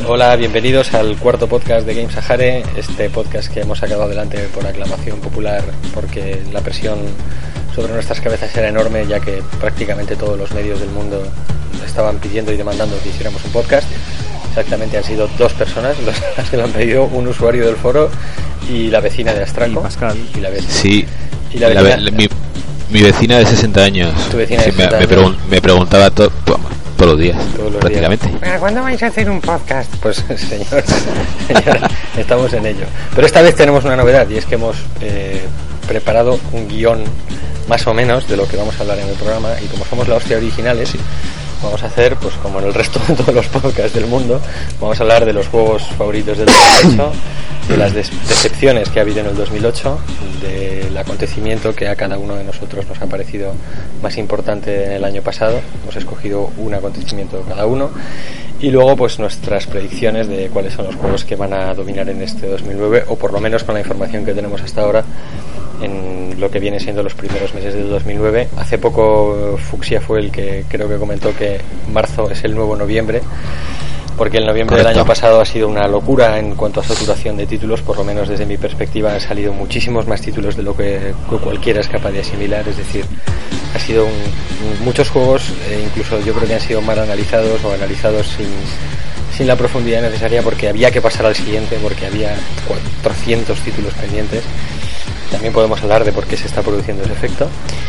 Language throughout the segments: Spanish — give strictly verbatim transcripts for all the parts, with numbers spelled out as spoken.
Hola, bienvenidos al cuarto podcast de Game Sahara, este podcast que hemos sacado adelante por aclamación popular porque la presión sobre nuestras cabezas era enorme, ya que prácticamente todos los medios del mundo estaban pidiendo y demandando que hiciéramos un podcast. Exactamente, han sido dos personas las que lo han pedido, un usuario del foro y la vecina de Astraco. Y Pascal. Y la vecina. Sí, y la vecina, la, mi, mi vecina de sesenta años. Tu vecina sí, de sesenta me, años. Me, pregun- me preguntaba to- to- todos los días, Todos los prácticamente. días. ¿Cuándo vais a hacer un podcast? Pues señor, señora, estamos en ello. Pero esta vez tenemos una novedad y es que hemos eh, preparado un guión más o menos de lo que vamos a hablar en el programa, y como somos la hostia originales, sí, vamos a hacer, pues como en el resto de todos los podcasts del mundo, vamos a hablar de los juegos favoritos del dos mil ocho, de las des- decepciones que ha habido en el dos mil ocho, del acontecimiento que a cada uno de nosotros nos ha parecido más importante en el año pasado. Hemos escogido un acontecimiento cada uno, y luego pues nuestras predicciones de cuáles son los juegos que van a dominar en este dos mil nueve, o por lo menos con la información que tenemos hasta ahora en lo que viene siendo los primeros meses del dos mil nueve. Hace poco Fuxia fue el que creo que comentó que marzo es el nuevo noviembre, porque el noviembre Correcto. Del año pasado ha sido una locura en cuanto a saturación de títulos. Por lo menos desde mi perspectiva han salido muchísimos más títulos de lo que cualquiera es capaz de asimilar. Es decir, ha sido un, muchos juegos, eh, incluso yo creo que han sido mal analizados o analizados sin sin la profundidad necesaria, porque había que pasar al siguiente, porque había cuatrocientos títulos pendientes. También podemos hablar de por qué se está produciendo ese efecto.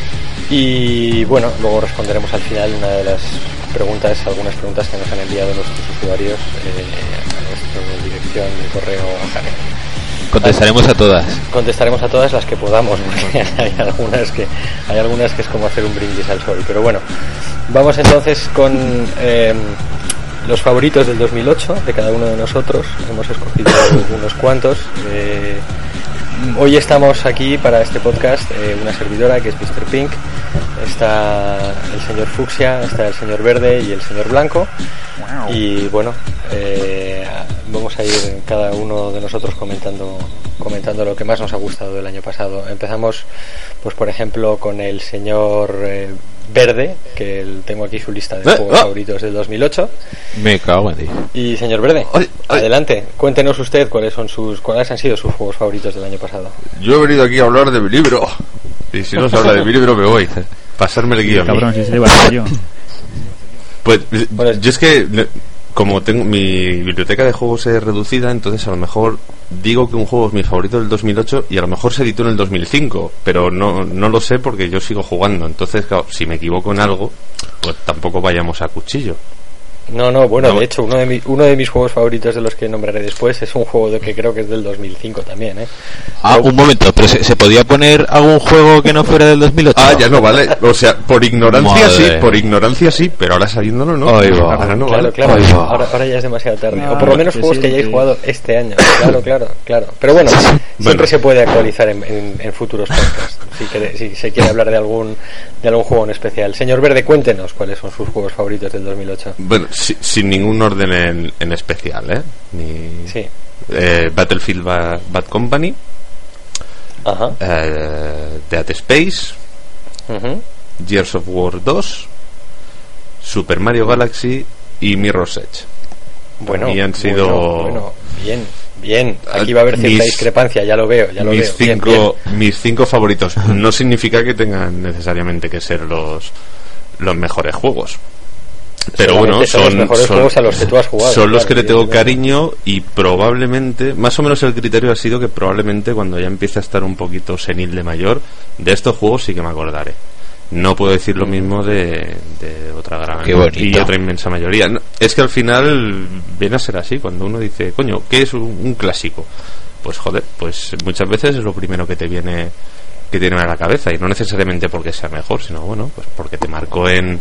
Y bueno, luego responderemos al final una de las preguntas, algunas preguntas que nos han enviado nuestros usuarios eh, a nuestra dirección de correo Ajare. Contestaremos a todas. Contestaremos a todas las que podamos, porque hay algunas que hay algunas que es como hacer un brindis al sol. Pero bueno, vamos entonces con eh, los favoritos del dos mil ocho de cada uno de nosotros. Hemos escogido unos cuantos. Eh, Hoy estamos aquí para este podcast, eh, una servidora que es mister Pink, está el señor Fuxia, está el señor Verde y el señor Blanco. Wow. Y bueno, eh, vamos a ir cada uno de nosotros comentando comentando lo que más nos ha gustado del año pasado. Empezamos, pues por ejemplo, con el señor eh, Verde, que el, tengo aquí su lista de ¿Eh? juegos ¿Ah? favoritos del dos mil ocho. Me cago en ti. Y señor Verde, ay, ay. adelante, cuéntenos usted cuáles son sus cuáles han sido sus juegos favoritos del año pasado. Yo he venido aquí a hablar de mi libro, y si no se habla de mi libro me voy. Pasarme el guión. Cabrón, si se iba a hacer yo. Pues bueno, yo es que como tengo mi biblioteca de juegos es reducida, entonces a lo mejor digo que un juego es mi favorito del dos mil ocho y a lo mejor se editó en el dos mil cinco, pero no no lo sé porque yo sigo jugando. Entonces, claro, si me equivoco en algo, pues tampoco vayamos a cuchillo. No, no, bueno, no. de hecho, uno de, mi, uno de mis juegos favoritos de los que nombraré después es un juego de que creo que es del dos mil cinco también, ¿eh? Ah, pero, un momento, pero ¿se, ¿se podía poner algún juego que no fuera del dos mil ocho? Ah, ya no vale. O sea, por ignorancia Madre. sí, por ignorancia sí, pero ahora sabiéndolo no. Ahí va. Ahora no claro, vale. claro, Ahí va. ahora, ahora ya es demasiado tarde. No, o por lo menos que juegos sí, que hayáis sí. jugado este año. Claro, claro, claro. Pero bueno, siempre Bueno. se puede actualizar en, en, en futuros podcasts, si, quiere, si se quiere hablar de algún de algún juego en especial. Señor Verde, cuéntenos cuáles son sus juegos favoritos del dos mil ocho. Bueno, si, sin ningún orden en, en especial, ¿eh? Ni, Sí. eh, Battlefield Bad, Bad Company, Ajá. eh, Dead Space, Uh-huh. Gears of War dos, Super Mario Galaxy y Mirror's Edge. Bueno, Y han sido bueno, bueno, bien, bien. Aquí va a haber cierta mis, discrepancia, ya lo veo, ya lo mis veo. Bien, cinco bien. mis cinco favoritos. No significa que tengan necesariamente que ser los los mejores juegos, pero bueno, Solamente son son los mejores son, juegos a los que tú has jugado. son los claro, que le tengo evidentemente. cariño, y probablemente, más o menos el criterio ha sido que probablemente cuando ya empiece a estar un poquito senil de mayor, de estos juegos sí que me acordaré. No puedo decir lo mismo de, de otra gran Qué bonito. y otra inmensa mayoría. No, es que al final viene a ser así. Cuando uno dice, coño, ¿qué es un, un clásico? Pues joder, pues muchas veces es lo primero que te viene que tiene a la cabeza, y no necesariamente porque sea mejor, sino bueno, pues porque te marcó en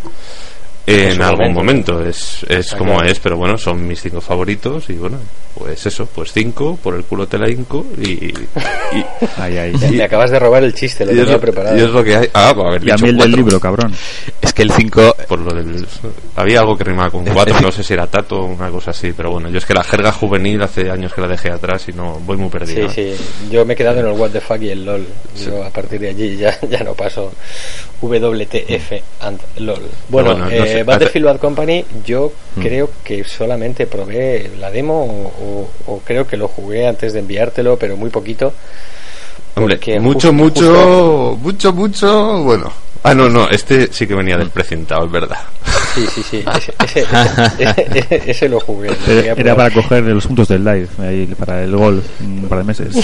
en algún momento. momento. Es, es como claro. es, pero bueno, son mis cinco favoritos, y bueno, pues eso, pues cinco, por el culo te la hinco, y, y, Ay, ay. Me acabas de robar el chiste, lo y es tenía lo, preparado. y es lo que hay. Ah, pues haber Y a dicho mí el del cuatro. libro, cabrón. Es que el cinco... Por lo del... Había algo que rimaba con cuatro, no sé si era Tato o una cosa así, pero bueno, yo es que la jerga juvenil hace años que la dejé atrás y no voy muy perdido. Sí, sí, yo me he quedado en el what the fuck y el LOL. Sí. Yo a partir de allí ya, ya no paso W T F and LOL. Bueno, bueno eh, no sé, Battlefield Bad Company yo hmm. creo que solamente probé la demo o, o, o creo que lo jugué antes de enviártelo, pero muy poquito. Hombre, mucho, justo, mucho, justo... mucho, mucho, bueno. Ah, no, no, este sí que venía del precintado, es verdad. Sí, sí, sí, ese, ese, ese, ese, ese lo jugué. Lo era, era para coger los puntos del live, ahí, para el gol, un par de meses.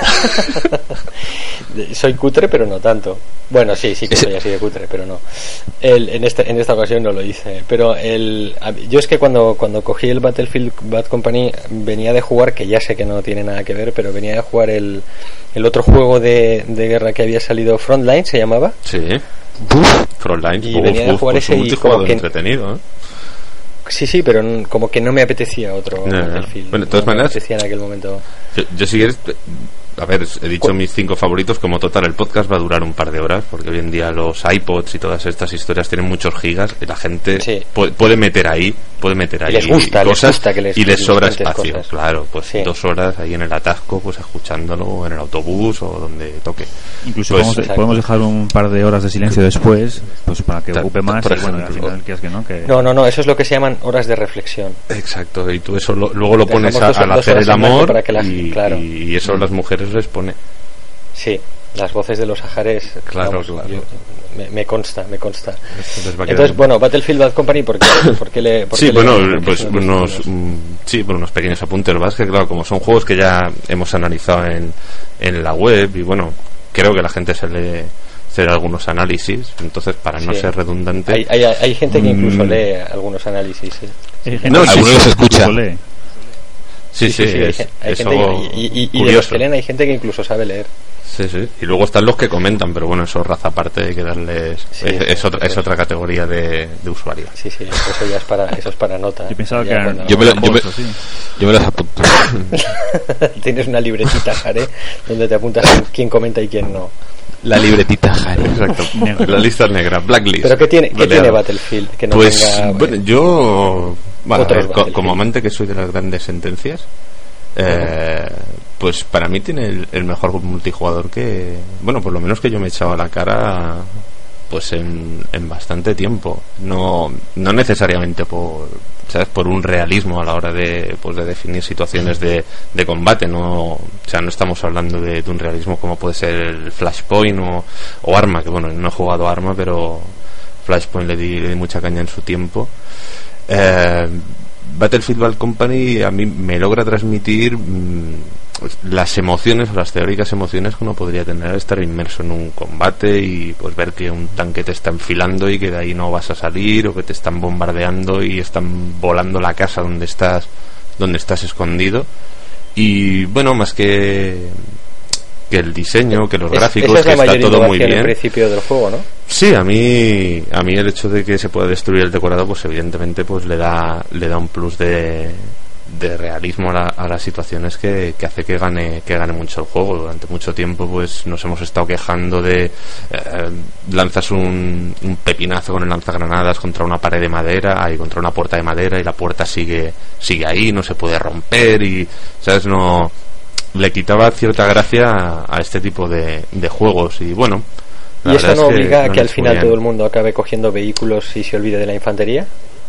Soy cutre, pero no tanto. Bueno, sí, sí que soy así de cutre, pero no. El, en, este, en esta ocasión no lo hice. Pero el, yo es que cuando, cuando cogí el Battlefield Bad Company venía de jugar, que ya sé que no tiene nada que ver, pero venía de jugar el, el otro juego de, de guerra que había salido, Frontline, ¿se llamaba? Sí. Frontline, y uf, venía de jugar uf, ese y como que entretenido, ¿eh? Sí, sí, pero n- como que no me apetecía otro no, Battlefield. Bueno, de todas no maneras, me apetecía en aquel momento. Yo, yo si quieres, a ver, he dicho ¿Cu- mis cinco favoritos. Como total, el podcast va a durar un par de horas, porque hoy en día los iPods y todas estas historias tienen muchos gigas y la gente sí. puede, puede meter ahí, puede meter ahí les gusta, cosas les gusta que les, y les sobra espacio. Cosas. Claro, pues sí. dos horas ahí en el atasco, pues escuchándolo, o en el autobús o donde toque. Incluso pues, podemos, podemos dejar un par de horas de silencio después, pues para que ta, ocupe más. Por y bueno, ejemplo, al final, que es que no, que... no, no, no, eso es lo que se llaman horas de reflexión. Exacto, y tú eso lo, luego lo pones a, dos, al hacer el amor para que las, y, claro. y eso las mujeres les pone. Sí, las voces de los Sahares, claro, vamos, claro. Yo, me, me consta, me consta. Entonces, Entonces bueno, Battlefield Bad Company, ¿por qué, por qué le...? Por sí, qué bueno, le, pues unos, mm, sí, bueno, unos pequeños apuntes más, que claro, como son juegos que ya hemos analizado en, en la web, y bueno, creo que la gente se lee hacer algunos análisis, entonces para no sí. ser redundante... Hay, hay, hay gente que incluso mm. lee algunos análisis, sí. No, sí, algunos sí, escucha. Sí, sí, sí, sí, es, hay es gente algo y, y, y curioso. de los que leen hay gente que incluso sabe leer. Sí, sí. Y luego están los que comentan, pero bueno, eso raza aparte, hay que darles... Sí, es, es, otra, es otra categoría de, de usuarios. Sí, sí, eso ya es para, eso es para nota. Yo pensaba ya que eran... Yo me, lo, yo, me, sí. yo me las apunto. Tienes una libretita, Jare, donde te apuntas quién comenta y quién no. La libretita, Jare. Exacto. La lista negra, blacklist. ¿Pero qué tiene, qué tiene Battlefield? Que no pues, tenga, bueno, yo... Bueno, ver, co- como amante que soy de las grandes sentencias... Eh, pues para mí tiene el, el mejor multijugador que, bueno, por lo menos que yo me he echado a la cara pues en, en bastante tiempo. No, no necesariamente por, ¿sabes? Por un realismo a la hora de, pues de definir situaciones de, de combate, no, o sea, no estamos hablando de, de un realismo como puede ser el Flashpoint o, o Arma, que bueno, no he jugado Arma, pero Flashpoint le di, le di mucha caña en su tiempo. Eh, Battlefield Bad Company a mí me logra transmitir mmm, las emociones o las teóricas emociones que uno podría tener al estar inmerso en un combate y pues ver que un tanque te está enfilando y que de ahí no vas a salir, o que te están bombardeando y están volando la casa donde estás donde estás escondido. Y bueno, más que que el diseño, que los es, gráficos, es que está todo muy bien. El principio del juego, ¿no? Sí, a mí a mí el hecho de que se pueda destruir el decorado, pues evidentemente pues le da le da un plus de, de realismo a, la, a las situaciones que, que hace que gane que gane mucho el juego. Durante mucho tiempo pues nos hemos estado quejando de eh, lanzas un, un pepinazo con el lanzagranadas contra una pared de madera y contra una puerta de madera y la puerta sigue sigue ahí, no se puede romper y, ¿sabes? No le quitaba cierta gracia a, a este tipo de, de juegos. Y bueno, ¿y esto no obliga a que, que al final todo el mundo acabe cogiendo vehículos y se olvide de la infantería?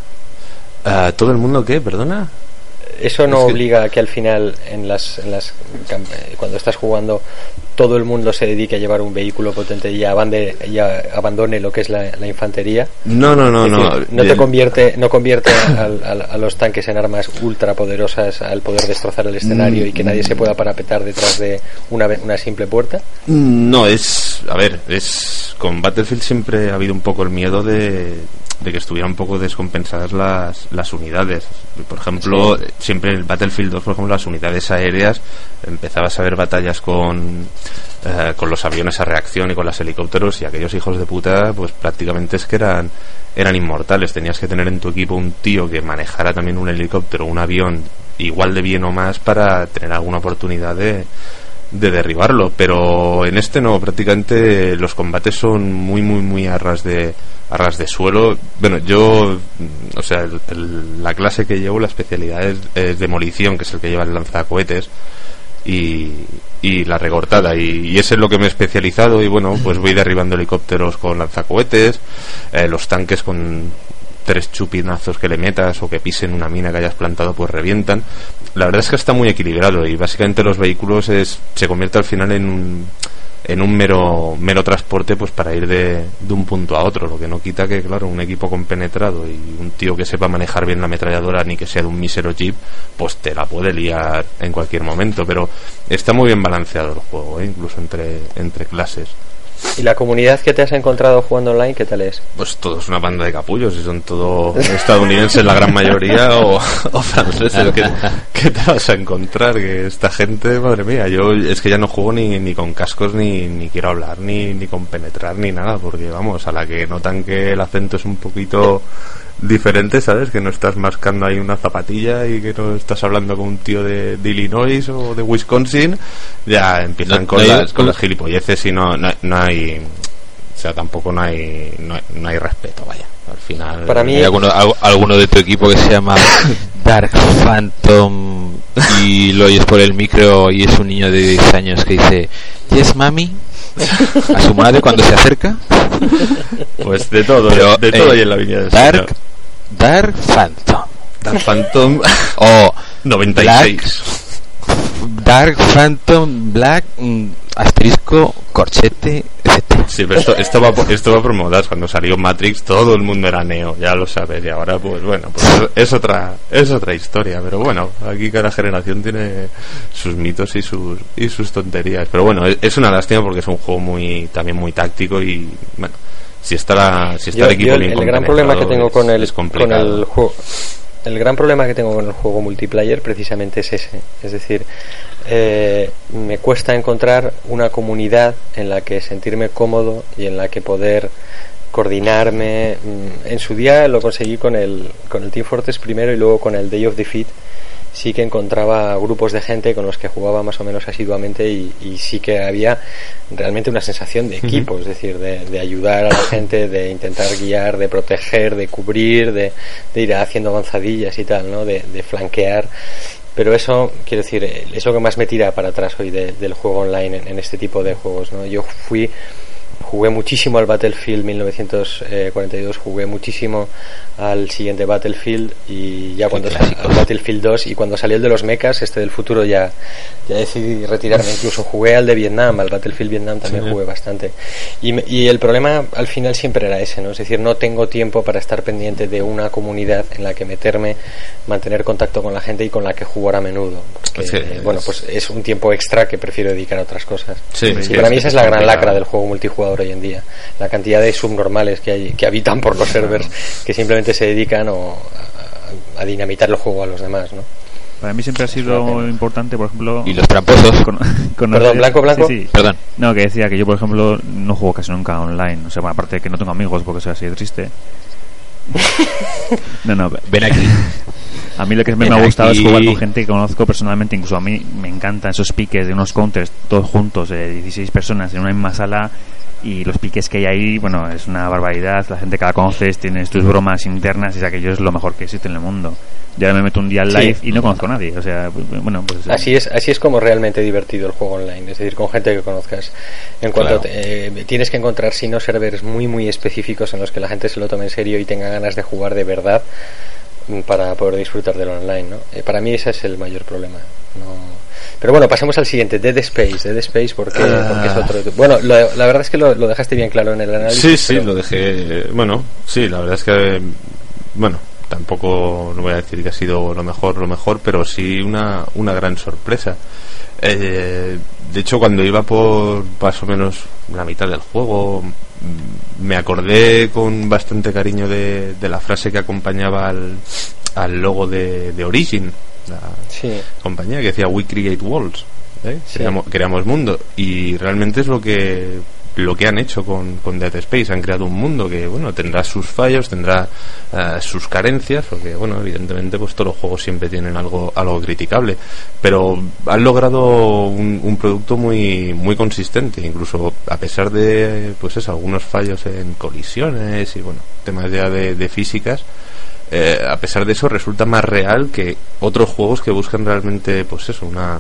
Uh, ¿Todo el mundo qué? ¿Perdona? ¿Eso no es que... obliga a que al final en las, en las cuando estás jugando todo el mundo se dedique a llevar un vehículo potente y, abande, y a, abandone lo que es la, la infantería? No, no, no, decir, no. No te convierte, no convierte al, al, a los tanques en armas ultra poderosas al poder destrozar el escenario mm, y que nadie se pueda parapetar detrás de una, una simple puerta. No, es, a ver, es con Battlefield siempre ha habido un poco el miedo de de que estuvieran un poco descompensadas las, las unidades. Por ejemplo, sí. siempre en el Battlefield dos, por ejemplo, las unidades aéreas, empezabas a ver batallas con eh, con los aviones a reacción y con los helicópteros, y aquellos hijos de puta pues prácticamente es que eran eran inmortales. Tenías que tener en tu equipo un tío que manejara también un helicóptero, un avión igual de bien o más para tener alguna oportunidad de de derribarlo, pero en este no, prácticamente los combates son muy muy muy a ras de a ras de suelo. Bueno, yo, o sea, el, el, la clase que llevo, la especialidad es, es demolición, que es el que lleva el lanzacohetes y, y la recortada, y, y ese es lo que me he especializado. Y bueno, pues voy derribando helicópteros con lanzacohetes, eh, los tanques con tres chupinazos que le metas o que pisen una mina que hayas plantado pues revientan. La verdad es que está muy equilibrado y básicamente los vehículos es, se convierte al final en un en un mero mero transporte pues para ir de, de un punto a otro, lo que no quita que claro, un equipo compenetrado y un tío que sepa manejar bien la ametralladora, ni que sea de un mísero jeep, pues te la puede liar en cualquier momento. Pero está muy bien balanceado el juego, ¿eh? Incluso entre entre clases. ¿Y la comunidad que te has encontrado jugando online, qué tal es? Pues todos una banda de capullos, y son todos estadounidenses la gran mayoría, o, o franceses. ¿Qué, ¿Qué te vas a encontrar? Que esta gente, madre mía, yo es que ya no juego ni, ni con cascos, ni, ni quiero hablar, ni, ni con penetrar, ni nada, porque vamos, a la que notan que el acento es un poquito diferente, ¿sabes? Que no estás mascando ahí una zapatilla y que no estás hablando con un tío de, de Illinois o de Wisconsin, ya empiezan no, con, no hay, las, con las gilipolleces y no, no, no hay, o sea, tampoco no hay, no hay no hay respeto, vaya. Al final, para mí hay alguno, alguno de tu equipo que se llama Dark Phantom y lo oyes por el micro y es un niño de diez años que dice yes mami a su madre cuando se acerca. Pues de todo, pero, de todo eh, hay en la viña del Dark señor. Dark Phantom Dark Phantom o noventa y seis Black, Dark Phantom Black mm, asterisco corchete etcétera. Sí, pero esto, esto, va, esto va por modas. Cuando salió Matrix todo el mundo era Neo, ya lo sabes, y ahora pues bueno, pues es otra es otra historia. Pero bueno, aquí cada generación tiene sus mitos y sus y sus tonterías. Pero bueno, es, es una lástima porque es un juego muy también muy táctico y bueno, si está la, si está yo, el equipo yo el, el gran problema que tengo es, con el con el juego el gran problema que tengo con el juego multiplayer precisamente es ese, es decir, eh, me cuesta encontrar una comunidad en la que sentirme cómodo y en la que poder coordinarme. En su día lo conseguí con el con el Team Fortress primero y luego con el Day of Defeat. Sí que encontraba grupos de gente con los que jugaba más o menos asiduamente y, y sí que había realmente una sensación de equipo, uh-huh. es decir, de, de ayudar a la gente, de intentar guiar, de proteger, de cubrir, de, de ir haciendo avanzadillas y tal, ¿no? De, de flanquear. Pero eso, quiero decir, es lo que más me tira para atrás hoy de, del juego online en, en este tipo de juegos, ¿no? Yo fui jugué muchísimo al Battlefield mil novecientos cuarenta y dos, jugué muchísimo al siguiente Battlefield y ya cuando salió al Battlefield dos y cuando salió el de los mechas, este del futuro, ya, ya decidí retirarme. Incluso jugué al de Vietnam, al Battlefield Vietnam también sí, jugué bastante y, y el problema al final siempre era ese, ¿no? Es decir, no tengo tiempo para estar pendiente de una comunidad en la que meterme, mantener contacto con la gente y con la que jugar a menudo, porque sí, eh, bueno, pues es un tiempo extra que prefiero dedicar a otras cosas. Sí, y sí, para mí esa es la gran lacra del juego multijugador hoy en día, la cantidad de subnormales que hay que habitan por los servers que simplemente se dedican o a, a dinamitar el juego a los demás, ¿no? Para mí siempre ha sido importante, por ejemplo, y los tramposos con, con perdón, blanco, blanco sí, sí. Perdón. No, que decía que yo por ejemplo no juego casi nunca online, o sea, bueno, aparte de que no tengo amigos porque soy así de triste. No, no, ven aquí. A mí lo que me, me ha gustado aquí es jugar con gente que conozco personalmente. Incluso a mí me encantan esos piques de unos counters todos juntos, de dieciséis personas en una misma sala. Y los piques que hay ahí, bueno, es una barbaridad. La gente que la conoces, tienes tus bromas internas, y aquello es lo mejor que existe en el mundo. Yo ahora me meto un día al live sí. y no conozco a nadie, o sea, bueno, pues así es, así es como realmente divertido el juego online, es decir, con gente que conozcas. En cuanto claro. te, eh, tienes que encontrar, si no, servers muy muy específicos en los que la gente se lo tome en serio y tenga ganas de jugar de verdad para poder disfrutar del online, ¿no? Eh, para mí ese es el mayor problema, no. Pero bueno, pasemos al siguiente, Dead Space. Dead Space, porque, ah. porque es otro. Bueno, lo, la verdad es que lo, lo dejaste bien claro en el análisis. Sí, sí, pero... lo dejé. Bueno, sí, la verdad es que. Bueno, tampoco no voy a decir que ha sido lo mejor, lo mejor, pero sí una, una gran sorpresa. Eh, de hecho, cuando iba por más o menos la mitad del juego, me acordé con bastante cariño de, de la frase que acompañaba al, al logo de, de Origin. La sí. compañía que decía We Create Worlds, ¿eh? sí. creamos, creamos mundo, y realmente es lo que lo que han hecho con, con Dead Space. Han creado un mundo que, bueno, tendrá sus fallos, tendrá uh, sus carencias, porque, bueno, evidentemente pues todos los juegos siempre tienen algo algo criticable, pero han logrado un, un producto muy muy consistente, incluso a pesar de, pues eso, algunos fallos en colisiones y, bueno, temas ya de, de físicas. Eh, a pesar de eso resulta más real que otros juegos que buscan realmente, pues eso, una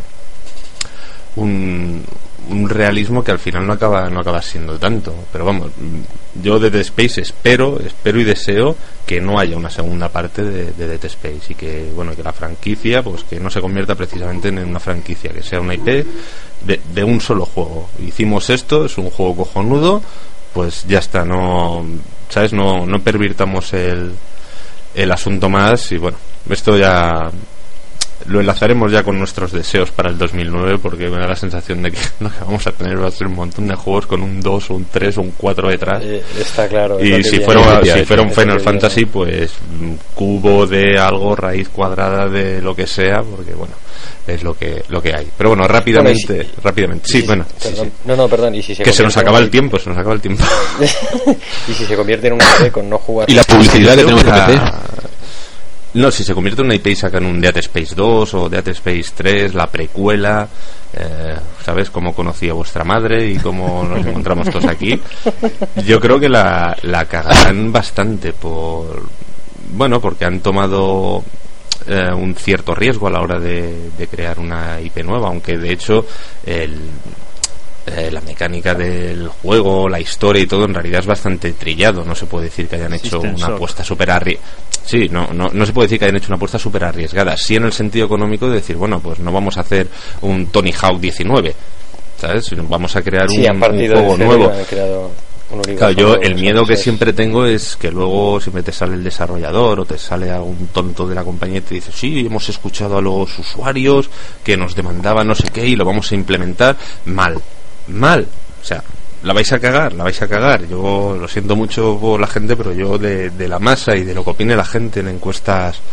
un, un realismo que al final no acaba no acaba siendo tanto. Pero vamos, yo de Dead Space espero espero y deseo que no haya una segunda parte de, de Dead Space, y que, bueno, que la franquicia pues que no se convierta precisamente en una franquicia, que sea una I P de, de un solo juego. Hicimos esto, es un juego cojonudo, pues ya está, no, ¿sabes? No, no pervirtamos el el asunto más. Y bueno, esto ya lo enlazaremos ya con nuestros deseos para el dos mil nueve, porque me da la sensación de que lo que vamos a tener va a ser un montón de juegos con un dos o un tres o un cuatro detrás. Eh, está claro. Y si fuera, si fuera un Final Fantasy, pues cubo de algo, raíz cuadrada de lo que sea, porque, bueno, es lo que lo que hay. Pero bueno, rápidamente, bueno, si, rápidamente. Sí, sí, bueno. Sí, sí, sí. No, no, perdón. ¿Y si se que se nos acaba el tiempo, se nos acaba el tiempo. Y si se convierte en un I P con no jugar. Y la publicidad que tenemos que hacer. No, si se convierte en una I P y sacan un Dead Space dos o Dead Space tres, la precuela, eh, ¿sabes? Cómo conocí a vuestra madre y cómo nos encontramos todos aquí. Yo creo que la, la cagarán bastante por... Bueno, porque han tomado eh, un cierto riesgo a la hora de, de crear una I P nueva, aunque de hecho el... Eh, la mecánica del juego, la historia y todo en realidad es bastante trillado. No se puede decir que hayan hecho una apuesta súper arriesgada. Sí, no, no, no se puede decir que hayan hecho una apuesta súper arriesgada. Sí, en el sentido económico de decir, bueno, pues no vamos a hacer un Tony Hawk diecinueve, ¿sabes? Sino vamos a crear sí, un, un juego nuevo. Un claro, yo el miedo que siempre tengo es que luego siempre te sale el desarrollador o te sale algún tonto de la compañía y te dice, sí, hemos escuchado a los usuarios que nos demandaban no sé qué y lo vamos a implementar. Mal mal, o sea, la vais a cagar, la vais a cagar. Yo lo siento mucho por la gente, pero yo de, de la masa y de lo que opine la gente en encuestas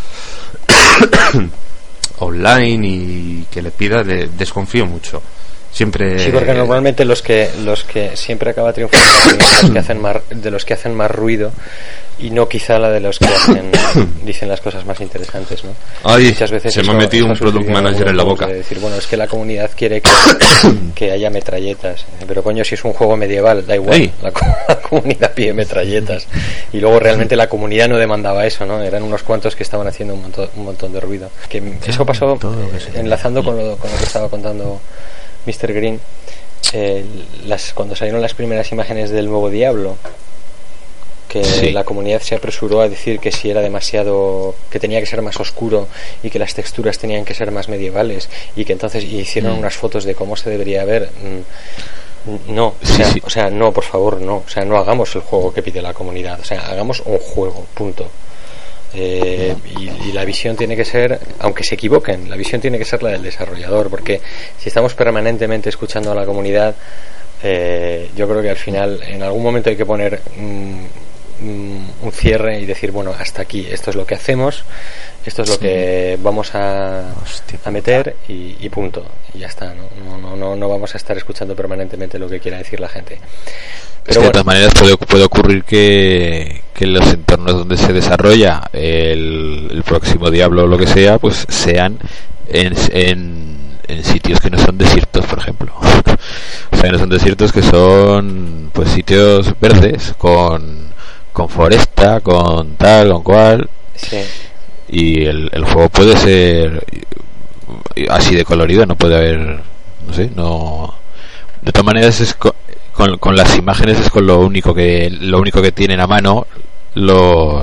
online y que le pida, de, desconfío mucho. Siempre. Sí, porque normalmente los que los que siempre acaba triunfando los que hacen más, de los que hacen más ruido, y no quizá la de los que hacen dicen las cosas más interesantes, ¿no? Ay, muchas veces se me ha metido un product manager en la boca. De decir, bueno, es que la comunidad quiere que, que haya metralletas, pero coño, si es un juego medieval, da igual, la, la comunidad pide metralletas, y luego realmente la comunidad no demandaba eso, ¿no? Eran unos cuantos que estaban haciendo un montón, un montón de ruido. Que eso pasó enlazando con lo, con lo que estaba contando mister Green, eh, las, cuando salieron las primeras imágenes del nuevo Diablo, que sí. La comunidad se apresuró a decir que si era demasiado, que tenía que ser más oscuro y que las texturas tenían que ser más medievales, y que entonces y hicieron mm. unas fotos de cómo se debería ver. No, o sea, sí, sí. o sea, no, por favor, no, o sea, no hagamos el juego que pide la comunidad, o sea, hagamos un juego, punto. Eh, y, y la visión tiene que ser, aunque se equivoquen, la visión tiene que ser la del desarrollador, porque si estamos permanentemente escuchando a la comunidad, eh, yo creo que al final en algún momento hay que poner mm, mm, un cierre y decir, bueno, hasta aquí, esto es lo que hacemos, esto es lo sí. que vamos a, Hostia, a meter y, y punto, y ya está, ¿no? No, no, no vamos a estar escuchando permanentemente lo que quiera decir la gente. Pero es que bueno, de todas maneras puede, puede ocurrir que, que en los entornos donde se desarrolla el, el próximo Diablo o lo que sea, pues sean en, en, en sitios que no son desiertos, por ejemplo. O sea, que no son desiertos, que son pues sitios verdes, con, con foresta, con tal, con cual. Sí. Y el, el juego puede ser así de colorido, no puede haber, no sé, no. De todas maneras es co- Con, con las imágenes es con lo único que lo único que tienen a mano los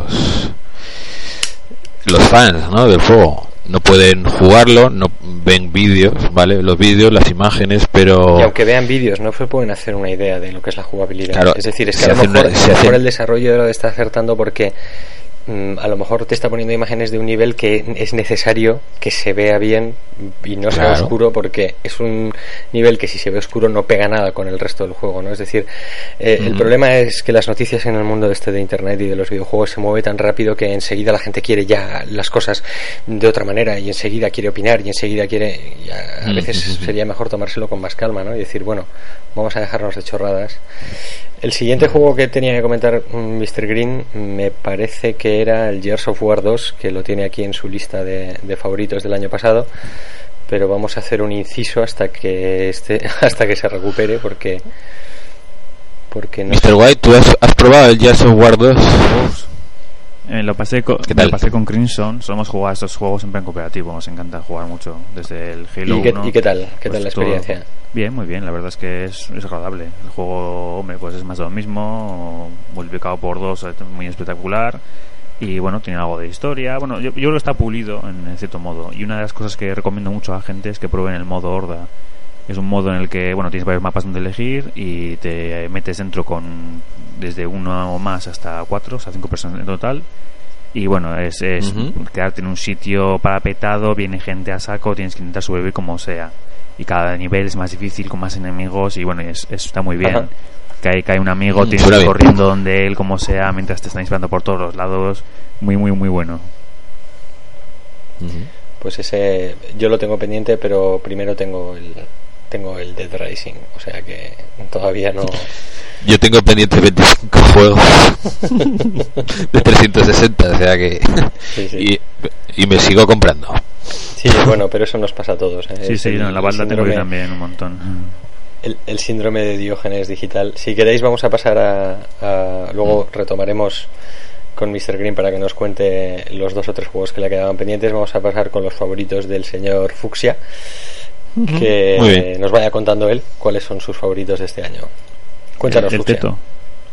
los fans, ¿no?, del juego. No pueden jugarlo, no ven vídeos, ¿vale? Los vídeos, las imágenes, pero... Y aunque vean vídeos, no se pueden hacer una idea de lo que es la jugabilidad. Claro, es decir, es que a lo mejor, una, a lo mejor el desarrollo lo está acertando porque mm, a lo mejor te está poniendo imágenes de un nivel que es necesario que se vea bien y no sea claro. oscuro, porque es un nivel que si se ve oscuro no pega nada con el resto del juego, ¿no? Es decir, eh, mm. el problema es que las noticias en el mundo este de internet y de los videojuegos se mueve tan rápido que enseguida la gente quiere ya las cosas de otra manera y enseguida quiere opinar y enseguida quiere, a, a veces mm. sería mejor tomárselo con más calma, ¿no? Y decir, bueno, vamos a dejarnos de chorradas. El siguiente juego que tenía que comentar mister Green me parece que era el Gears of War dos, que lo tiene aquí en su lista de, de favoritos del año pasado, pero vamos a hacer un inciso hasta que esté, hasta que se recupere, porque porque no mister White, ¿tú has, has probado el Gears of War dos? Eh, lo pasé con, lo pasé con Crimson. Solemos jugar estos juegos siempre en cooperativo. Nos encanta jugar mucho desde el Halo ¿Y qué, uno. ¿Y qué tal? ¿Qué pues tal la experiencia? Todo. Bien, muy bien. La verdad es que es, es agradable. El juego, hombre, pues es más de lo mismo, multiplicado por dos, muy espectacular. Y bueno, tiene algo de historia. Bueno, yo, yo creo que está pulido en, en cierto modo. Y una de las cosas que recomiendo mucho a la gente es que prueben el modo Horda. Es un modo en el que, bueno, tienes varios mapas donde elegir y te metes dentro con desde uno o más hasta cuatro, o sea, cinco personas en total. Y bueno, es, es uh-huh. quedarte en un sitio parapetado, viene gente a saco, tienes que intentar sobrevivir como sea. Y cada nivel es más difícil, con más enemigos, y bueno, es, es, está muy bien. Cae, cae un amigo, uh-huh. tienes que ir corriendo donde él, como sea, mientras te están disparando por todos los lados. Muy, muy, muy bueno. Uh-huh. Pues ese yo lo tengo pendiente, pero primero tengo el tengo el Dead Rising, o sea que todavía no. Yo tengo pendiente veinticinco juegos de trescientos sesenta, o sea que sí, sí. Y, y me sigo comprando. Sí, bueno, pero eso nos pasa a todos, ¿eh? Sí, es sí, el, no, la banda tengo yo también un montón. El, el síndrome de Diógenes digital. Si queréis vamos a pasar a, a luego retomaremos con mister Green para que nos cuente los dos o tres juegos que le quedaban pendientes. Vamos a pasar con los favoritos del señor Fucsia, que nos vaya contando él cuáles son sus favoritos de este año. Cuéntanos, el, el Fucsia. Teto.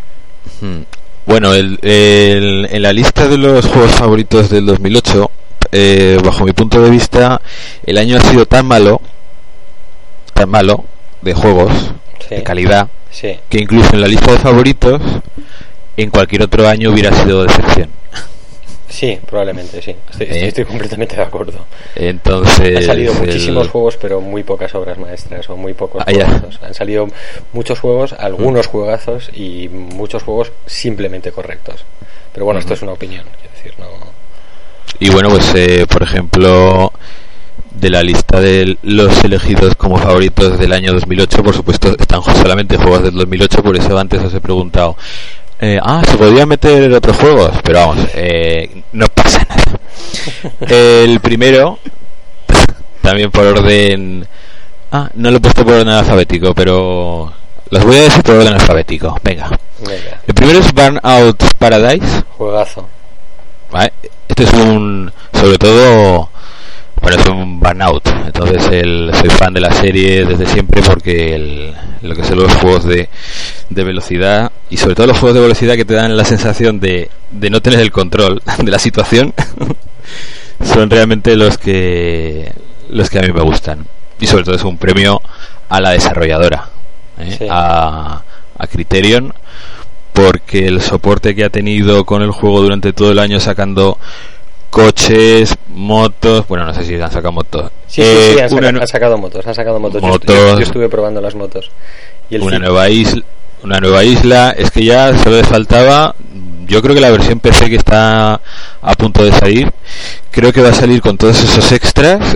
Bueno, el, el, en la lista de los juegos favoritos del dos mil ocho, eh, bajo mi punto de vista, el año ha sido tan malo, tan malo de juegos, sí. de calidad, sí. que incluso en la lista de favoritos, en cualquier otro año hubiera sido decepción. Sí, probablemente, sí. Estoy, ¿Eh? estoy completamente de acuerdo. Entonces, han salido muchísimos el... juegos, pero muy pocas obras maestras o muy pocos ah, juegazos. Han salido muchos juegos, algunos juegazos y muchos juegos simplemente correctos. Pero bueno, uh-huh. esto es una opinión, quiero decir, no. Y bueno, pues eh, por ejemplo, de la lista de los elegidos como favoritos del año dos mil ocho, por supuesto, están solamente juegos del dos mil ocho, por eso antes os he preguntado. Eh, ah, se podría meter otros juegos, pero vamos, eh, no pasa nada. El primero, también por orden. Ah, no lo he puesto por orden alfabético, pero los voy a decir por orden alfabético. Venga. Venga. El primero es Burnout Paradise. Juegazo. Vale. Este es un, sobre todo, bueno, es un Burnout. Entonces, el, soy fan de la serie desde siempre porque el, lo que son los juegos de, de velocidad y sobre todo los juegos de velocidad que te dan la sensación de, de no tener el control de la situación son realmente los que los que a mí me gustan. Y sobre todo es un premio a la desarrolladora, ¿eh? sí. a, a Criterion, porque el soporte que ha tenido con el juego durante todo el año sacando coches, motos, bueno, no sé si han sacado motos. Sí, eh, sí, sí, han, saca, una, han sacado motos, han sacado motos. motos yo, yo, yo estuve probando las motos. Y el una fin. nueva isla, una nueva isla, es que ya solo les faltaba, yo creo que la versión P C que está a punto de salir, creo que va a salir con todos esos extras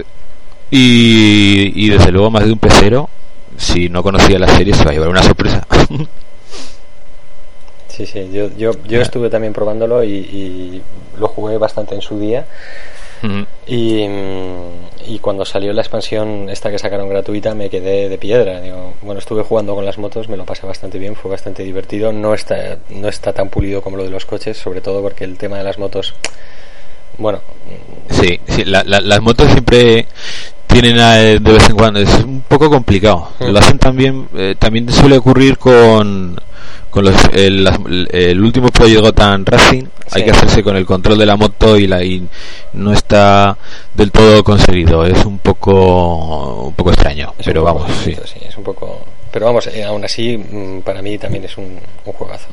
y, y desde luego más de un pecero, si no conocía la serie, se va a llevar una sorpresa. Sí, sí, yo yo, yo estuve también probándolo y, y lo jugué bastante en su día. Uh-huh. y, y cuando salió la expansión esta que sacaron gratuita me quedé de piedra. Digo, bueno, estuve jugando con las motos, me lo pasé bastante bien, fue bastante divertido. No está, no está tan pulido como lo de los coches, sobre todo porque el tema de las motos, bueno... Sí, sí la, la, las motos siempre tienen a, de vez en cuando, es un poco complicado. Uh-huh. Lo hacen también, eh, también suele ocurrir con... con los, el, las, el último Project Gotham Racing, sí. Hay que hacerse con el control de la moto y, la, y no está del todo conseguido, es un poco un poco extraño, es pero vamos, bonito, sí. sí, es un poco, pero vamos, eh, aún así para mí también es un, un juegazo.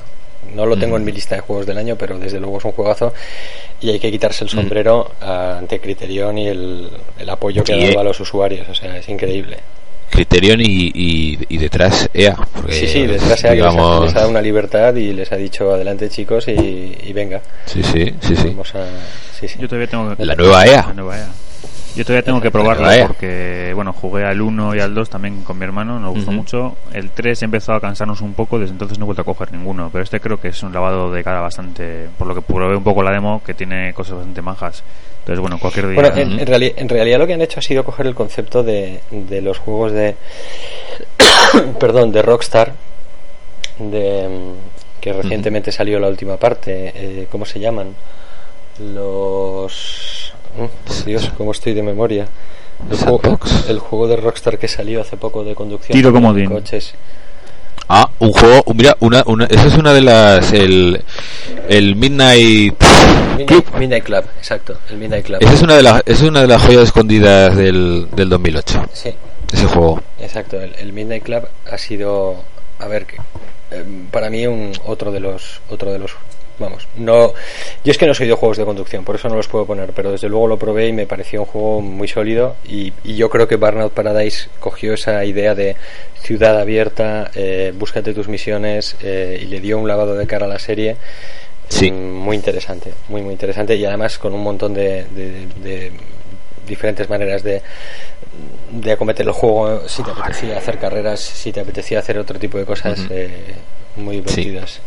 no lo tengo en mi lista de juegos del año, pero desde luego es un juegazo y hay que quitarse el sombrero mm. ante Criterion y el, el apoyo que ha dado a los usuarios, o sea, es increíble. Criterion y, y, y detrás E A, porque, sí, sí, detrás E A, digamos, que les, les ha dado una libertad y les ha dicho adelante chicos y, y venga. Sí, sí, sí, sí. Vamos a, sí, sí. Yo todavía tengo que... La nueva E A. La nueva E A. Yo todavía tengo que probarlo porque, bueno, jugué al uno y al dos también con mi hermano, nos gustó uh-huh. mucho. El tres empezó a cansarnos un poco, desde entonces no he vuelto a coger ninguno, pero este creo que es un lavado de cara bastante, por lo que probé un poco la demo, que tiene cosas bastante majas. Entonces, bueno, cualquier día... Bueno, en, uh-huh. en, reali- en realidad lo que han hecho ha sido coger el concepto de, de los juegos de... perdón, de Rockstar, de que recientemente uh-huh. salió la última parte, eh, ¿cómo se llaman? Los... Oh, Dios, cómo estoy de memoria. El juego, el juego de Rockstar que salió hace poco de conducción. Tiro comodín. Coches. Ah, un juego, mira, una, una, esa es una de las, el, el Midnight, Midnight Club. Midnight Club, exacto, el Midnight Club. Esa es una de las, es una de las joyas escondidas del, del dos mil ocho. Sí. Ese juego. Exacto, el, el Midnight Club ha sido, a ver, que, eh, para mí un otro de los, otro de los Vamos, no, yo es que no soy de juegos de conducción, por eso no los puedo poner, pero desde luego lo probé y me pareció un juego muy sólido y, y yo creo que Burnout Paradise cogió esa idea de ciudad abierta, eh, búscate tus misiones eh, y le dio un lavado de cara a la serie. Sí. Muy interesante, muy muy interesante y además con un montón de, de, de diferentes maneras de de acometer el juego, si te apetecía hacer carreras, si te apetecía hacer otro tipo de cosas, uh-huh. eh, muy divertidas. Sí.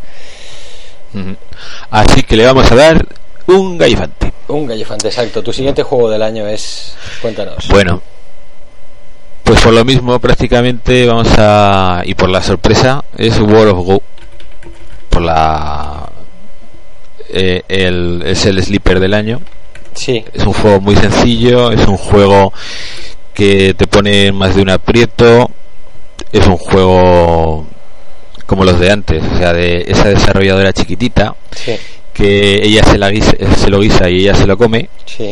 Así que le vamos a dar un gallifante. Un gallifante, exacto. Tu siguiente juego del año es... Cuéntanos. Bueno, pues por lo mismo prácticamente vamos a... Y por la sorpresa es World of Go. Por la... Eh, el, es el sleeper del año. Sí. Es un juego muy sencillo. Es un juego que te pone más de un aprieto. Es un juego... como los de antes, o sea, de esa desarrolladora chiquitita, sí. que ella se, la guisa, se lo guisa y ella se lo come, sí.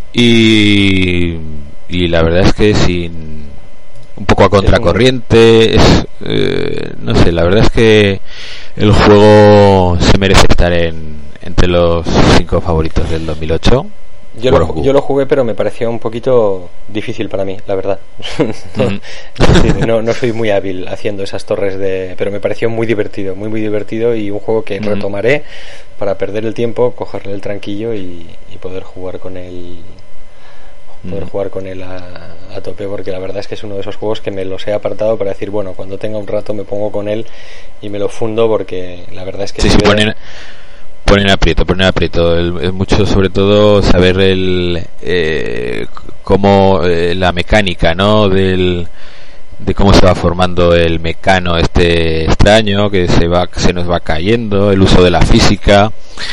y, y la verdad es que sin un poco a contracorriente, es, eh, no sé, la verdad es que el juego se merece estar en entre los cinco favoritos del dos mil ocho. Yo lo, yo lo jugué, pero me pareció un poquito difícil para mí, la verdad. no, mm. no, no soy muy hábil haciendo esas torres de... Pero me pareció muy divertido, muy muy divertido y un juego que mm. retomaré para perder el tiempo, cogerle el tranquillo y, y poder jugar con él poder mm. jugar con él a, a tope, porque la verdad es que es uno de esos juegos que me los he apartado para decir, bueno, cuando tenga un rato me pongo con él y me lo fundo, porque la verdad es que... Sí, sí, ponen... Ponen aprieto, ponen aprieto. Es mucho, sobre todo, saber el eh, cómo eh, la mecánica, ¿no? Del de cómo se va formando el mecano este extraño que se va, se nos va cayendo, el uso de la física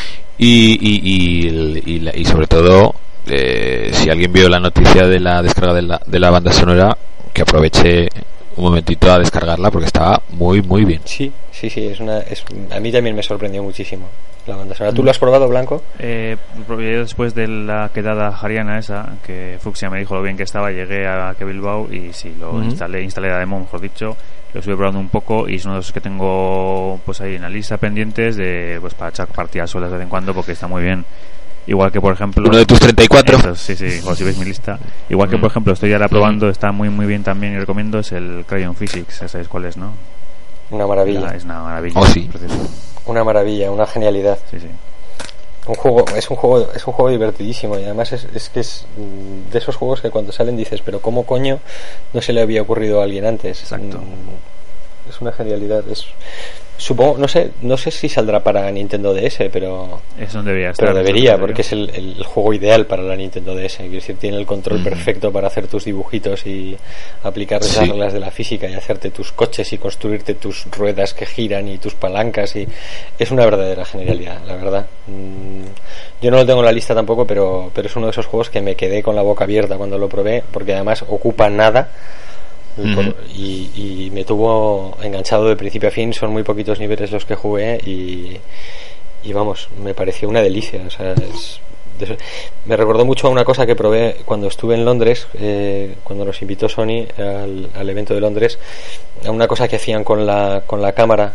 y y y, y, y, y sobre todo, eh, si alguien vio la noticia de la descarga de la, de la banda sonora, que aproveche un momentito a descargarla porque estaba muy muy bien. Sí, sí, sí, es una, es, a mí también me sorprendió muchísimo la banda sonora. ¿Tú lo has probado, Blanco? Eh, después de la quedada jariana esa, que Fuxia me dijo lo bien que estaba, llegué a que Bilbao y sí, lo uh-huh. instalé, instalé la demo, mejor dicho, lo estuve probando un poco y es uno de esos que tengo pues ahí en la lista pendientes de pues para echar partidas solas de vez en cuando porque está muy bien. Igual que por ejemplo uno de tus treinta y cuatro. Eso, sí, sí, o si veis mi lista. Igual que por ejemplo estoy ahora probando, está muy muy bien también y recomiendo, es el Crayon Physics. Ya sabéis cuál es, ¿no? Una maravilla. Ya, es una maravilla. Oh, sí. Una maravilla, una genialidad. Sí, sí. Un juego, es un juego, es un juego divertidísimo y además es, es que es de esos juegos que cuando salen dices, pero ¿cómo coño no se le había ocurrido a alguien antes? Exacto. Es una genialidad. Es, supongo, no sé, no sé si saldrá para Nintendo D S, pero eso debería estar. Pero debería, porque es el, el juego ideal para la Nintendo D S. Quiero decir, tiene el control mm. perfecto para hacer tus dibujitos y aplicar las sí. reglas de la física y hacerte tus coches y construirte tus ruedas que giran y tus palancas y es una verdadera genialidad, la verdad. Yo no lo tengo en la lista tampoco, pero pero es uno de esos juegos que me quedé con la boca abierta cuando lo probé, porque además ocupa nada. Uh-huh. Y, y me tuvo enganchado de principio a fin. Son muy poquitos niveles los que jugué y, y vamos, me pareció una delicia. O sea, es, de, me recordó mucho a una cosa que probé cuando estuve en Londres, eh, cuando nos invitó Sony al, al evento de Londres, a una cosa que hacían con la, con la cámara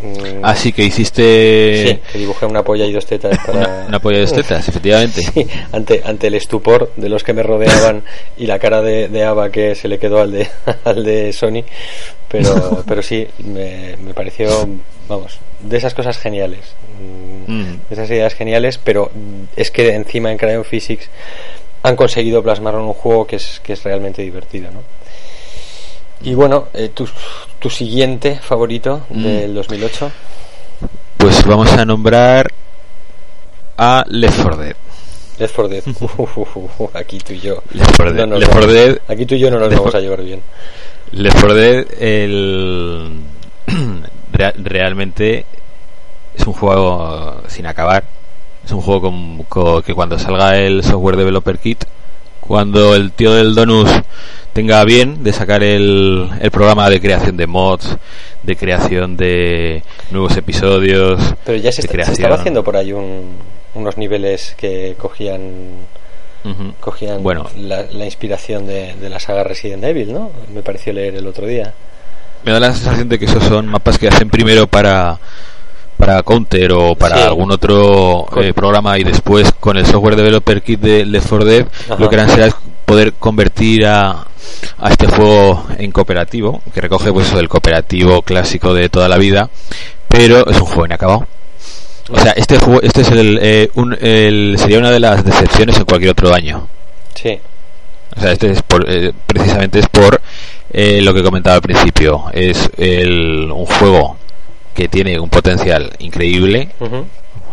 Así que hiciste... Sí, que dibujé una polla y dos tetas para... Una, una polla y dos tetas, efectivamente. Sí, ante, ante el estupor de los que me rodeaban y la cara de, de Ava que se le quedó al de, al de Sony. Pero, pero sí, me, me pareció, vamos, de esas cosas geniales. Mm. De esas ideas geniales, pero es que encima en Crayon Physics han conseguido plasmarlo en un juego que es, que es realmente divertido, ¿no? Y bueno, eh, tu, tu siguiente favorito mm. del dos mil ocho. Pues vamos a nombrar a Left four Dead. Left four Dead. Uh, uh, uh, uh, aquí tú y yo. Left four Dead. No Left four Dead. Aquí tú y yo no nos Left vamos for... a llevar bien. Left four Dead, el Real, realmente es un juego sin acabar. Es un juego con, con, que cuando salga el Software Developer Kit, cuando el tío del Donus tenga bien de sacar el, el programa de creación de mods, de creación de nuevos episodios, pero ya se, está, se estaba haciendo por ahí un, unos niveles que cogían uh-huh. cogían bueno, la, la inspiración de, de la saga Resident Evil, ¿no? Me pareció leer el otro día. Me da la sensación de que esos son mapas que hacen primero para para Counter o para sí. algún otro eh, programa, y después con el Software Developer Kit de Left four Dead Ajá. lo que harán será poder convertir a, a este juego en cooperativo, que recoge pues eso, el cooperativo clásico de toda la vida, pero es un juego inacabado. O sea, este juego, este es el, eh, un, el sería una de las decepciones en cualquier otro año. Sí. O sea, este es por, eh, precisamente es por eh, lo que comentaba al principio. Es el, un juego que tiene un potencial increíble, uh-huh.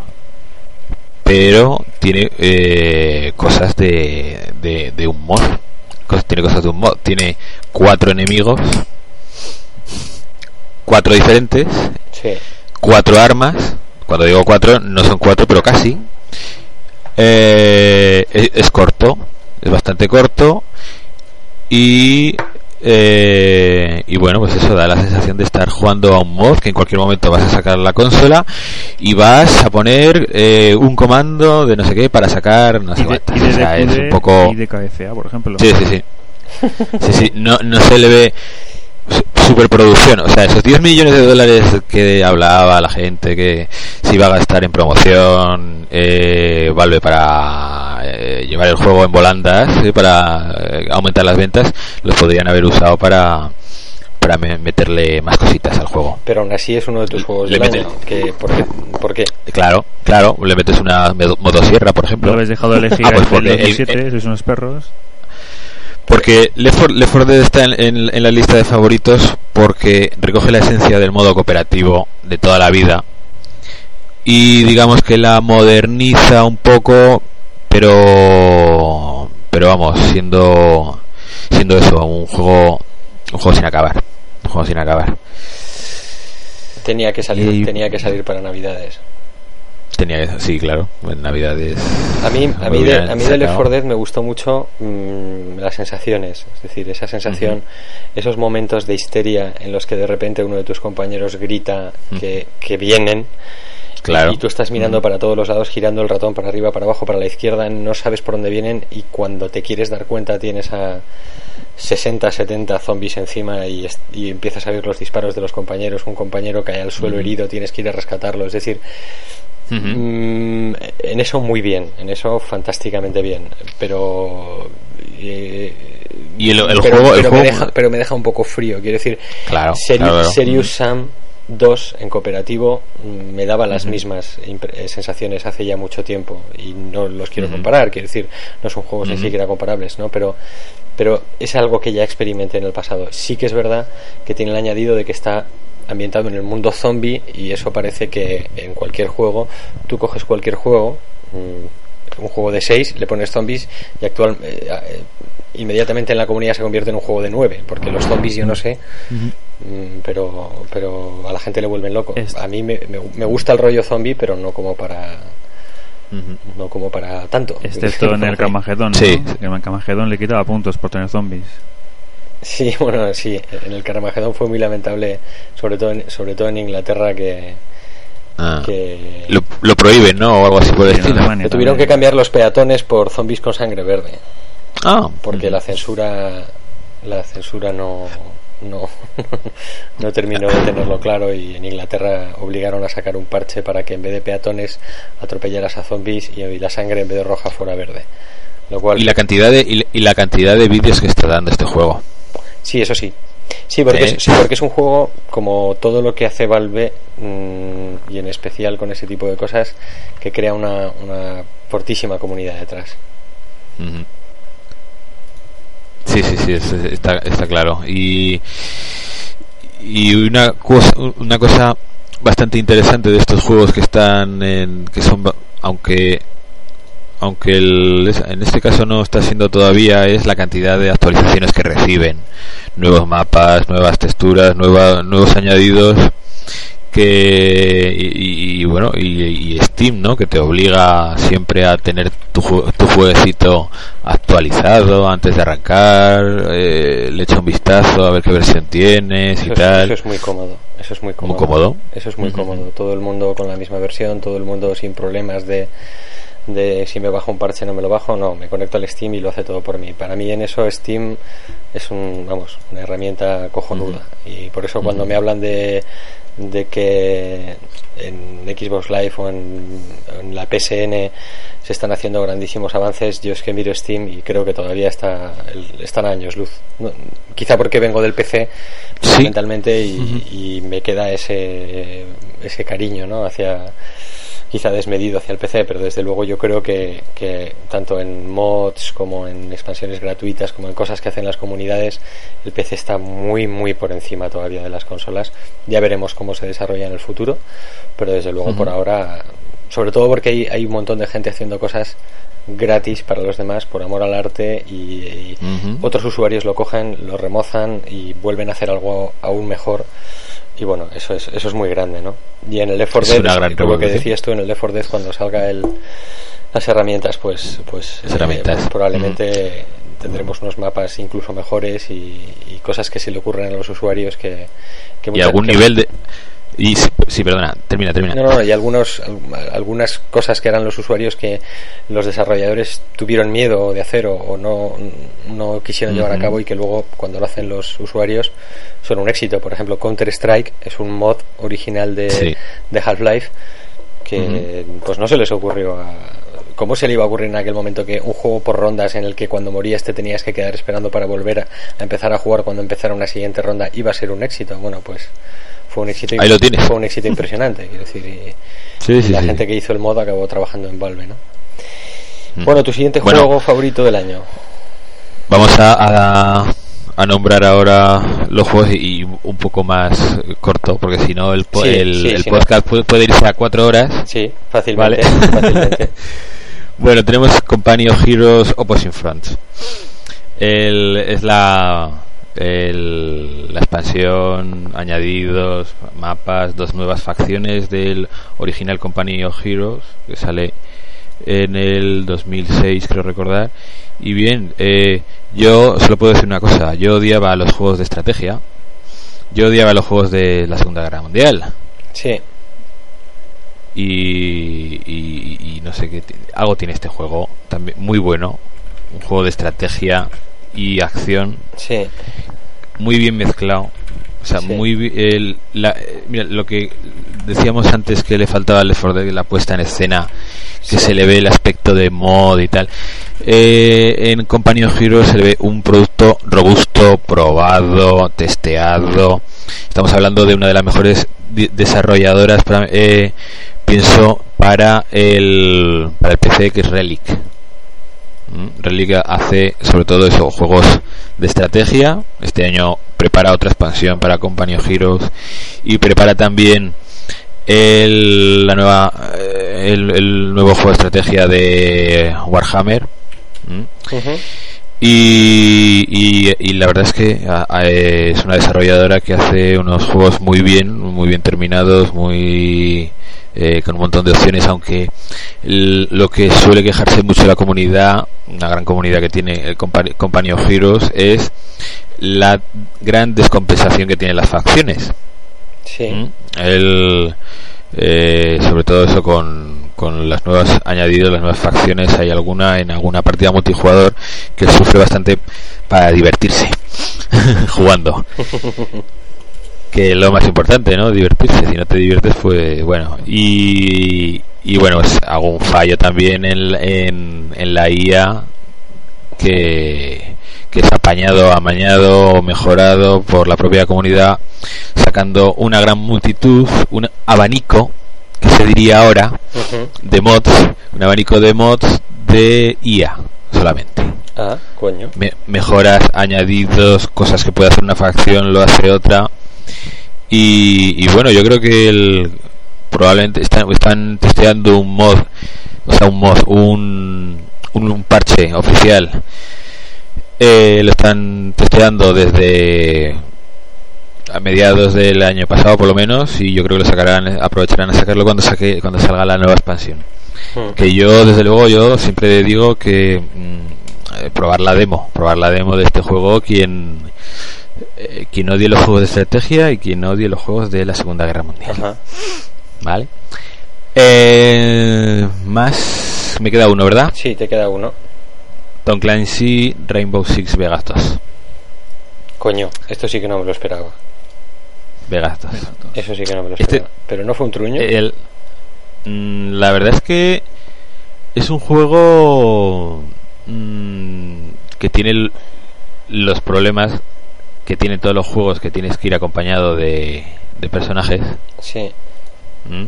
pero tiene eh, cosas de, de, de un mod. Cos, tiene cosas de un mod. Tiene cuatro enemigos, cuatro diferentes, sí. cuatro armas. Cuando digo cuatro, no son cuatro, pero casi. Eh, es, es corto, es bastante corto y eh, y bueno, pues eso da la sensación de estar jugando a un mod que en cualquier momento vas a sacar la consola y vas a poner eh, un comando de no sé qué para sacar no sé cuántas. O sea, es un poco y de K F A, por ejemplo. Sí, sí, sí. Sí, sí, no, no se le ve superproducción, o sea, esos diez millones de dólares que hablaba la gente que se iba a gastar en promoción eh, Valve para eh, llevar el juego en volandas, eh, para eh, aumentar las ventas, los podrían haber usado para para me- meterle más cositas al juego. Pero aún así es uno de tus juegos le del meten, año. ¿Qué, por, qué, ¿Por qué? Claro, claro, le metes una motosierra, por ejemplo. ¿No habéis dejado de elegir ah, pues el porque dos mil siete? el, el, ¿Sois unos perros? Porque Left four Dead está en, en, en la lista de favoritos porque recoge la esencia del modo cooperativo de toda la vida y digamos que la moderniza un poco, pero pero vamos, siendo siendo eso, un juego un juego sin acabar, un juego sin acabar. Tenía que salir, y... tenía que salir para Navidades. Tenía que, sí, claro, en Navidades. A mí, a mí, de, a mí de Left four Dead me gustó mucho mmm, las sensaciones, es decir, esa sensación, uh-huh. esos momentos de histeria en los que de repente uno de tus compañeros grita uh-huh. que, que vienen. Claro. Y tú estás mirando uh-huh. para todos los lados, girando el ratón para arriba, para abajo, para la izquierda, no sabes por dónde vienen, y cuando te quieres dar cuenta tienes a sesenta, setenta zombies encima y, y empiezas a ver los disparos de los compañeros, un compañero cae al suelo uh-huh. herido, tienes que ir a rescatarlo, es decir, uh-huh. mm, en eso muy bien, en eso fantásticamente bien, pero eh, y el, el pero, juego, el pero, juego... Me deja, pero me deja un poco frío, quiero decir, claro, Serious, claro, claro. Serious uh-huh. Sam dos en cooperativo me daba las uh-huh. mismas impre- sensaciones hace ya mucho tiempo y no los quiero uh-huh. comparar, quiero decir, no son juegos uh-huh. ni siquiera comparables, ¿no? Pero pero es algo que ya experimenté en el pasado. Sí que es verdad que tiene el añadido de que está ambientado en el mundo zombie y eso parece que en cualquier juego, tú coges cualquier juego, un juego de seis, le pones zombies y actual eh, eh, inmediatamente en la comunidad se convierte en un juego de nueve, porque los zombies yo no sé, uh-huh. pero pero a la gente le vuelven loco. Este. A mí me, me, me gusta el rollo zombie, pero no como para uh-huh. no como para tanto. Excepto en el Carmageddon, ¿no? Sí. En el Carmageddon le quitaba puntos por tener zombies. Sí, bueno, sí, en el Carmageddon fue muy lamentable, sobre todo en, sobre todo en Inglaterra, que Ah, que lo, lo prohíben, ¿no? O algo así por el estilo. Que tuvieron que cambiar los peatones por zombies con sangre verde. Ah, porque mm. la censura la censura no no no terminó de tenerlo claro, y en Inglaterra obligaron a sacar un parche para que en vez de peatones atropellaras a zombies y la sangre en vez de roja fuera verde. Lo cual... y la cantidad de y, y la cantidad de vídeos que está dando este juego. Sí, eso sí. Sí, porque, ¿Eh? es, sí, porque es un juego, como todo lo que hace Valve, mmm, y en especial con ese tipo de cosas, que crea una, una fortísima comunidad detrás. Uh-huh. Sí, sí, sí, está, está claro. Y, y una cosa, una cosa bastante interesante de estos juegos que están en, que son, aunque aunque el, en este caso no está siendo todavía, es la cantidad de actualizaciones que reciben, nuevos mapas, nuevas texturas, nueva, nuevos añadidos, que y, y bueno y, y Steam, ¿no?, que te obliga siempre a tener tu, tu jueguecito actualizado antes de arrancar, eh, le echa un vistazo a ver qué versión tienes y eso tal. Es, eso es muy cómodo, eso es muy cómodo. Muy cómodo. Eso es muy uh-huh. cómodo. Todo el mundo con la misma versión, todo el mundo sin problemas de de si me bajo un parche no me lo bajo, no, me conecto al Steam y lo hace todo por mí. Para mí en eso Steam es un, vamos, una herramienta cojonuda, uh-huh. y por eso uh-huh. cuando me hablan de de que en Xbox Live o en, en la P S N se están haciendo grandísimos avances, yo es que miro Steam y creo que todavía está están a años luz. No, quizá porque vengo del P C ¿Sí? mentalmente y, uh-huh. y me queda ese ese cariño, ¿no?, hacia, quizá desmedido hacia el P C, pero desde luego yo creo que, que tanto en mods como en expansiones gratuitas como en cosas que hacen las comunidades, el P C está muy muy por encima todavía de las consolas. Ya veremos cómo se desarrolla en el futuro, pero desde luego uh-huh. por ahora, sobre todo porque hay, hay un montón de gente haciendo cosas gratis para los demás por amor al arte, y, y uh-huh. otros usuarios lo cogen, lo remozan y vuelven a hacer algo aún mejor. Y bueno, eso es eso es muy grande, ¿no? Y en el Left four Dead, lo que decías tú, en el Left four Dead, cuando salga el las herramientas, pues pues, herramientas. Eh, pues probablemente mm. tendremos unos mapas incluso mejores y, y cosas que se le ocurren a los usuarios que, que y algún que nivel de y sí, perdona, termina, termina. No, no, y algunos algunas cosas que eran los usuarios que los desarrolladores tuvieron miedo de hacer o, o no no quisieron uh-huh. llevar a cabo, y que luego cuando lo hacen los usuarios son un éxito. Por ejemplo, Counter Strike es un mod original de, sí. de Half-Life que uh-huh. pues no se les ocurrió a... ¿Cómo se le iba a ocurrir en aquel momento que un juego por rondas en el que cuando morías te tenías que quedar esperando para volver a, a empezar a jugar cuando empezara una siguiente ronda iba a ser un éxito? Bueno, pues fue un éxito, Ahí lo tienes. Fue un éxito impresionante, quiero decir, y, sí, y sí, la sí, gente sí. que hizo el mod acabó trabajando en Valve, ¿no? Mm. Bueno, tu siguiente bueno, juego favorito del año. Vamos a, a, a nombrar ahora los juegos y un poco más corto, porque si no el, po- sí, el, sí, el sí, podcast no. puede, puede irse a cuatro horas. Sí, fácilmente. ¿Vale? fácilmente. Bueno, tenemos Company of Heroes Opposing Fronts. El, es la el, la expansión, añadidos, mapas, dos nuevas facciones del original Company of Heroes, que sale en el dos mil seis, creo recordar. Y bien, eh, yo solo puedo decir una cosa: yo odiaba los juegos de estrategia, yo odiaba los juegos de la Segunda Guerra Mundial. Sí. Y, y, y no sé qué, algo tiene este juego también muy bueno, un juego de estrategia y acción, sí, muy bien mezclado, o sea, sí. muy el, la, mira, lo que decíamos antes que le faltaba al Left four Dead, la puesta en escena, que sí. se le ve el aspecto de mod y tal. Eh, en Company of Heroes se le ve un producto robusto, probado, testeado. Estamos hablando de una de las mejores de- desarrolladoras para, eh, pienso para el para el P C, que es Relic. ¿Mm? Relic hace sobre todo eso, juegos de estrategia. Este año prepara otra expansión para Company of Heroes y prepara también el la nueva el, el nuevo juego de estrategia de Warhammer. ¿Mm? Uh-huh. Y, y, y la verdad es que a, a, es una desarrolladora que hace unos juegos muy bien, muy bien terminados, muy eh, con un montón de opciones, aunque el, lo que suele quejarse mucho la comunidad, una gran comunidad que tiene el Company, Company of Heroes, es la gran descompensación que tienen las facciones. Sí. ¿Mm? El, eh, sobre todo eso con con las nuevas añadidos, las nuevas facciones, hay alguna en alguna partida multijugador que sufre bastante para divertirse jugando. Que es lo más importante, ¿no? Divertirse. Si no te diviertes, pues bueno. Y, y bueno, pues hago un fallo también en, en, en la I A que, que es apañado, amañado, mejorado por la propia comunidad, sacando una gran multitud, un abanico, que se diría ahora, uh-huh. de mods, un abanico de mods de I A solamente. Ah, coño. Me, mejoras, añadidos, cosas que puede hacer una facción, lo hace otra. Y, y bueno, yo creo que el, probablemente están, están testeando un mod, o sea, un mod, un, un, un parche oficial. Eh, lo están testeando desde a mediados del año pasado, por lo menos, y yo creo que lo sacarán, aprovecharán a sacarlo cuando saque, cuando salga la nueva expansión. Hmm. Que yo, desde luego, yo siempre digo que mmm, probar la demo, probar la demo de este juego, quien eh, quien odie los juegos de estrategia y quien odie los juegos de la Segunda Guerra Mundial. Ajá. Vale. Eh, más, me queda uno, ¿verdad? Sí, te queda uno. Tom Clancy Rainbow Six Vegas dos. Coño, esto sí que no me lo esperaba. Vegas dos. Eso sí que no me lo esperaba. Este, pero no fue un truño. El, mm, la verdad es que es un juego mmm, que tiene el, los problemas que tienen todos los juegos, que tienes que ir acompañado de, de personajes. Sí. ¿Mm?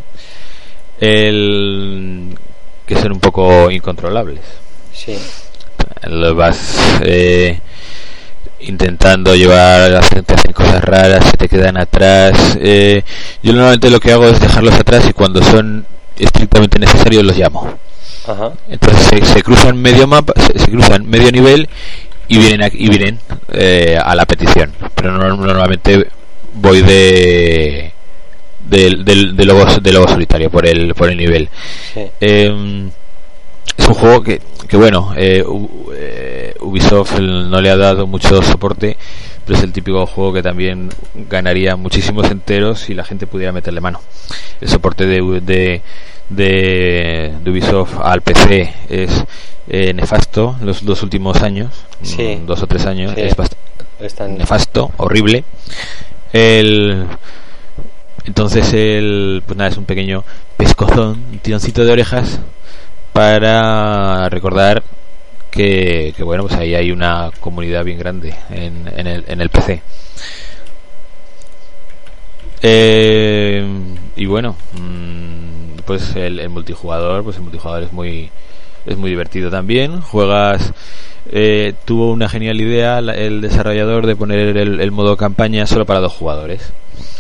El que son un poco incontrolables. Sí. Lo vas eh, intentando llevar, te hacen cosas raras, se te quedan atrás. Eh, yo normalmente lo que hago es dejarlos atrás y cuando son estrictamente necesarios los llamo. Ajá. Entonces se, se cruzan medio mapa, se, se cruzan medio nivel y vienen aquí, y vienen eh, a la petición. Pero no, normalmente voy de del de, de lobo de lobo solitario por el por el nivel. Sí. Eh, es un juego que, que bueno, eh, Ubisoft no le ha dado mucho soporte, pero es el típico juego que también ganaría muchísimos enteros si la gente pudiera meterle mano. El soporte de de, de, de Ubisoft al P C es eh, nefasto los dos últimos años, sí. dos o tres años, sí. es bastante nefasto, horrible. El entonces el pues nada, es un pequeño pescozón, un tironcito de orejas para recordar que, que bueno, pues ahí hay una comunidad bien grande en, en, el, en el P C. Eh, y bueno, pues el, el multijugador, pues el multijugador es muy es muy divertido también. Juegas, eh, tuvo una genial idea el desarrollador de poner el, el modo campaña solo para dos jugadores.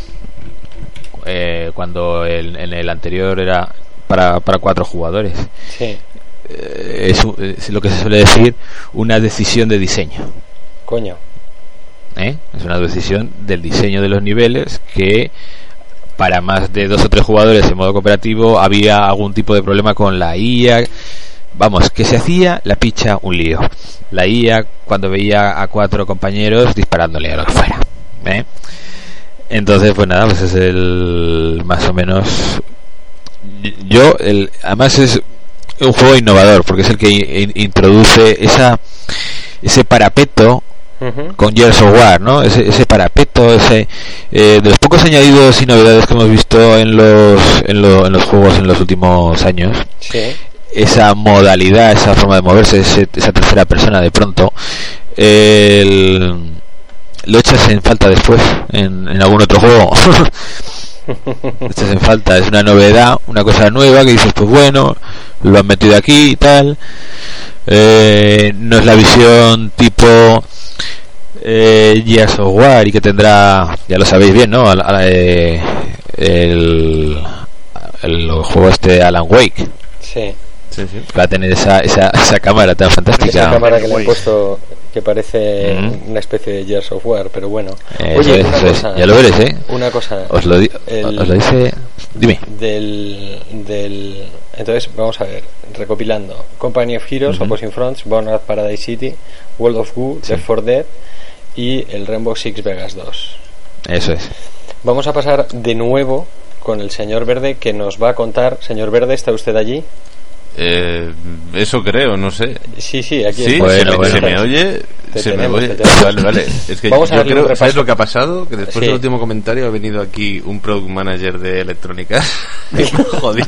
Eh, cuando el, en el anterior era para, para cuatro jugadores. Sí. Eh, es, es lo que se suele decir una decisión de diseño. Coño. ¿Eh? Es una decisión del diseño de los niveles que para más de dos o tres jugadores en modo cooperativo había algún tipo de problema con la I A. Vamos, que se hacía la picha un lío. La I A cuando veía a cuatro compañeros disparándole a lo que fuera. ¿Eh? Entonces, pues nada, pues es el más o menos. Yo, el, además es un juego innovador porque es el que in, introduce esa ese parapeto uh-huh. con Gears of War, ¿no? Ese, ese parapeto, ese eh, de los pocos añadidos y novedades que hemos visto en los en, lo, en los juegos en los últimos años. Sí. Esa modalidad, esa forma de moverse, ese, esa tercera persona de pronto, el, lo echas en falta después en, en algún otro juego. Echas en falta, es una novedad, una cosa nueva que dices, pues bueno, lo han metido aquí y tal. Eh, no es la visión tipo eh, Gears of War y que tendrá, ya lo sabéis bien, ¿no? A, a, eh, el, el juego este de Alan Wake. Sí. Sí, sí. Va a tener esa, esa, esa cámara tan fantástica. Esa cámara que le han puesto que parece mm-hmm. una especie de Gears of War, pero bueno. Eh, Oye, es, una cosa, es. Ya lo veréis, ¿eh? Una cosa. Os lo, di- el, os lo dice. Dime. Del, del. Entonces, vamos a ver. Recopilando: Company of Heroes, mm-hmm. Opposing Fronts, Burnout Paradise City, World of Goo, sí. Left four Dead y el Rainbow Six Vegas dos. Eso es. Vamos a pasar de nuevo con el señor Verde, que nos va a contar. Señor Verde, ¿está usted allí? Eh, eso creo, no sé. Sí, sí, aquí sí, está. Bueno, bueno, se me oye, te se tenemos, me oye. Te Vale, vale. Es que Vamos yo a creo, ¿sabes lo que ha pasado? Que después sí. del último comentario ha venido aquí un product manager de electrónica. Joder.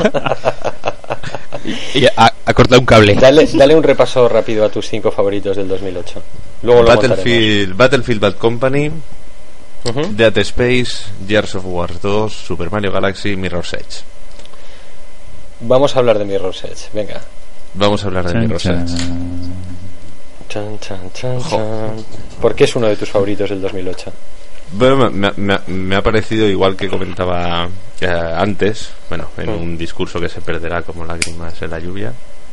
Y ha, ha cortado un cable. Dale, dale un repaso rápido a tus cinco favoritos del dos mil ocho. Luego lo Battlefield, Battlefield Bad Company, uh-huh. Dead Space, Gears of War dos, Super Mario Galaxy, Mirror's Edge. Vamos a hablar de Mirror's Edge, venga. Vamos a hablar de chan, Mirror's chan. Edge. Chan, chan, chan, chan. ¿Por qué es uno de tus favoritos del dos mil ocho? Bueno, me, me, me ha parecido, igual que comentaba eh, antes, bueno, en mm. un discurso que se perderá como lágrimas en la lluvia,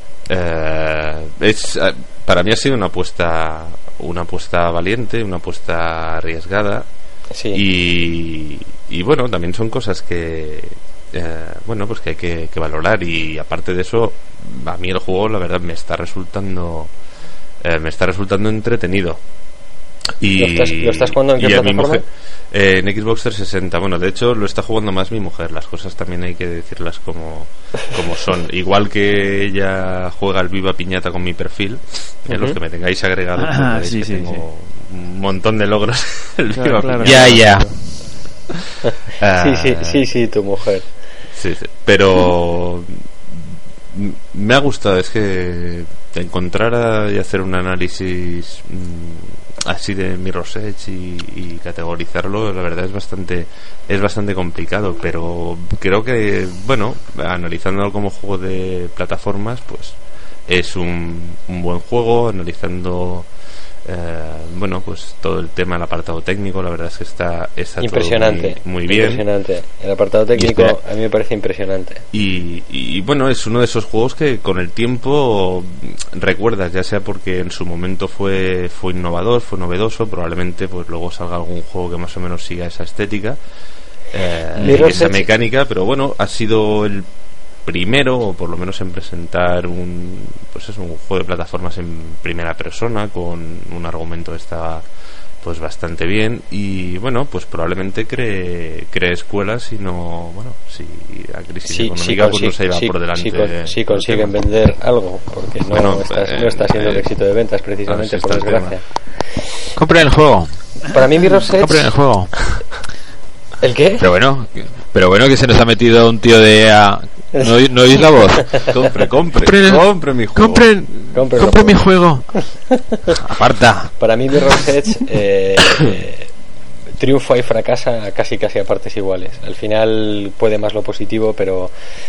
eh, es eh, para mí ha sido una apuesta una apuesta valiente, una apuesta arriesgada, sí. y, y bueno, también son cosas que eh, bueno, pues que hay que, que valorar, y aparte de eso, a mí el juego la verdad me está resultando eh, me está resultando entretenido. Y, ¿Lo estás, ¿Lo estás jugando en qué plataforma? Mujer, eh, en Xbox trescientos sesenta. Bueno, de hecho lo está jugando más mi mujer. Las cosas también hay que decirlas como, como son. Igual que ella juega al Viva Piñata con mi perfil, uh-huh. En los que me tengáis agregado, ah, pues sí, que sí, tengo sí. un montón de logros. El claro, Viva claro. Ya, ya. Sí, sí, sí, sí, tu mujer. Sí, sí. Pero me ha gustado, es que encontrar y hacer un análisis mmm, así de Mirror's Edge y, y categorizarlo, la verdad es bastante es bastante complicado, pero creo que, bueno, analizándolo como juego de plataformas, pues es un, un buen juego. Analizando eh, bueno, pues todo el tema, el apartado técnico, la verdad es que está, está impresionante, todo muy, muy bien. Impresionante. El apartado técnico a mí me parece impresionante. Y, y bueno, es uno de esos juegos que con el tiempo recuerdas, ya sea porque en su momento fue fue innovador, fue novedoso, probablemente pues luego salga algún juego que más o menos siga esa estética, eh, esa mecánica, pero bueno, ha sido el primero, o por lo menos en presentar un pues es un juego de plataformas en primera persona con un argumento que está pues bastante bien, y bueno, pues probablemente cree cree escuelas, y no, bueno, si la crisis sí, económica sí, pues sí, no se iba sí, por delante. Si sí, de, sí consiguen vender algo, porque no, bueno, está, eh, no está siendo eh, el éxito de ventas precisamente, por desgracia. Compren el juego. Para mí Mirror's Edge... Compren el juego. ¿El qué? Pero bueno, pero bueno que se nos ha metido un tío de E A. ¿No, ¿no oís la voz? Compre, compre, compren, compre mi juego. Compren, compre, compre mi juego. Aparta. Para mí Mirror's Edge eh, eh, triunfa y fracasa casi casi a partes iguales. Al final puede más lo positivo, pero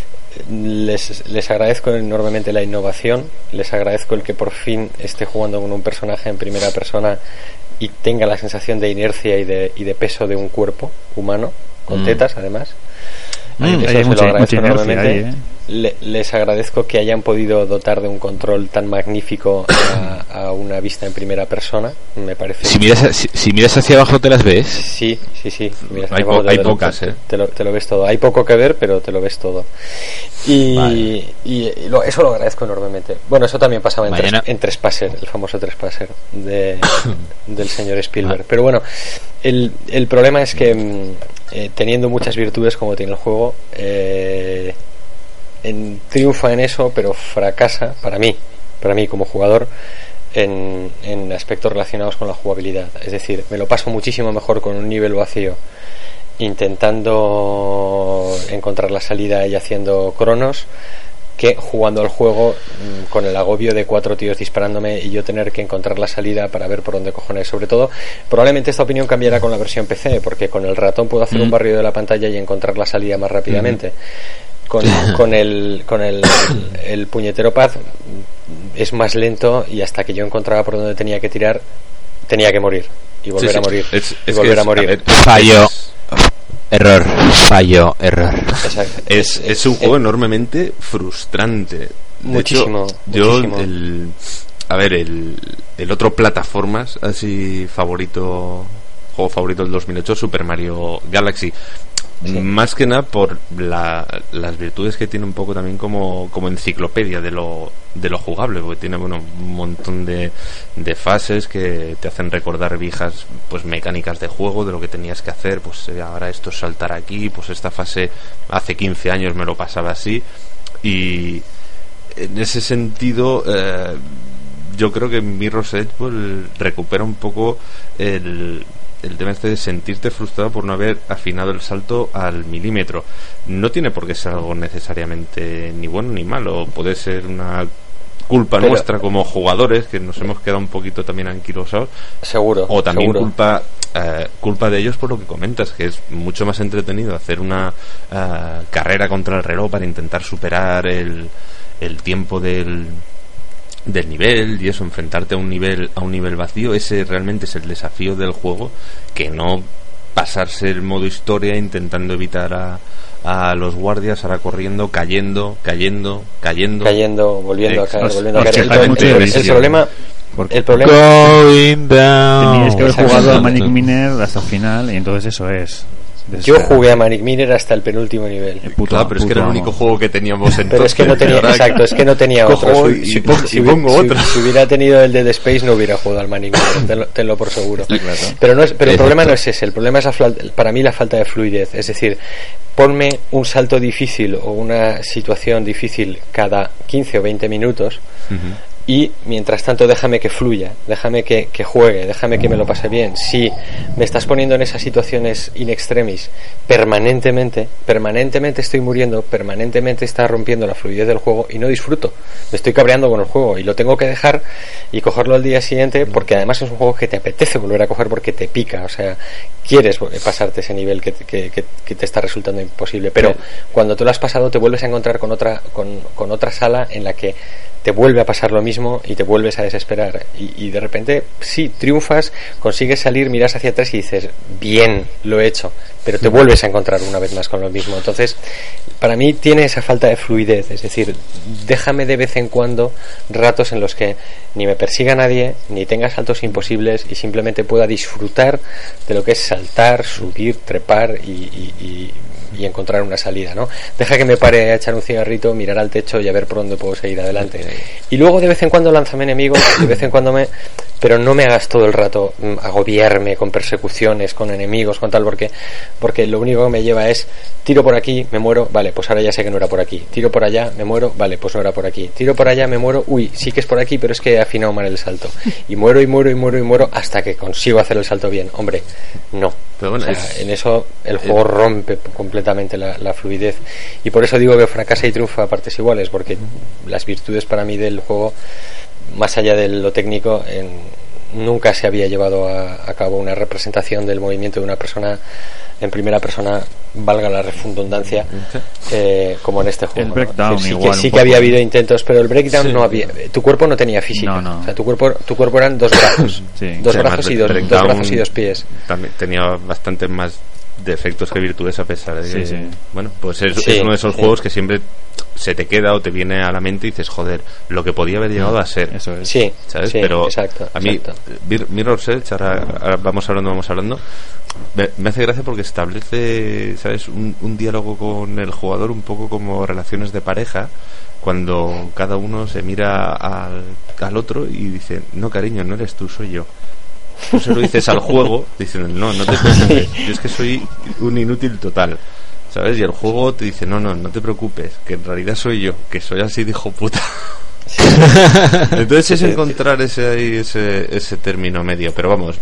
les, les agradezco enormemente la innovación. Les agradezco el que por fin esté jugando con un personaje en primera persona y tenga la sensación de inercia y de, y de peso de un cuerpo humano, con mm. tetas además. Mm, eso hay se mucha, lo agradezco enormemente. Ahí, ¿eh? Le, les agradezco que hayan podido dotar de un control tan magnífico a, a una vista en primera persona. Me parece. Si miras, si, si miras hacia abajo, ¿te las ves? Sí, sí, sí. Miras hay abajo, po- hay pocas, te, ¿eh? Te lo, te lo ves todo. Hay poco que ver, pero te lo ves todo. Y, vale. y, y lo, eso lo agradezco enormemente. Bueno, eso también pasaba en, tres, en Trespasser, el famoso Trespasser de, del señor Spielberg. Ah. Pero bueno, el, el problema es que eh, teniendo muchas virtudes como tiene el juego, eh, en, triunfa en eso, pero fracasa para mí, para mí como jugador, en, en aspectos relacionados con la jugabilidad. Es decir, me lo paso muchísimo mejor con un nivel vacío, intentando encontrar la salida y haciendo cronos, que jugando al juego con el agobio de cuatro tíos disparándome y yo tener que encontrar la salida para ver por dónde cojones. Sobre todo, probablemente esta opinión cambiará con la versión P C, porque con el ratón puedo hacer mm. un barrido de la pantalla y encontrar la salida más rápidamente. Mm. Con, con el con el, el, el puñetero pad es más lento, y hasta que yo encontraba por dónde tenía que tirar tenía que morir y volver sí, sí. a morir es, y es volver es, a morir. A ver, fallo, error, fallo, error. Exacto. Es, es, es un juego eh, enormemente frustrante. De muchísimo. Hecho, yo muchísimo. el a ver el el otro plataformas así favorito, juego favorito del dos mil ocho, Super Mario Galaxy. sí. Más que nada por la, las virtudes que tiene un poco también como, como enciclopedia de lo, de lo jugable, porque tiene bueno un montón de, de fases que te hacen recordar viejas pues mecánicas de juego, de lo que tenías que hacer. Pues eh, ahora esto es saltar aquí, pues esta fase hace quince años me lo pasaba así. Y en ese sentido eh, yo creo que Mirror's Edge pues, recupera un poco el, el tema este de sentirte frustrado por no haber afinado el salto al milímetro. No tiene por qué ser algo necesariamente ni bueno ni malo, puede ser una culpa Pero, nuestra como jugadores, que nos hemos quedado un poquito también anquilosados, seguro, o también seguro. culpa eh, culpa de ellos por lo que comentas, que es mucho más entretenido hacer una uh, carrera contra el reloj para intentar superar el, el tiempo del del nivel y eso, enfrentarte a un nivel a un nivel vacío. Ese realmente es el desafío del juego, que no pasarse el modo historia intentando evitar a, a los guardias, ahora corriendo, cayendo, cayendo, cayendo cayendo, volviendo a caer, Os, volviendo a caer. El, el, el, el problema Porque el problema Going down. teníais que haber jugado a Manic Miner hasta el final, y entonces eso es. Yo jugué a Manic Miner hasta el penúltimo nivel. El puto, claro, pero es que era el único juego que teníamos entonces. Pero es que no tenía, exacto, es que no tenía otro. Y, si, y, pongo, si, y pongo si, otro. Si hubiera tenido el Dead Space no hubiera jugado al Manic Miner, tenlo, tenlo por seguro. Claro. Pero no es, pero el problema no es ese, el problema es la, para mí la falta de fluidez. Es decir, ponme un salto difícil o una situación difícil cada quince o veinte minutos. Uh-huh. Y mientras tanto déjame que fluya, déjame que, que juegue, déjame que me lo pase bien. Si me estás poniendo en esas situaciones in extremis permanentemente, permanentemente estoy muriendo, permanentemente está rompiendo la fluidez del juego y no disfruto, me estoy cabreando con el juego y lo tengo que dejar y cogerlo al día siguiente, porque además es un juego que te apetece volver a coger porque te pica, o sea, quieres pasarte ese nivel que, que, que, que te está resultando imposible, pero sí. Cuando tú lo has pasado te vuelves a encontrar con otra, con, con otra sala en la que te vuelve a pasar lo mismo y te vuelves a desesperar y, y de repente sí, triunfas, consigues salir, miras hacia atrás y dices bien, lo he hecho, pero te vuelves a encontrar una vez más con lo mismo. Entonces para mí tiene esa falta de fluidez, es decir, déjame de vez en cuando ratos en los que ni me persiga nadie, ni tenga saltos imposibles y simplemente pueda disfrutar de lo que es saltar, subir, trepar y, y, y y encontrar una salida, ¿no? Deja que me pare a echar un cigarrito, mirar al techo y a ver por dónde puedo seguir adelante. Y luego de vez en cuando lánzame enemigos, de vez en cuando me... Pero no me hagas todo el rato agobiarme con persecuciones, con enemigos, con tal, porque porque lo único que me lleva es tiro por aquí, me muero, vale, pues ahora ya sé que no era por aquí. Tiro por allá, me muero, vale, pues no era por aquí. Tiro por allá, me muero, uy, sí que es por aquí, pero es que he afinado mal el salto. Y muero y muero y muero y muero hasta que consigo hacer el salto bien. Hombre, no. Pero bueno, o sea, es, en eso el juego es, rompe completamente la, la fluidez. Y por eso digo que fracasa y triunfa a partes iguales, porque las virtudes para mí del juego, más allá de lo técnico, en, nunca se había llevado a, a cabo una representación del movimiento de una persona en primera persona, valga la redundancia, eh, como en este juego. El breakdown, ¿no? Sí, igual, que, sí que había habido intentos, pero el breakdown sí. no había. Tu cuerpo no tenía física. No, no. O sea, tu cuerpo, tu cuerpo eran dos brazos, sí. dos, sí, brazos y dos, dos brazos y dos pies. También tenía bastante más defectos que virtudes, a pesar de sí, que, sí. bueno, pues es, sí, es uno de esos sí. juegos que siempre se te queda o te viene a la mente y dices, joder, lo que podía haber llegado a ser. Eso es. Sí, ¿sabes? Sí, pero exacto, a mí exacto. Mirror's Edge, ahora, ahora vamos hablando, vamos hablando, me, me hace gracia porque establece, ¿sabes? Un, un diálogo con el jugador un poco como relaciones de pareja, cuando cada uno se mira al, al otro y dice, no cariño, no eres tú, soy yo. Tú se lo dices al juego diciendo, no, no te preocupes, yo es que soy un inútil total, ¿sabes? Y el juego te dice, no, no, no te preocupes, que en realidad soy yo, que soy así de hijo puta. Sí. Entonces es encontrar ese ahí, ese, ese término medio, pero vamos,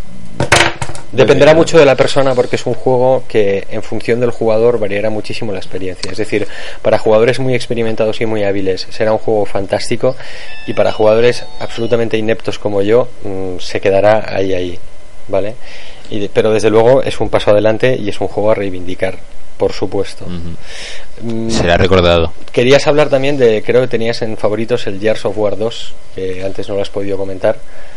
dependerá mucho de la persona, porque es un juego que en función del jugador variará muchísimo la experiencia. Es decir, para jugadores muy experimentados y muy hábiles será un juego fantástico, y para jugadores absolutamente ineptos como yo mmm, se quedará ahí ahí, ¿vale? Y de, pero desde luego es un paso adelante y es un juego a reivindicar, por supuesto. Uh-huh. Mm, será recordado. Querías hablar también de, creo que tenías en favoritos el Gears of War dos, que antes no lo has podido comentar,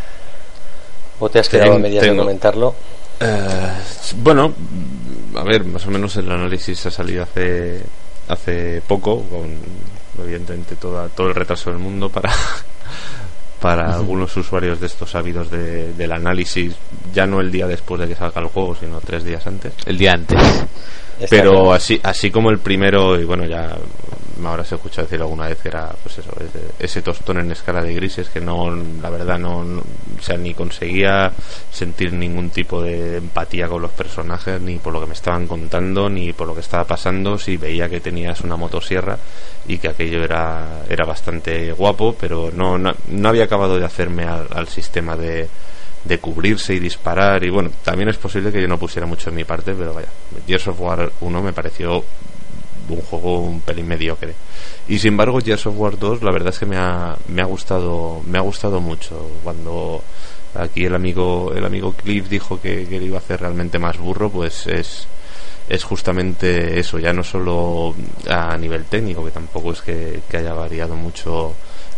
o te has quedado Ten, a medias tengo. de comentarlo. Uh, bueno, a ver, más o menos el análisis ha salido hace hace poco, con evidentemente toda, todo el retraso del mundo para para uh-huh. algunos usuarios de estos ávidos de, del análisis, ya no el día después de que salga el juego, sino tres días antes. El día antes. pero claro. así así como el primero, y bueno, ya ahora se escucha decir alguna vez que era pues eso, ese tostón en escala de grises que no, la verdad no, no o sea, ni conseguía sentir ningún tipo de empatía con los personajes, ni por lo que me estaban contando, ni por lo que estaba pasando. Si veía que tenías una motosierra y que aquello era era bastante guapo, pero no no, no había acabado de hacerme al, al sistema de de cubrirse y disparar. Y bueno, también es posible que yo no pusiera mucho en mi parte, pero vaya, Gears of War uno me pareció un juego un pelín mediocre, y sin embargo Gears of War dos la verdad es que me ha, me ha gustado me ha gustado mucho. Cuando aquí el amigo el amigo Cliff dijo que, que le iba a hacer realmente más burro, pues es es justamente eso, ya no solo a nivel técnico, que tampoco es que, que haya variado mucho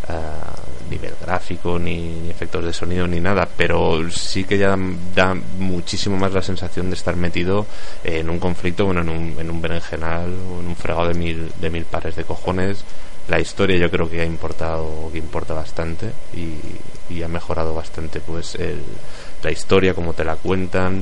a nivel gráfico, ni, ni efectos de sonido, ni nada, pero sí que ya da muchísimo más la sensación de estar metido en un conflicto, bueno, en un, en un berenjenal o en un fregado de mil, de mil pares de cojones. La historia yo creo que ha importado, que importa bastante, y, y ha mejorado bastante pues el, la historia, como te la cuentan,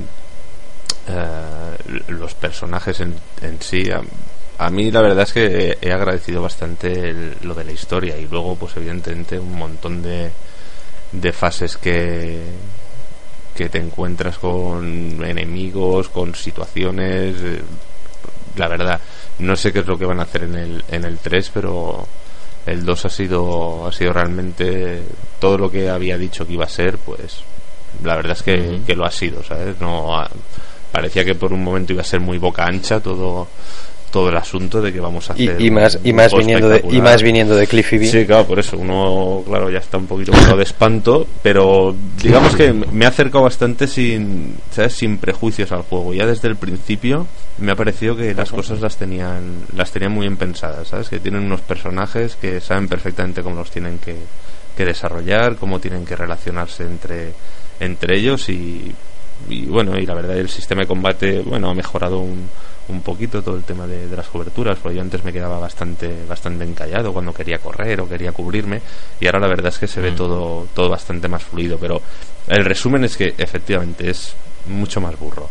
eh, los personajes en, en sí. A, a mí la verdad es que he, he agradecido bastante el, lo de la historia, y luego pues evidentemente un montón de, de fases que que te encuentras con enemigos, con situaciones. eh, la verdad no sé qué es lo que van a hacer en el en el tres, pero el dos ha sido ha sido realmente todo lo que había dicho que iba a ser. Pues la verdad es que, uh-huh. que lo ha sido, ¿sabes? No ha, parecía que por un momento iba a ser muy boca ancha todo todo el asunto de que vamos a hacer y, y más un, y más viniendo de y más viniendo de Cliffy B. Sí, claro, por eso uno, claro, ya está un poquito de espanto, pero digamos que me ha acercado bastante sin, ¿sabes?, sin prejuicios al juego. Ya desde el principio me ha parecido que las cosas las tenían las tenían muy bien pensadas, ¿sabes? Que tienen unos personajes que saben perfectamente cómo los tienen que, que desarrollar, cómo tienen que relacionarse entre entre ellos, y y bueno, y la verdad el sistema de combate, bueno, ha mejorado un un poquito todo el tema de, de las coberturas, porque yo antes me quedaba bastante bastante encallado cuando quería correr o quería cubrirme, y ahora la verdad es que se ve mm. todo todo bastante más fluido. Pero el resumen es que efectivamente es mucho más burro.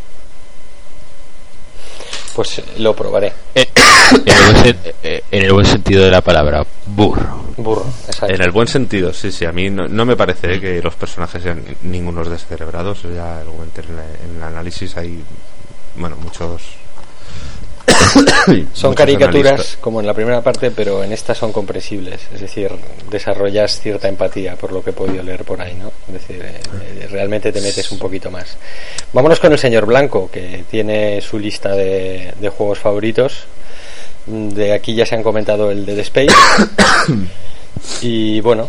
Pues lo probaré. Eh, en, el buen sen- eh, en el buen sentido de la palabra, burro. Burro, exacto. En el buen sentido, sí, sí. A mí no, no me parece eh, que los personajes sean ningunos descerebrados. Ya luego en, en el análisis hay, bueno, muchos son caricaturas analistas, como en la primera parte, pero en esta son comprensibles, es decir, desarrollas cierta empatía por lo que he podido leer por ahí, ¿no? Es decir, eh, realmente te metes un poquito más. Vámonos con el señor Blanco, que tiene su lista de, de juegos favoritos. De aquí ya se han comentado el de The Space. Y bueno,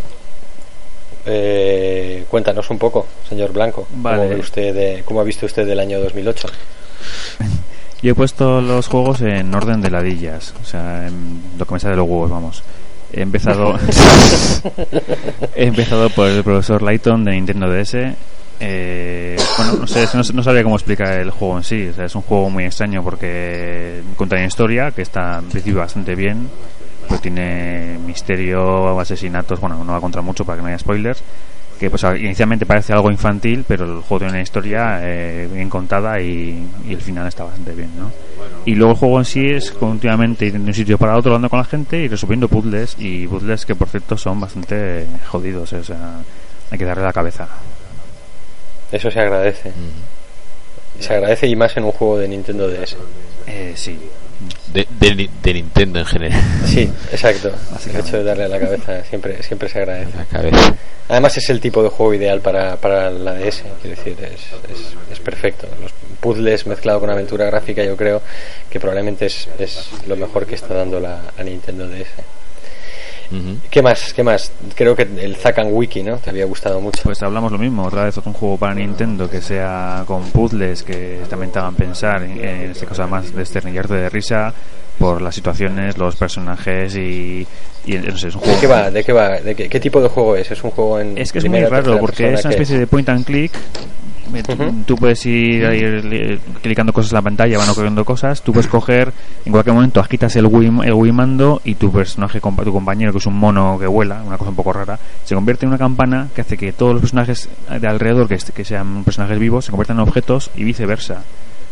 eh, cuéntanos un poco, señor Blanco, vale. ¿Cómo ve usted de, cómo ha visto usted del año dos mil ocho? Yo he puesto los juegos en orden de ladillas, o sea, en lo que me sale de los huevos, vamos. He empezado he empezado por el profesor Layton de Nintendo D S. Eh, bueno, no sé, no, no sabría cómo explicar el juego en sí. O sea, es un juego muy extraño porque cuenta una historia que está en principio bastante bien, pero tiene misterio, asesinatos. Bueno, no va a contar mucho para que no haya spoilers. Que pues inicialmente parece algo infantil, pero el juego tiene una historia eh, bien contada, y, y el final está bastante bien, ¿no? Y luego el juego en sí es continuamente ir de un sitio para otro hablando con la gente y resolviendo puzzles, y puzzles que por cierto son bastante jodidos, o sea, hay que darle la cabeza. Eso se agradece. Mm. Se agradece, y más en un juego de Nintendo D S. Eh, sí. De, de, de Nintendo en general. Sí, exacto. El hecho de darle a la cabeza siempre siempre se agradece. La cabeza. Además es el tipo de juego ideal para, para la D S, quiero decir, es, es, es perfecto. Los puzzles mezclado con aventura gráfica, yo creo que probablemente es, es lo mejor que está dando la, la Nintendo D S. Uh-huh. ¿Qué más? ¿Qué más? Creo que el Zack and Wiki, ¿no? Te había gustado mucho. Pues hablamos lo mismo, otra vez otro juego para Nintendo que sea con puzzles que también te hagan pensar, en este caso además de esternillarte de risa por las situaciones, los personajes y, y no sé, es un juego. ¿De qué va? ¿De qué va? ¿De qué, qué tipo de juego es? ¿Es un juego en Es que es muy raro porque es una especie que... de point and click. Uh-huh. Tú puedes ir, ir clicando cosas en la pantalla, van ocurriendo cosas. Tú puedes coger, en cualquier momento agitas el Wii, el Wii mando, y tu personaje, tu compañero, que es un mono que vuela, una cosa un poco rara, se convierte en una campana que hace que todos los personajes de alrededor, que, que sean personajes vivos, se conviertan en objetos, y viceversa.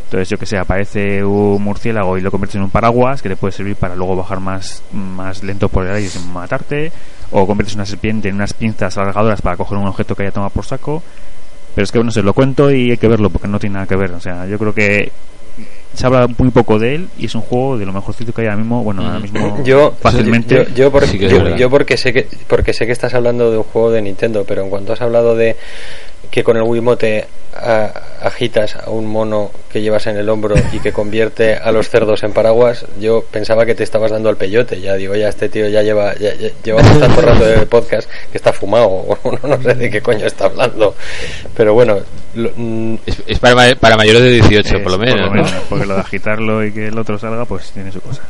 Entonces, yo que sé, aparece un murciélago y lo conviertes en un paraguas que te puede servir para luego bajar más, más lento por el aire sin matarte, o conviertes una serpiente en unas pinzas alargadoras para coger un objeto que haya tomado por saco. Pero es que, no sé, lo cuento y hay que verlo porque no tiene nada que ver. O sea, yo creo que se habla muy poco de él y es un juego de lo mejorcito que hay ahora mismo. Bueno, ahora mismo yo, fácilmente. Yo, yo, por, sí yo, yo porque sé que porque sé que estás hablando de un juego de Nintendo, pero en cuanto has hablado de que con el Wiimote a, agitas a un mono que llevas en el hombro y que convierte a los cerdos en paraguas, yo pensaba que te estabas dando al peyote. Ya digo, ya este tío ya lleva ya, ya, llevamos tanto rato de podcast que está fumado, o no sé de qué coño está hablando. Pero bueno, lo, mm, es, es para, para mayores de dieciocho, es, por lo menos, por lo menos ¿no? Porque lo de agitarlo y que el otro salga, pues tiene su cosa.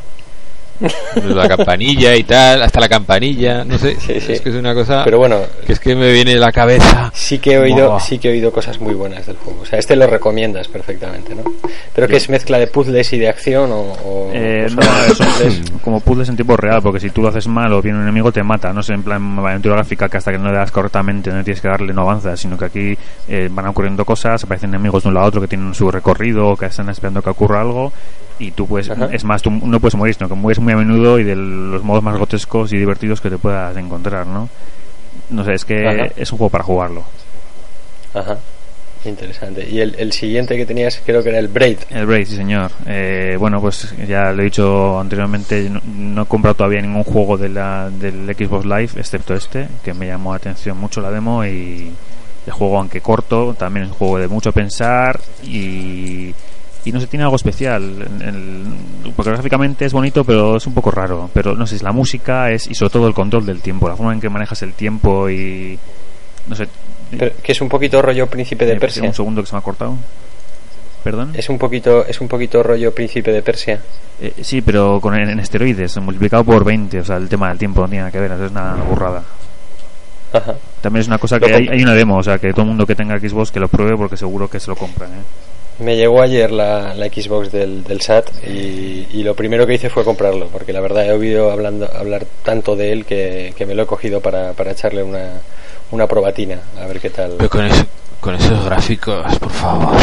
La campanilla y tal, hasta la campanilla, no sé, sí, sí. Es que es una cosa, pero bueno, que es que me viene a la cabeza. Sí que he oído, wow. sí que he oído cosas muy buenas del juego. O sea, este lo recomiendas perfectamente, ¿no? Pero que es mezcla de puzzles y de acción o, o, eh, o no, son puzzles, como puzzles en tiempo real, porque si tú lo haces mal o viene un enemigo te mata, no sé, en plan aventura gráfica que hasta que no le das correctamente no tienes que darle, no avanzas, sino que aquí eh, van ocurriendo cosas, aparecen enemigos de un lado a otro que tienen su recorrido, que están esperando que ocurra algo. Y tú puedes, Ajá. es más, tú no puedes morir, sino que mueres muy a menudo y de los modos más grotescos y divertidos que te puedas encontrar, ¿no? No sé, es que Ajá. es un juego para jugarlo. Ajá, interesante. Y el, el siguiente que tenías creo que era el Braid. El Braid, sí señor. Eh, bueno, pues ya lo he dicho anteriormente, no, no he comprado todavía ningún juego de la, del Xbox Live, excepto este, que me llamó la atención mucho la demo, y el juego, aunque corto, también es un juego de mucho pensar y... Y no sé, tiene algo especial. El, el, porque gráficamente es bonito, pero es un poco raro. Pero no sé, es la música es y sobre todo el control del tiempo, la forma en que manejas el tiempo y. No sé. Pero que es un poquito rollo Príncipe de eh, Persia. Un segundo que se me ha cortado. ¿Perdón? Es un poquito, es un poquito rollo Príncipe de Persia. Eh, sí, pero con en, en esteroides, multiplicado por veinte. O sea, el tema del tiempo no tiene nada que ver, es una burrada. Ajá. También es una cosa que hay, hay una demo, o sea, que todo el mundo que tenga Xbox que lo pruebe porque seguro que se lo compran, ¿eh? Me llegó ayer la, la Xbox del, del S A T y, y lo primero que hice fue comprarlo, porque la verdad he oído hablando, hablar tanto de él que, que me lo he cogido para, para echarle una, una probatina, a ver qué tal. Pero con, eso, con esos gráficos, por favor.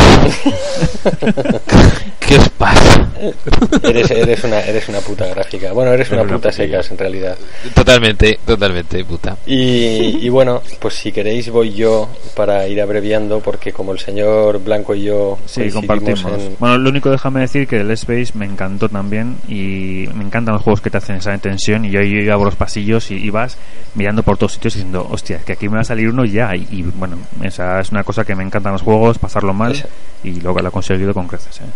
¿Qué os pasa? Eres, eres, una, eres una puta gráfica. Bueno, eres una puta secas en realidad. Totalmente, totalmente puta. Y, y bueno, pues si queréis voy yo para ir abreviando, porque como el señor Blanco y yo sí, compartimos. En... Bueno, lo único, déjame decir que el Space me encantó también y me encantan los juegos que te hacen esa tensión y yo, yo iba por los pasillos y, y vas mirando por todos sitios diciendo, hostia, que aquí me va a salir uno ya. Y, y bueno, esa es una cosa que me encantan los juegos, pasarlo mal, esa. Y luego lo he conseguido con creces, ¿eh?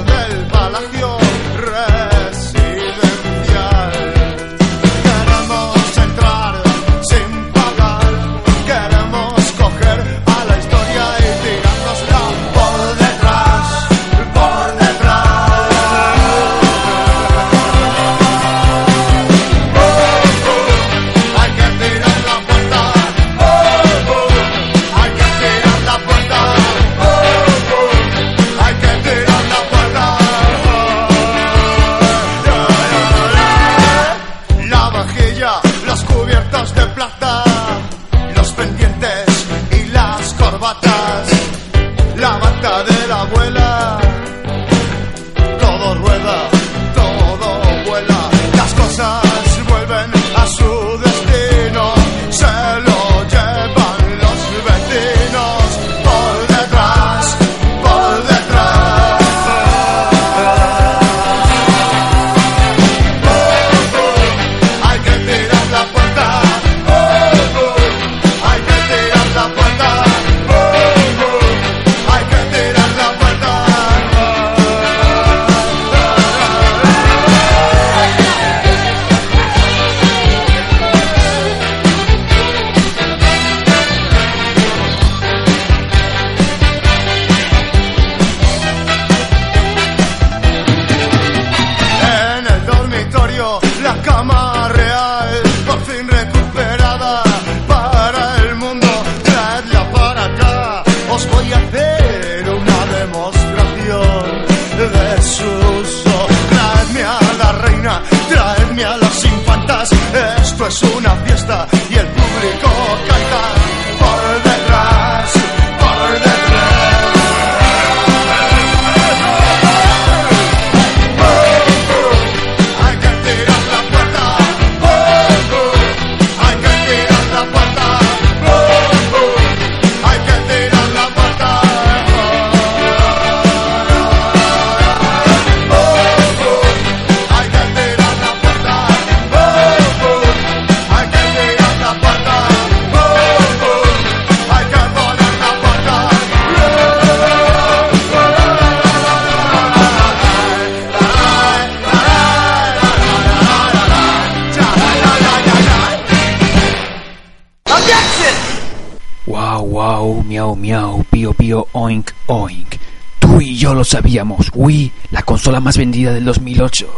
Alrededor del palacio residencial, queremos desuso. Traedme a la reina, traedme a las infantas. Esto es una fiesta y el público canta por detrás, por detrás. Wow, wow, miau, miau, pío, pío, oink, oink. Tú y yo lo sabíamos. Wii, la consola más vendida del dos mil ocho.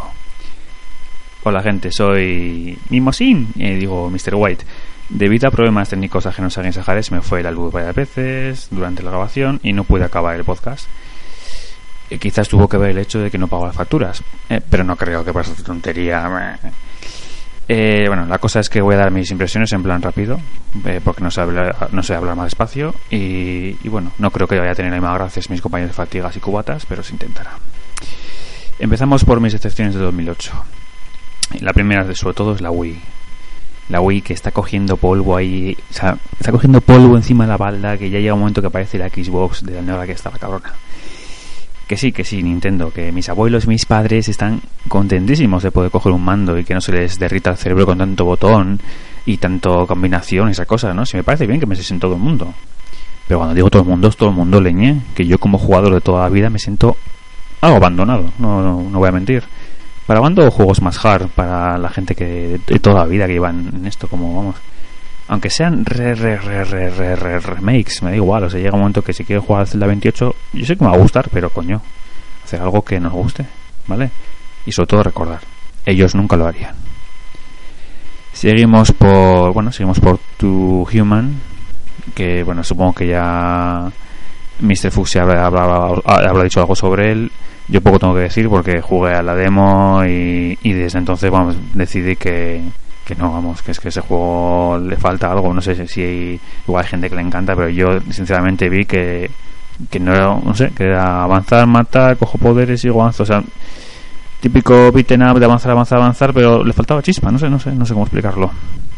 Hola gente, soy Mimosín, eh, digo mister White. Debido a problemas técnicos ajenos a Games Sahares me fue la luz varias veces durante la grabación y no pude acabar el podcast. Eh, quizás tuvo que ver el hecho de que no pago las facturas, eh, pero no creo que por esa tontería... Eh, bueno, la cosa es que voy a dar mis impresiones en plan rápido, eh, porque no sé hablar, no sé hablar más despacio y, y bueno, no creo que vaya a tener las mismas gracias mis compañeros de fatigas y cubatas, pero se intentará. Empezamos por mis decepciones de dos mil ocho. La primera de sobre todo es la Wii. La Wii que está cogiendo polvo ahí, o sea, está cogiendo polvo encima de la balda, que ya llega un momento que parece la Xbox de la nueva que está la cabrona. Que sí, que sí, Nintendo, que mis abuelos, mis padres están contentísimos de poder coger un mando y que no se les derrita el cerebro con tanto botón y tanto combinación y esas cosas, ¿no? Si me parece bien que me sienten todo el mundo. Pero cuando digo todo el mundo, es todo el mundo, leñé, que yo como jugador de toda la vida me siento algo abandonado, no, no, no voy a mentir. Para cuando juegos más hard, para la gente que de toda la vida que llevan en esto, como vamos... Aunque sean re, re, re, re, re, re, remakes, me da igual. O sea, llega un momento que si quiero jugar al Zelda veintiocho, yo sé que me va a gustar, pero coño, hacer algo que nos guste, ¿vale? Y sobre todo recordar, ellos nunca lo harían. Seguimos por, bueno, seguimos por To Human, que bueno, supongo que ya mister Fuchsia habrá, habrá, habrá dicho algo sobre él. Yo poco tengo que decir porque jugué a la demo y, y desde entonces, vamos, decidí que... que no, vamos, que es que ese juego le falta algo, no sé si hay, igual hay gente que le encanta, pero yo sinceramente vi que que no era, no sé, que era avanzar, matar, cojo poderes y avanzo, o sea, típico beat'em up de avanzar, avanzar, avanzar, pero le faltaba chispa, no sé, no sé, no sé cómo explicarlo.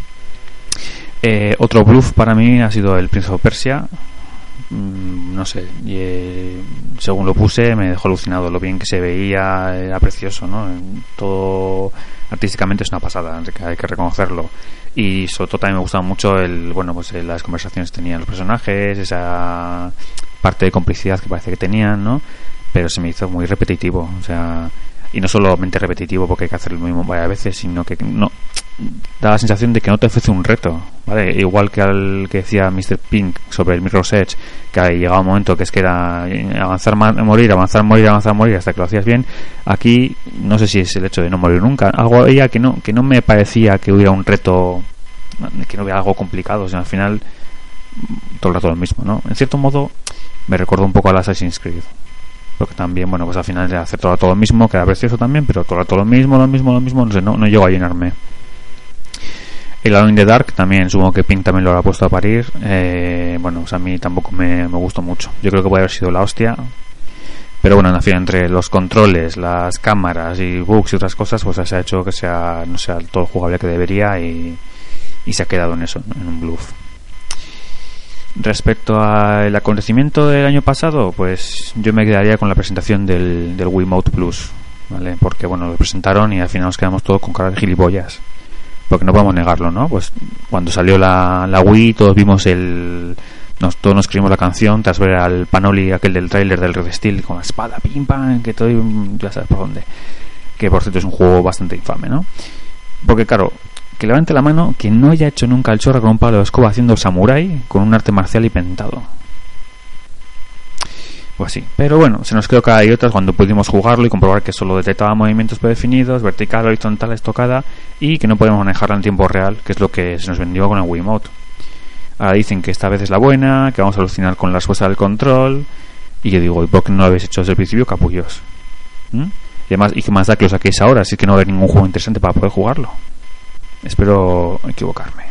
Eh, otro bluff para mí ha sido el Prince of Persia. Mm, no sé, y, eh, según lo puse me dejó alucinado lo bien que se veía, era precioso, ¿no? Todo artísticamente es una pasada, hay que reconocerlo. Y sobre todo también me gustaba mucho el, bueno, pues eh, las conversaciones que tenían los personajes, esa parte de complicidad que parece que tenían, ¿no? Pero se me hizo muy repetitivo, o sea, y no solamente repetitivo porque hay que hacer lo mismo varias veces, sino que no da la sensación de que no te ofrece un reto, ¿vale? Igual que al que decía mister Pink sobre el Mirror's Edge, que llegaba un momento que es que era avanzar, morir, avanzar, morir, avanzar, morir hasta que lo hacías bien. Aquí no sé si es el hecho de no morir nunca, algo había que no que no me parecía que hubiera un reto, que no hubiera algo complicado, o sea, al final todo el rato lo mismo, ¿no? En cierto modo me recordó un poco al Assassin's Creed, porque también, bueno, pues al final de hacer todo el rato lo mismo, que era precioso también, pero todo el rato lo mismo, lo mismo, lo mismo, no sé, no, no llego a llenarme. El Alone in the Dark también, supongo que Pink también lo habrá puesto a parir. Eh, bueno, pues a mí tampoco me, me gustó mucho. Yo creo que puede haber sido la hostia. Pero bueno, en fin, entre los controles, las cámaras y bugs y otras cosas, pues se ha hecho que sea, no sea todo jugable que debería y, y se ha quedado en eso, en un bluff. Respecto al acontecimiento del año pasado, pues yo me quedaría con la presentación del, del Wiimote Plus, ¿vale? Porque bueno, lo presentaron y al final nos quedamos todos con cara de gilipollas. Porque no podemos negarlo, ¿no? Pues cuando salió la, la Wii, todos vimos el... Nos, todos nos escribimos la canción tras ver al Panoli, aquel del tráiler del Red Steel, con la espada, pim pam, que todo, ya sabes por dónde. Que por cierto es un juego bastante infame, ¿no? Porque claro, que levante la mano quien no haya hecho nunca el chorro con un palo de escoba haciendo samurái con un arte marcial y pentado. Pues sí, pero bueno, se nos quedó cada y otras cuando pudimos jugarlo y comprobar que solo detectaba movimientos predefinidos, vertical, horizontal, estocada, y que no podemos manejarla en tiempo real, que es lo que se nos vendió con el Wiimote. Ahora dicen que esta vez es la buena, que vamos a alucinar con la respuesta del control, y yo digo, ¿y por qué no lo habéis hecho desde el principio, capullos? ¿Mm? Y además, ¿y qué más da que lo saquéis ahora? Si es que no hay ningún juego interesante para poder jugarlo. Espero equivocarme.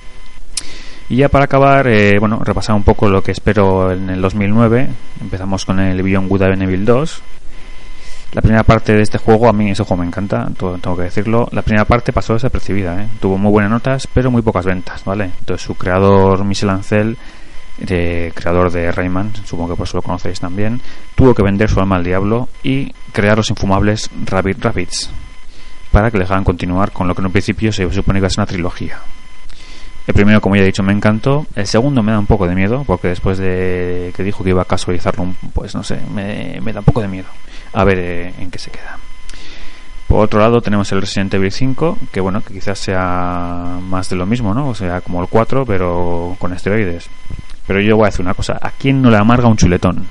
Y ya para acabar, eh, bueno, repasar un poco lo que espero en el dos mil nueve. Empezamos con el Beyond Good and Evil dos. La primera parte de este juego, a mí ese juego me encanta, tengo que decirlo. La primera parte pasó desapercibida, ¿eh? Tuvo muy buenas notas, pero muy pocas ventas, ¿vale? Entonces su creador, Michel Ancel, de, creador de Rayman, supongo que por eso lo conocéis también, tuvo que vender su alma al diablo y crear los infumables Rabbit Rabbids para que le dejaran continuar con lo que en un principio se supone que iba a ser una trilogía. El primero, como ya he dicho, me encantó. El segundo me da un poco de miedo, porque después de que dijo que iba a casualizarlo, pues no sé, me, me da un poco de miedo. A ver eh, en qué se queda. Por otro lado tenemos el Resident Evil cinco, que bueno, que quizás sea más de lo mismo, ¿no? O sea, como el cuatro, pero con esteroides. Pero yo voy a decir una cosa, ¿a quién no le amarga un chuletón?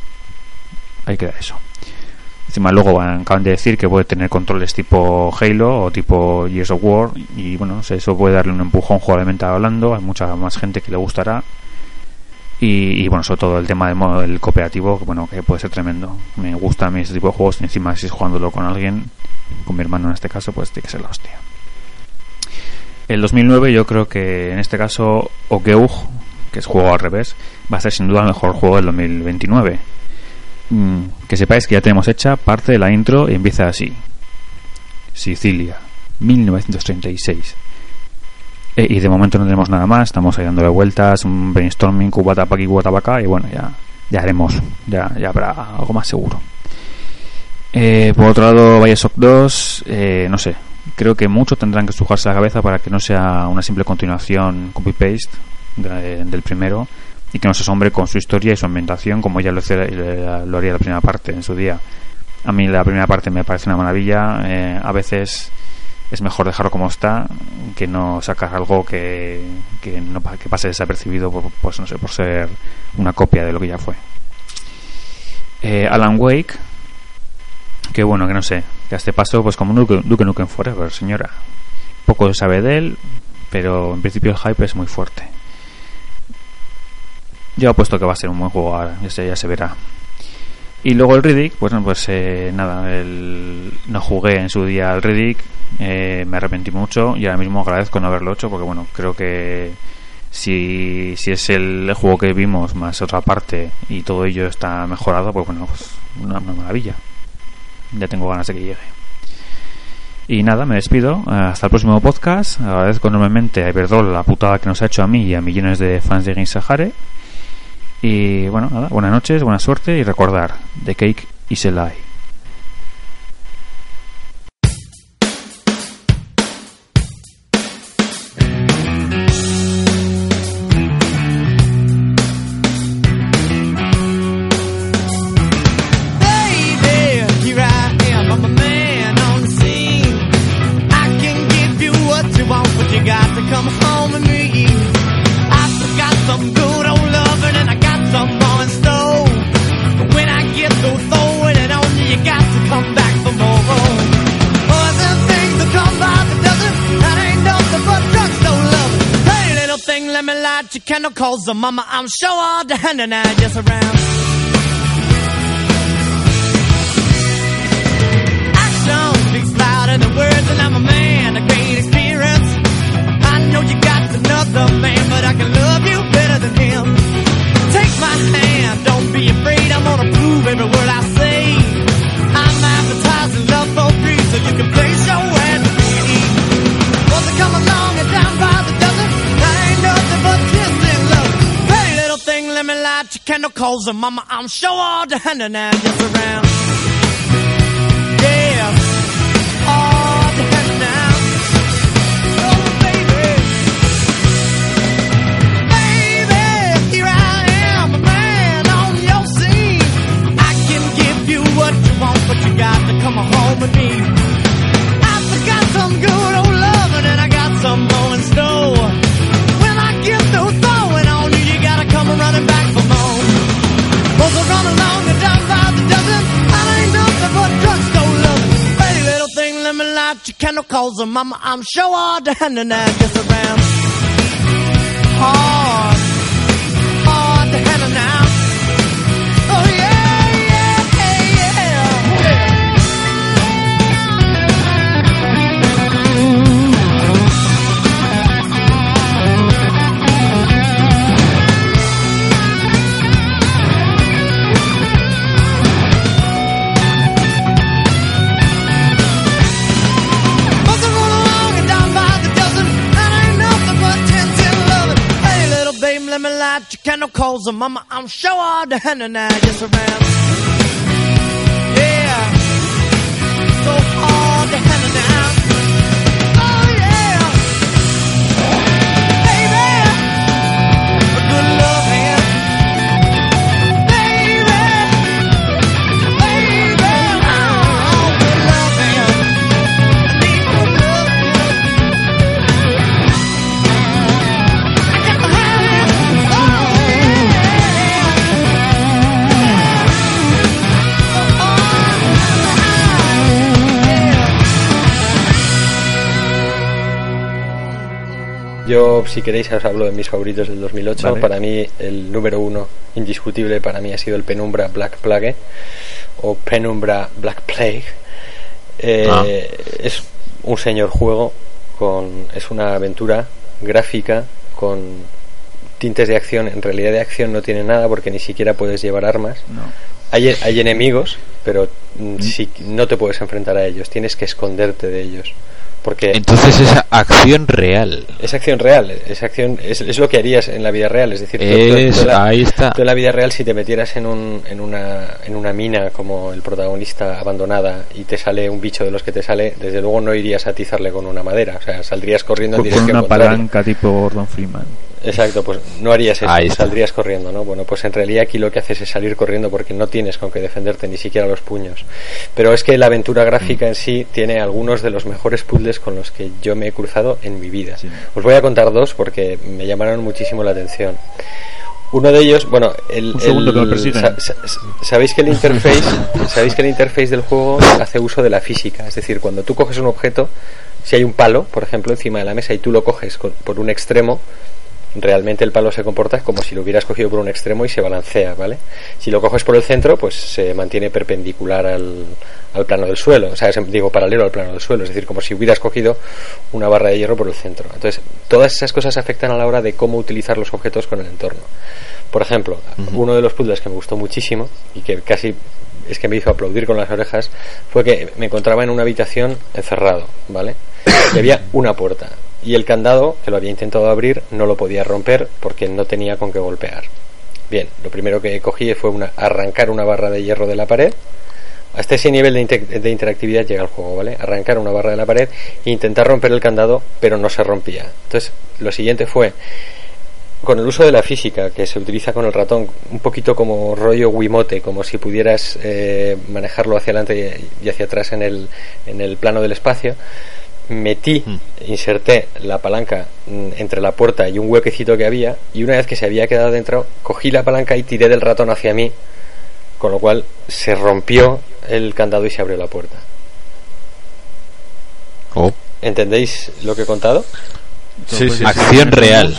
Ahí queda eso. Encima luego van, acaban de decir que puede tener controles tipo Halo o tipo Gears of War, y bueno, no sé, eso puede darle un empujón jugablemente hablando, hay mucha más gente que le gustará. Y, y bueno, sobre todo el tema del modo del cooperativo, que bueno, que puede ser tremendo. Me gusta a mí este tipo de juegos, y encima si es jugándolo con alguien, con mi hermano en este caso, pues tiene que ser la hostia. El dos mil nueve yo creo que en este caso Ogeug, que es juego al revés, va a ser sin duda el mejor juego del dos mil veintinueve. Mm, que sepáis que ya tenemos hecha parte de la intro y empieza así: Sicilia, mil novecientos treinta y seis. Eh, y de momento no tenemos nada más, estamos ahí dándole vueltas, un brainstorming, cubata pa' aquí, cubata pa' acá, y bueno, ya, ya haremos, ya, ya habrá algo más seguro. Eh, por otro lado, Bioshock dos, eh, no sé, creo que mucho tendrán que estrujarse la cabeza para que no sea una simple continuación copy-paste de, del primero, y que no se asombre con su historia y su ambientación como ya lo, lo haría la primera parte en su día. A mí la primera parte me parece una maravilla, eh, a veces es mejor dejarlo como está que no sacar algo que, que, no, que pase desapercibido por, pues, no sé, por ser una copia de lo que ya fue. eh, Alan Wake, que bueno, que no sé, que a este paso pues como Duke, Duke Nukem Forever, señora. Poco se sabe de él, pero en principio el hype es muy fuerte. Yo apuesto que va a ser un buen juego ahora, ya se, ya se verá. Y luego el Riddick, pues, no, pues eh, nada, el, no jugué en su día al Riddick, eh, me arrepentí mucho y ahora mismo agradezco no haberlo hecho, porque bueno, creo que si, si es el juego que vimos más otra parte y todo ello está mejorado, pues bueno, pues una, una maravilla. Ya tengo ganas de que llegue. Y nada, me despido, hasta el próximo podcast. Agradezco enormemente a Iberdrola la putada que nos ha hecho a mí y a millones de fans de Game Sahara. Y bueno, nada, buenas noches, buena suerte y recordar, the cake is a lie. Cause the mama, I'm sure all the hand and I just around. Action speaks louder than words, and I'm a man of great experience. I know you got another man, but I can love you better than him. Take my hand, don't be afraid, I'm gonna prove every word I say. I'm advertising love for free, so you can place your hand with me. Once I come along and down by the dozen, I ain't nothing but kiss. Let me light your candle, cause the mama, I'm sure all the hand and I just around. Yeah, all the hand now. Oh, baby. Baby, here I am, a man on your scene. I can give you what you want, but you got to come home with me. I forgot some good old loving, and I got some more in store. When I get through throwing on you, you gotta come running back for more. Both are run along and down by the dozen. I ain't nothing but drugstore loving. Pretty little thing, let me light your candle, cause the mama, I'm sure all the hand and I just around. Hard, hard to handle now. Oh yeah, yeah, yeah, yeah. light your candle, cause uh, mama, I'm sure all the henna now. Yes, I am. Yeah. So all the henna now. Oh, yeah. Baby. A good loving. Baby. Baby. Oh, good loving. Need good loving. I got to have it. Oh, Yo, si queréis, os hablo de mis favoritos del dos mil ocho. Vale. Para mí, el número uno, indiscutible, para mí ha sido el Penumbra Black Plague o Penumbra Black Plague. Eh, ah. Es un señor juego, con es una aventura gráfica con tintes de acción. En realidad de acción no tiene nada porque ni siquiera puedes llevar armas. No. Hay, hay enemigos, pero ¿Mm? si no te puedes enfrentar a ellos, tienes que esconderte de ellos. Porque entonces es acción real. Es acción real, es acción es, es lo que harías en la vida real, es decir, es, tú, tú, tú la, ahí está. Tú en la vida real, si te metieras en un en una en una mina como el protagonista abandonada y te sale un bicho de los que te sale, desde luego no irías a atizarle con una madera, o sea, saldrías corriendo en dirección con una contraria. palanca tipo Gordon Freeman. Exacto, pues no harías eso, saldrías corriendo, ¿no? Bueno, pues en realidad aquí lo que haces es salir corriendo porque no tienes con qué defenderte, ni siquiera los puños. Pero es que la aventura gráfica en sí tiene algunos de los mejores puzzles con los que yo me he cruzado en mi vida. Sí. Os voy a contar dos porque me llamaron muchísimo la atención. Uno de ellos, bueno, el, Un segundo el, que me persiguen. sa, sa, sabéis que el interface, sabéis que el interface del juego hace uso de la física, es decir, cuando tú coges un objeto, si hay un palo, por ejemplo, encima de la mesa y tú lo coges con, por un extremo, realmente el palo se comporta como si lo hubieras cogido por un extremo y se balancea, ¿vale? Si lo coges por el centro, pues se mantiene perpendicular al, al plano del suelo, o sea, es, digo, paralelo al plano del suelo, es decir, como si hubieras cogido una barra de hierro por el centro. Entonces, todas esas cosas afectan a la hora de cómo utilizar los objetos con el entorno. Por ejemplo, uh-huh. uno de los puzzles que me gustó muchísimo y que casi es que me hizo aplaudir con las orejas fue que me encontraba en una habitación encerrado, ¿vale? Y había una puerta. Y el candado, que lo había intentado abrir, no lo podía romper porque no tenía con qué golpear. Bien, lo primero que cogí fue una, arrancar una barra de hierro de la pared. Hasta ese nivel de, inter- de interactividad llega el juego, ¿vale? Arrancar una barra de la pared e intentar romper el candado, pero no se rompía. Entonces, lo siguiente fue, con el uso de la física que se utiliza con el ratón, un poquito como rollo Wiimote, como si pudieras eh, manejarlo hacia adelante y hacia atrás en el, en el plano del espacio, metí, inserté la palanca entre la puerta y un huequecito que había, y una vez que se había quedado dentro, cogí la palanca y tiré del ratón hacia mí, con lo cual se rompió el candado y se abrió la puerta. Oh. ¿Entendéis lo que he contado? Sí, sí, acción sí, real.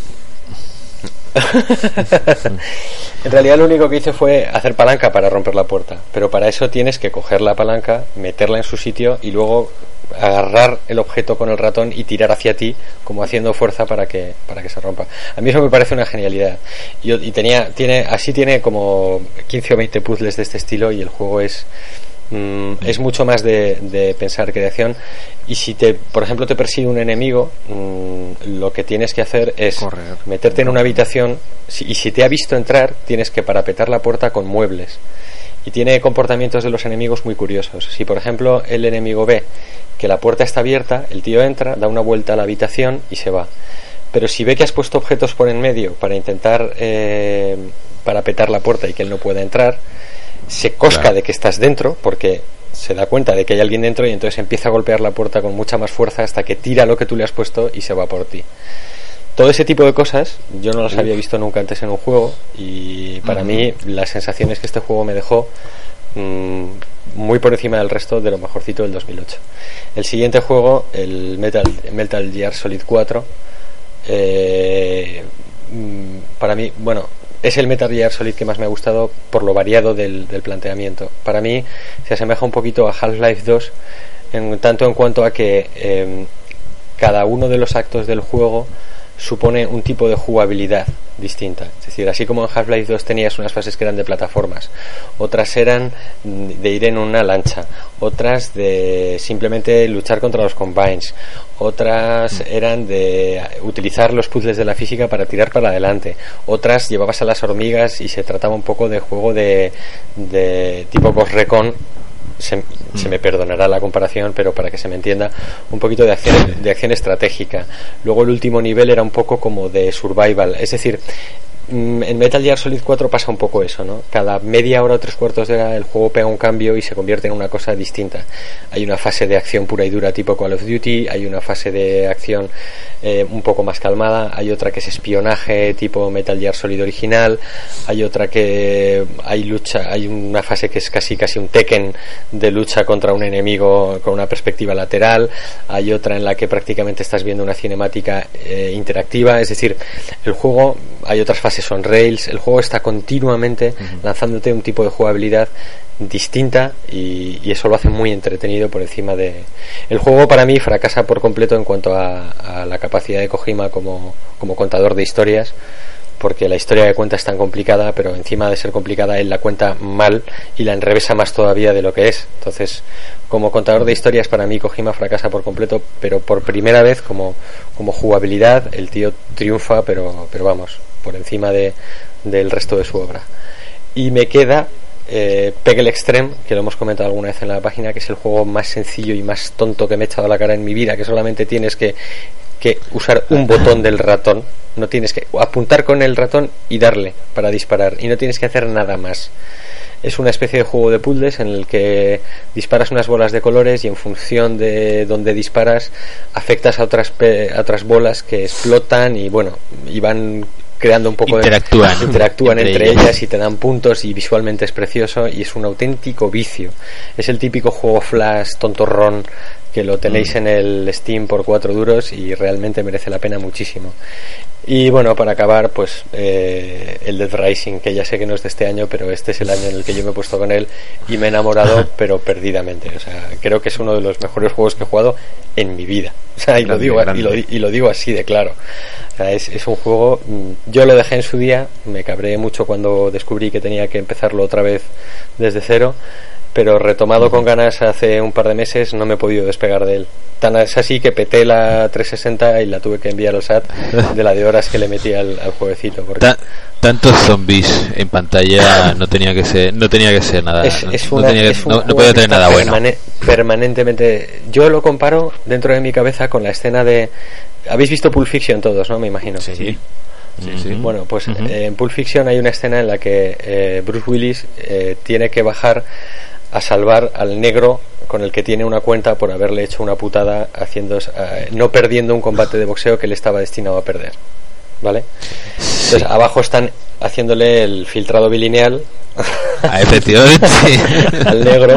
En realidad lo único que hice fue hacer palanca para romper la puerta, pero para eso tienes que coger la palanca, meterla en su sitio y luego agarrar el objeto con el ratón y tirar hacia ti, como haciendo fuerza para que para que se rompa. A mí eso me parece una genialidad. Y, y tenía tiene así tiene como quince o veinte puzzles de este estilo y el juego es mm, es mucho más de, de pensar que de acción. Y si te, por ejemplo, te persigue un enemigo, mmm, lo que tienes que hacer es correr, meterte en una habitación si, y si te ha visto entrar, tienes que parapetar la puerta con muebles. Y tiene comportamientos de los enemigos muy curiosos. Si por ejemplo el enemigo ve que la puerta está abierta, el tío entra, da una vuelta a la habitación y se va. Pero si ve que has puesto objetos por en medio para intentar eh, parapetar la puerta y que él no pueda entrar, se cosca claro. de que estás dentro, porque se da cuenta de que hay alguien dentro y entonces empieza a golpear la puerta con mucha más fuerza hasta que tira lo que tú le has puesto y se va por ti. Todo ese tipo de cosas yo no las había visto nunca antes en un juego, y para uh-huh. mí las sensaciones que este juego me dejó mmm, muy por encima del resto de lo mejorcito del dos mil ocho. El siguiente juego, el Metal, Metal Gear Solid cuatro, eh, para mí, bueno, es el Metal Gear Solid que más me ha gustado por lo variado del, del planteamiento. Para mí se asemeja un poquito a Half-Life dos, en tanto en cuanto a que eh, cada uno de los actos del juego supone un tipo de jugabilidad distinta. Es decir, así como en Half-Life dos tenías unas fases que eran de plataformas, otras eran de ir en una lancha, otras de simplemente luchar contra los combines, otras eran de utilizar los puzzles de la física para tirar para adelante, otras llevabas a las hormigas y se trataba un poco de juego de, de tipo Ghost Recon. Se, se me perdonará la comparación, pero para que se me entienda, un poquito de acción, de acción estratégica. Luego el último nivel era un poco como de survival, es decir, en Metal Gear Solid cuatro pasa un poco eso, ¿no? Cada media hora o tres cuartos de hora el juego pega un cambio y se convierte en una cosa distinta. Hay una fase de acción pura y dura tipo Call of Duty, hay una fase de acción eh, un poco más calmada, hay otra que es espionaje tipo Metal Gear Solid original, hay otra que hay lucha, hay una fase que es casi casi un Tekken de lucha contra un enemigo con una perspectiva lateral, hay otra en la que prácticamente estás viendo una cinemática eh, interactiva, es decir, el juego, hay otras fases on rails, el juego está continuamente uh-huh. lanzándote un tipo de jugabilidad distinta y, y eso lo hace muy entretenido por encima de... El juego para mí fracasa por completo en cuanto a, a la capacidad de Kojima como, como contador de historias, porque la historia que cuenta es tan complicada, pero encima de ser complicada él la cuenta mal y la enrevesa más todavía de lo que es. Entonces, como contador de historias para mí Kojima fracasa por completo, pero por primera vez como, como jugabilidad el tío triunfa, pero, pero vamos, por encima de, del resto de su obra. Y me queda eh, Peggle Extreme, que lo hemos comentado alguna vez en la página, que es el juego más sencillo y más tonto que me he echado a la cara en mi vida, que solamente tienes que que usar un botón del ratón, no tienes que apuntar con el ratón y darle para disparar y no tienes que hacer nada más. Es una especie de juego de puzzles en el que disparas unas bolas de colores y en función de donde disparas afectas a otras pe- a otras bolas que explotan y bueno, y van creando un poco interactúan, de interactúan entre, entre ellas. ellas y te dan puntos y visualmente es precioso y es un auténtico vicio. Es el típico juego flash tontorrón que lo tenéis mm. en el Steam por cuatro duros y realmente merece la pena muchísimo. Y bueno, para acabar, pues eh, el Dead Rising, que ya sé que no es de este año, pero este es el año en el que yo me he puesto con él y me he enamorado, pero perdidamente. O sea, creo que es uno de los mejores juegos que he jugado en mi vida. O sea, y, grande, lo, digo, y, lo, y lo digo así de claro. O sea, es, es un juego, yo lo dejé en su día, me cabré mucho cuando descubrí que tenía que empezarlo otra vez desde cero, pero retomado con ganas hace un par de meses no me he podido despegar de él. Tan es así que peté la trescientos sesenta y la tuve que enviar al S A T de la de horas que le metí al, al jueguecito. Porque Ta- tantos zombies en pantalla no tenía que ser, no tenía que ser nada. Es, es no, una, no, tenía que, es no, no podía tener nada bueno. Permane- permanentemente. Yo lo comparo dentro de mi cabeza con la escena de. ¿Habéis visto Pulp Fiction todos, no? Me imagino. Sí. Sí, sí, sí. Bueno, pues Uh-huh. eh, en Pulp Fiction hay una escena en la que eh, Bruce Willis eh, tiene que bajar a salvar al negro con el que tiene una cuenta por haberle hecho una putada haciendo eh, no perdiendo un combate de boxeo que él estaba destinado a perder, ¿vale? Sí. Entonces abajo están haciéndole el filtrado bilineal a efectivamente al negro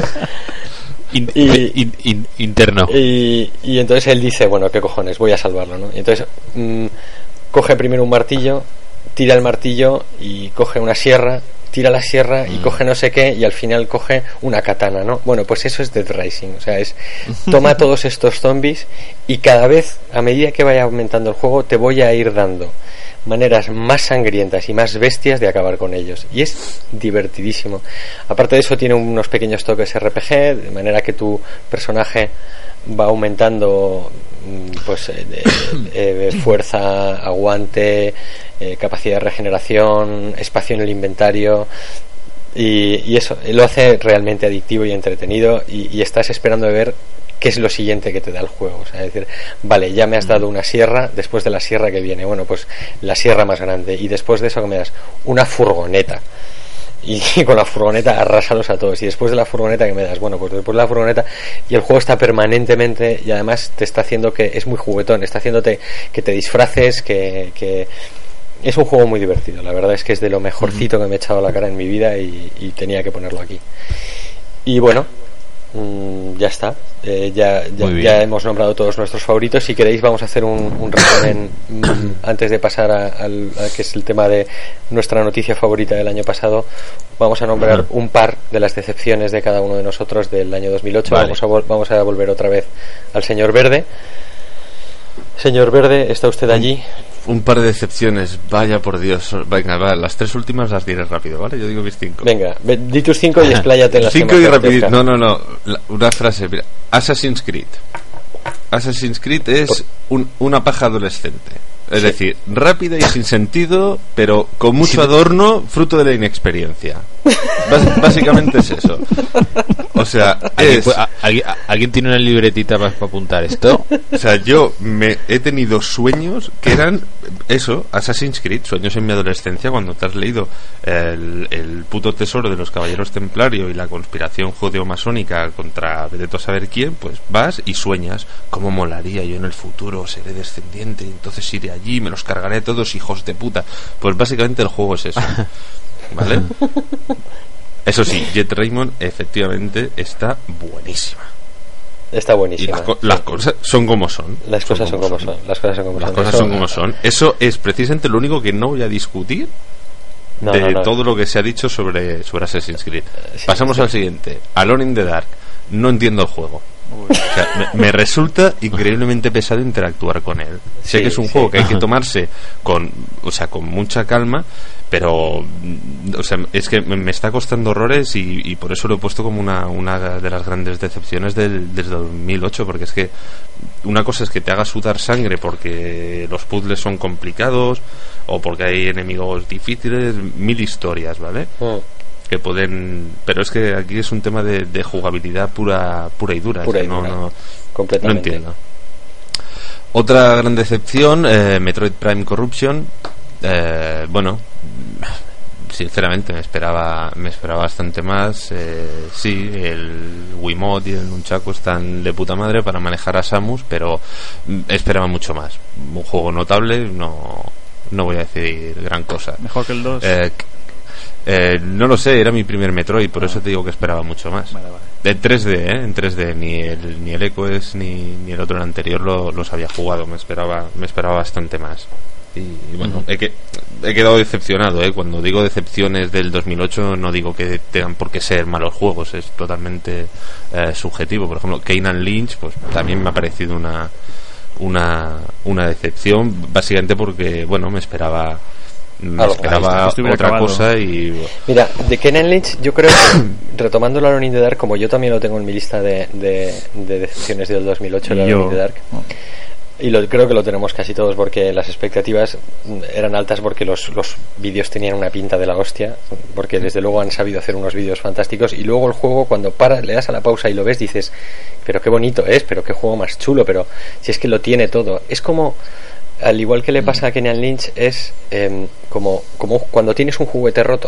in, y, in, in, interno y, y entonces él dice, bueno, qué cojones, voy a salvarlo, ¿no? Y entonces mmm, coge primero un martillo, tira el martillo y coge una sierra, tira la sierra y coge no sé qué y al final coge una katana, ¿no? Bueno, pues eso es Dead Rising, o sea, es toma todos estos zombies y cada vez, a medida que vaya aumentando el juego, te voy a ir dando maneras más sangrientas y más bestias de acabar con ellos y es divertidísimo. Aparte de eso tiene unos pequeños toques R P G, de manera que tu personaje va aumentando pues eh, eh, fuerza, aguante, eh, capacidad de regeneración, espacio en el inventario y, y eso lo hace realmente adictivo y entretenido y, y estás esperando de ver qué es lo siguiente que te da el juego. O sea, es decir, vale, ya me has dado una sierra, después de la sierra que viene, bueno, pues la sierra más grande y después de eso que me das una furgoneta. Y con la furgoneta arrásalos a todos y después de la furgoneta que me das, bueno, pues después de la furgoneta y el juego está permanentemente y además te está haciendo que es muy juguetón, está haciéndote que te disfraces, que, que es un juego muy divertido, la verdad es que es de lo mejorcito que me he echado a la cara en mi vida y, y tenía que ponerlo aquí. Y bueno, mmm, ya está, eh, ya, ya, ya hemos nombrado todos nuestros favoritos. Si queréis vamos a hacer un, un resumen mmm, antes de pasar a, al, a que es el tema de nuestra noticia favorita del año pasado. Vamos a nombrar uh-huh. un par de las decepciones de cada uno de nosotros del año dos mil ocho. Vale. Vamos a vol- vamos a volver otra vez al señor Verde. Señor Verde, ¿está usted allí? un par de decepciones, vaya por Dios. Venga, va, las tres últimas las diré rápido, ¿vale? Yo digo mis cinco. Venga, di tus cinco y expláyate en las cinco y rápido. No, no, no. La, una frase, mira. Assassin's Creed. Assassin's Creed es un, una paja adolescente. Es sí. decir, rápida y sin sentido, pero con mucho adorno, fruto de la inexperiencia. Bas- básicamente es eso. O sea, es... ¿Alguien, ¿Alguien tiene una libretita para, para apuntar esto? O sea, yo me he tenido sueños que eran eso, Assassin's Creed, sueños en mi adolescencia, cuando te has leído el, el puto tesoro de los caballeros templarios y la conspiración judeo-masónica contra vete a saber quién, pues vas y sueñas cómo molaría, yo en el futuro seré descendiente y entonces iré allí, me los cargaré todos, hijos de puta. Pues básicamente el juego es eso, ¿vale? Eso sí, Jet Raymond efectivamente está buenísima. Está buenísima. Y las, co- las cosas son como son. Las cosas son como son. Las cosas son como las son. Cosas son como son. Eso es precisamente lo único que no voy a discutir no, de no, no. todo lo que se ha dicho sobre, sobre Assassin's Creed. Sí, Pasamos sí. al siguiente. Alone in the Dark. No entiendo el juego. O sea, me, me resulta increíblemente pesado interactuar con él. Sí, sé que es un sí. juego que hay que tomarse con, o sea, con mucha calma, pero o sea, es que me está costando horrores y, y por eso lo he puesto como una, una de las grandes decepciones del, desde dos mil ocho, porque es que una cosa es que te haga sudar sangre porque los puzzles son complicados o porque hay enemigos difíciles, mil historias, ¿vale? Mm. que pueden, pero es que aquí es un tema de, de jugabilidad pura pura y dura, pura y no, dura. no, completamente. no entiendo. Otra gran decepción, eh, Metroid Prime Corruption. Eh, bueno, sinceramente me esperaba me esperaba bastante más. Eh, sí, el Wiimote y el Nunchaku están de puta madre para manejar a Samus, pero esperaba mucho más. Un juego notable, no no voy a decir gran cosa. Mejor que el dos. Eh, Eh, no lo sé, era mi primer Metroid, por ah. eso te digo que esperaba mucho más. Vale, vale. En tres D, ¿eh? En tres D, ni el, ni el Echo es ni, ni el otro, el anterior, lo, los había jugado, me esperaba me esperaba bastante más. Y, y bueno, uh-huh. he, que, he quedado decepcionado, ¿eh? Cuando digo decepciones del dos mil ocho, no digo que tengan por qué ser malos juegos, es totalmente eh, subjetivo. Por ejemplo, Kane and Lynch, pues también me ha parecido una, una, una decepción, básicamente porque, bueno, me esperaba. Me Algo, esperaba otra acabado. cosa y... Mira, de Kane and Lynch, yo creo que, retomando la Alone in the Dark, como yo también lo tengo en mi lista de, de, de decepciones del dos mil ocho, la Alone in the Dark, oh. y lo, creo que lo tenemos casi todos porque las expectativas eran altas porque los, los vídeos tenían una pinta de la hostia, porque desde luego han sabido hacer unos vídeos fantásticos, y luego el juego, cuando paras, le das a la pausa y lo ves, dices, pero qué bonito es, pero qué juego más chulo, pero si es que lo tiene todo. Es como... Al igual que le pasa a Kane and Lynch, es eh, como, como cuando tienes un juguete roto.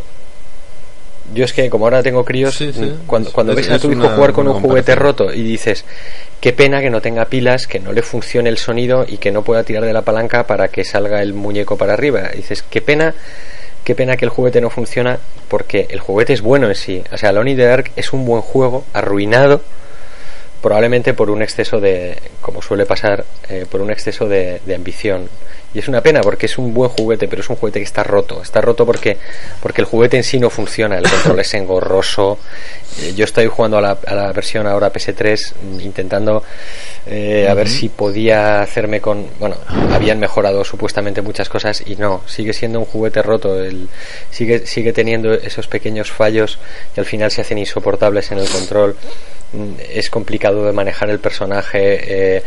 Yo es que como ahora tengo críos, sí, sí. cuando, cuando es, ves a tu hijo jugar con un juguete roto y dices, qué pena que no tenga pilas, que no le funcione el sonido y que no pueda tirar de la palanca para que salga el muñeco para arriba. Y dices, qué pena, qué pena que el juguete no funciona, porque el juguete es bueno en sí. O sea, Alone in the Dark es un buen juego, arruinado probablemente por un exceso de, como suele pasar, eh, por un exceso de, de ambición. Y es una pena porque es un buen juguete, pero es un juguete que está roto. Está roto porque porque el juguete en sí no funciona, el control es engorroso. Eh, yo estoy jugando a la, a la versión ahora P S tres, intentando eh, uh-huh. a ver si podía hacerme con... Bueno, habían mejorado supuestamente muchas cosas y no, sigue siendo un juguete roto. El, sigue, sigue teniendo esos pequeños fallos que al final se hacen insoportables en el control. Es complicado de manejar el personaje, eh,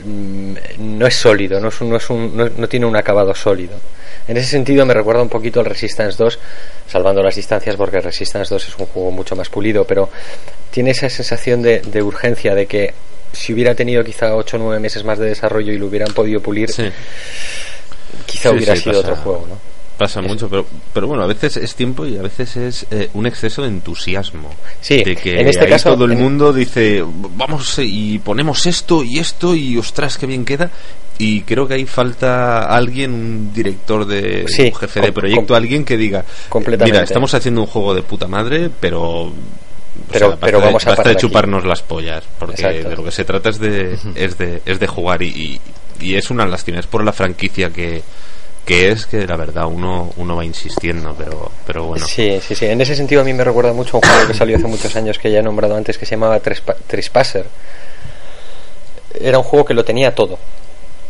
no es sólido, no, es un, no, es un, no, no tiene un acabado sólido. En ese sentido me recuerda un poquito al Resistance dos, salvando las distancias porque Resistance dos es un juego mucho más pulido, pero tiene esa sensación de, de urgencia, de que si hubiera tenido quizá ocho o nueve meses más de desarrollo y lo hubieran podido pulir, sí. quizá sí, hubiera sí, sido pasa. otro juego, ¿no? Pasa es. mucho, pero pero bueno, a veces es tiempo y a veces es eh, un exceso de entusiasmo. Sí, de que en este ahí caso todo el en... mundo dice, vamos y ponemos esto y esto y ostras, qué bien queda. Y creo que ahí falta alguien, un director de sí, un jefe com, de proyecto, com, alguien que diga, mira, estamos haciendo un juego de puta madre, pero pero, sea, pero basta, vamos a basta de aquí. chuparnos las pollas, porque Exacto. de lo que se trata es de es de es de jugar y, y, y es una lástima, es por la franquicia que que es que la verdad uno uno va insistiendo, pero pero bueno. Sí, sí, sí. En ese sentido a mí me recuerda mucho a un juego que salió hace muchos años que ya he nombrado antes, que se llamaba Trespasser. Era un juego que lo tenía todo.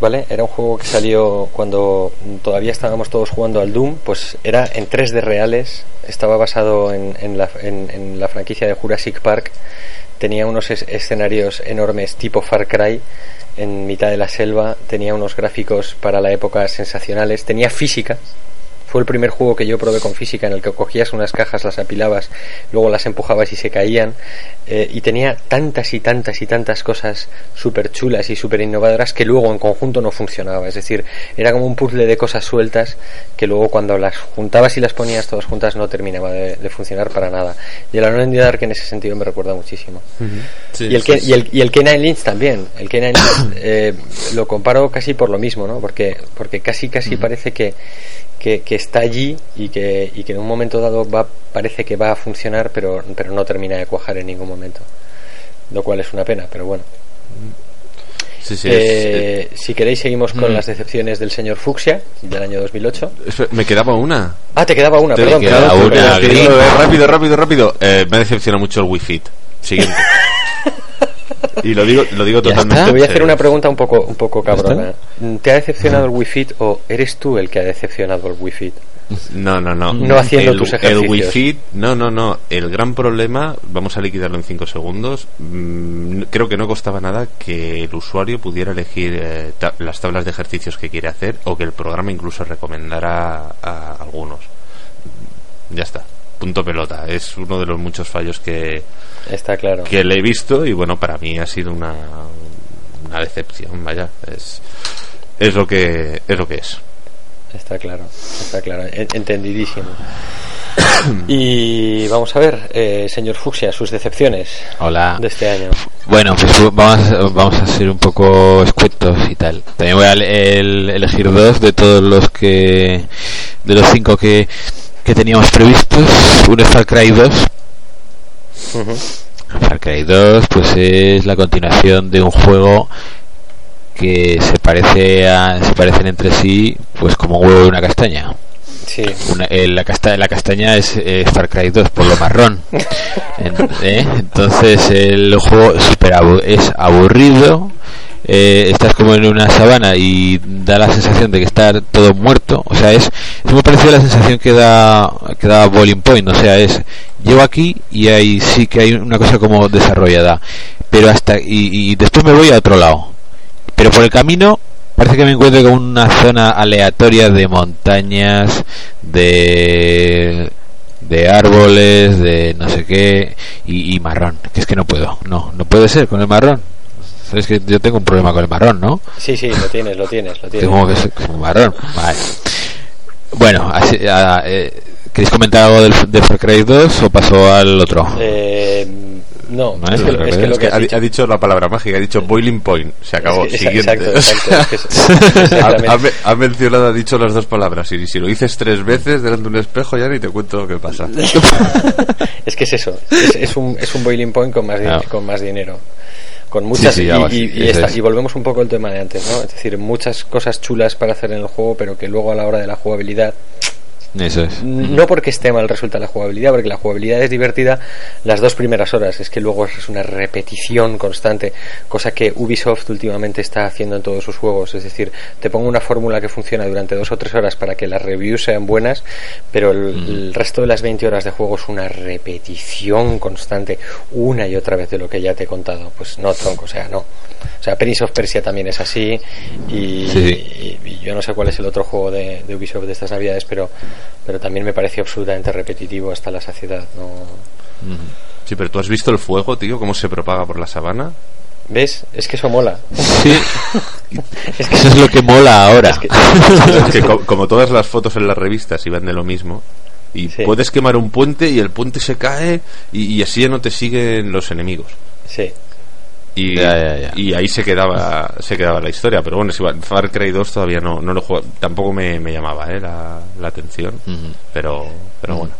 ¿vale? Era un juego que salió cuando todavía estábamos todos jugando al Doom, pues era en tres D reales, estaba basado en, en, la, en, en la franquicia de Jurassic Park, tenía unos es- escenarios enormes tipo Far Cry en mitad de la selva, tenía unos gráficos para la época sensacionales, tenía física. Fue el primer juego que yo probé con física, en el que cogías unas cajas, las apilabas, luego las empujabas y se caían, eh, y tenía tantas y tantas y tantas cosas súper chulas y súper innovadoras que luego en conjunto no funcionaba. Es decir, era como un puzzle de cosas sueltas que luego cuando las juntabas y las ponías todas juntas no terminaba de, de funcionar para nada. Y el Alone in the Dark en ese sentido me recuerda muchísimo. Uh-huh. Sí, y, el sí, Ken, sí. y el y el K nueve Lynch también. El K nueve Lynch eh, lo comparo casi por lo mismo, ¿no? Porque, porque casi casi uh-huh. parece que Que, que está allí y que, y que en un momento dado va, parece que va a funcionar, pero, pero no termina de cuajar en ningún momento, lo cual es una pena, pero bueno. Sí, sí, eh, es, eh, si queréis seguimos con mm. las decepciones del señor Fucsia del año dos mil ocho. Me quedaba una. Ah, te quedaba una, te perdón. Quedaba una, eh, rápido, rápido, rápido. Eh, me ha decepcionado mucho el Wii Fit. Siguiente. Y lo digo, lo digo totalmente. Te voy a hacer una pregunta un poco, un poco cabrona. ¿Te ha decepcionado el Wii Fit o eres tú el que ha decepcionado el Wii Fit? No, no, no. No haciendo el, tus ejercicios. El Wii Fit, no, no, no. El gran problema, vamos a liquidarlo en cinco segundos. Mmm, creo que no costaba nada que el usuario pudiera elegir eh, ta- las tablas de ejercicios que quiere hacer, o que el programa incluso recomendara a, a algunos. Ya está. Punto pelota. Es uno de los muchos fallos que está claro que le he visto, y bueno, para mí ha sido una una decepción. Vaya, es es lo que es lo que es. Está claro, está claro, entendidísimo. Y vamos a ver, eh, señor Fucsia, sus decepciones. Hola. De este año. Bueno, pues vamos a, vamos a ser un poco escuetos y tal. También voy a el, elegir dos de todos los que de los cinco que que teníamos previstos. Uno es Far Cry dos. Uh-huh. Far Cry dos pues es la continuación de un juego que se parece a se parecen entre sí pues como un huevo y una castaña. Sí. Una, eh, la, casta, la castaña es eh, Far Cry dos por lo marrón. en, eh, entonces el juego super abu- es aburrido. Eh, estás como en una sabana y da la sensación de que está todo muerto. O sea, es, es muy parecido a la sensación que da que da Boiling Point. O sea, es llego aquí y ahí sí que hay una cosa como desarrollada, pero hasta y, y después me voy a otro lado, pero por el camino parece que me encuentro con una zona aleatoria de montañas, de de árboles, de no sé qué, y, y marrón, que es que no puedo, no, no puede ser con el marrón. Es que yo tengo un problema con el marrón, ¿no? Sí, sí, lo tienes, lo tienes, lo tienes. Tengo que ser como marrón. Vale. Bueno, así, a, eh, ¿queréis comentar algo del, de Far Cry dos o paso al otro? Eh, no, ¿Vale? es, que, es que lo que ha, dicho. ha dicho la palabra mágica, ha dicho Boiling Point, se acabó. Es que, siguiente. Exacto, exacto. Es que es, ha, ha, ha mencionado, ha dicho las dos palabras, y si lo dices tres veces delante de un espejo ya ni te cuento lo que pasa. Es que es eso, es, es, un, es un Boiling Point con más, di- no. con más dinero. Con muchas sí, sí, y, y, y, esta, es. y volvemos un poco al tema de antes, ¿no? Es decir, muchas cosas chulas para hacer en el juego, pero que luego a la hora de la jugabilidad Eso es. no porque esté mal resulta la jugabilidad, porque la jugabilidad es divertida las dos primeras horas, es que luego es una repetición constante, cosa que Ubisoft últimamente está haciendo en todos sus juegos. Es decir, te pongo una fórmula que funciona durante dos o tres horas para que las reviews sean buenas, pero el, mm. el resto de las veinte horas de juego es una repetición constante una y otra vez de lo que ya te he contado. Pues no, tronco, o sea, no. O sea, Prince of Persia también es así, y, sí. y, y yo no sé cuál es el otro juego de, de Ubisoft de estas navidades, pero pero también me pareció absolutamente repetitivo hasta la saciedad, ¿no? Sí, pero tú has visto el fuego, tío, cómo se propaga por la sabana. ¿Ves? Es que eso mola. Sí. Es que eso es lo que mola ahora. Es que, es que como, como todas las fotos en las revistas iban de lo mismo, y sí. puedes quemar un puente y el puente se cae y, y así ya no te siguen los enemigos. Sí. Y, ya, ya, ya. y ahí se quedaba se quedaba la historia. Pero bueno, si Far Cry dos todavía no, no lo juego, tampoco me, me llamaba eh, la, la atención. Uh-huh. Pero pero uh-huh. bueno.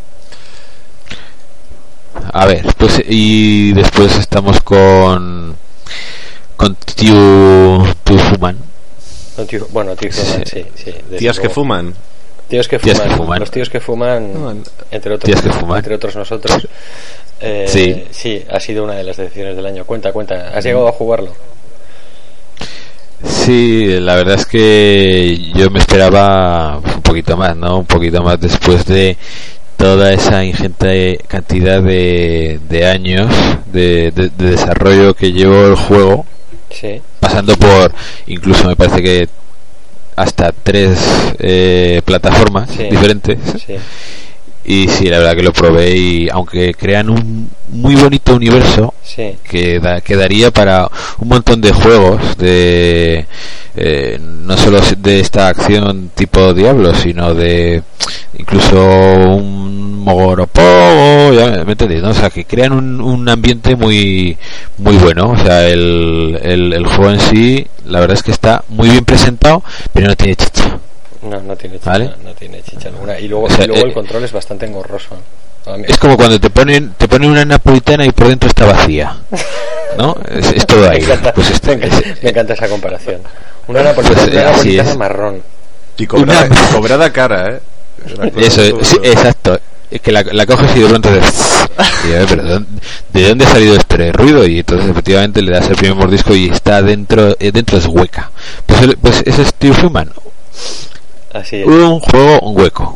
A ver, pues y después estamos con con Tío Fuman. Bueno, Tío Fuman, sí, sí. Tías que fuman. Tíos que fuman. que fuman. Los tíos que fuman, fuman. entre otros, que fuman. entre otros nosotros. Eh, sí. sí, ha sido una de las decisiones del año. Cuenta, cuenta. ¿Has llegado a jugarlo? Sí, la verdad es que yo me esperaba un poquito más, ¿no? Un poquito más después de toda esa ingente cantidad de, de años de, de, de desarrollo que llevó el juego, sí. Pasando por, incluso me parece que hasta tres eh, plataformas sí. diferentes. Sí. Y sí, la verdad que lo probé y aunque crean un muy bonito universo sí. que da, quedaría para un montón de juegos de eh, no solo de esta acción tipo Diablo, sino de incluso un Mogoropogo, ya me entendéis, ¿no? O sea, que crean un, un ambiente muy muy bueno. O sea, el, el, el juego en sí, la verdad es que está muy bien presentado, pero no tiene chicha. No, no tiene chicha, ¿vale? no tiene chicha alguna. Y luego, o sea, y luego eh, el control es bastante engorroso. Es como cuando te ponen te ponen una napolitana y por dentro está vacía, ¿no? Es, es todo ahí. Me encanta, pues este, me, encanta, me encanta esa comparación. Una napolitana, pues, una napolitana es. marrón. Y cobrada, una... y cobrada cara, ¿eh? Eso, sí, exacto. Es que la, la coges y de pronto de... y, a ver, pero ¿de dónde ha salido este ruido? Y entonces efectivamente le das el primer mordisco y está dentro, eh, dentro es hueca. Pues, pues ese es Steel Human. Así es. Un juego, un hueco.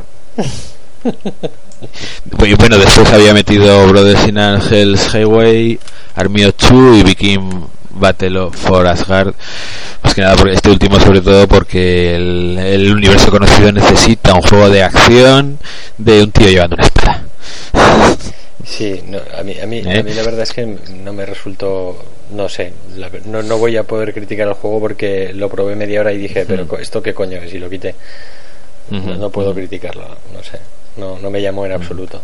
Bueno, después había metido Brothers in Hell's Highway, Army of Two y Viking Battle for Asgard. Más que nada, porque este último sobre todo porque el, el universo conocido necesita un juego de acción de un tío llevando una espada. Sí, no, a mí, a mí, ¿Eh? a mí la verdad es que no me resultó, no sé, la, no, no voy a poder criticar el juego porque lo probé media hora y dije, uh-huh. pero esto qué coño es, y lo quité. Uh-huh. No, no puedo uh-huh. criticarlo, no sé, no, no me llamó en absoluto.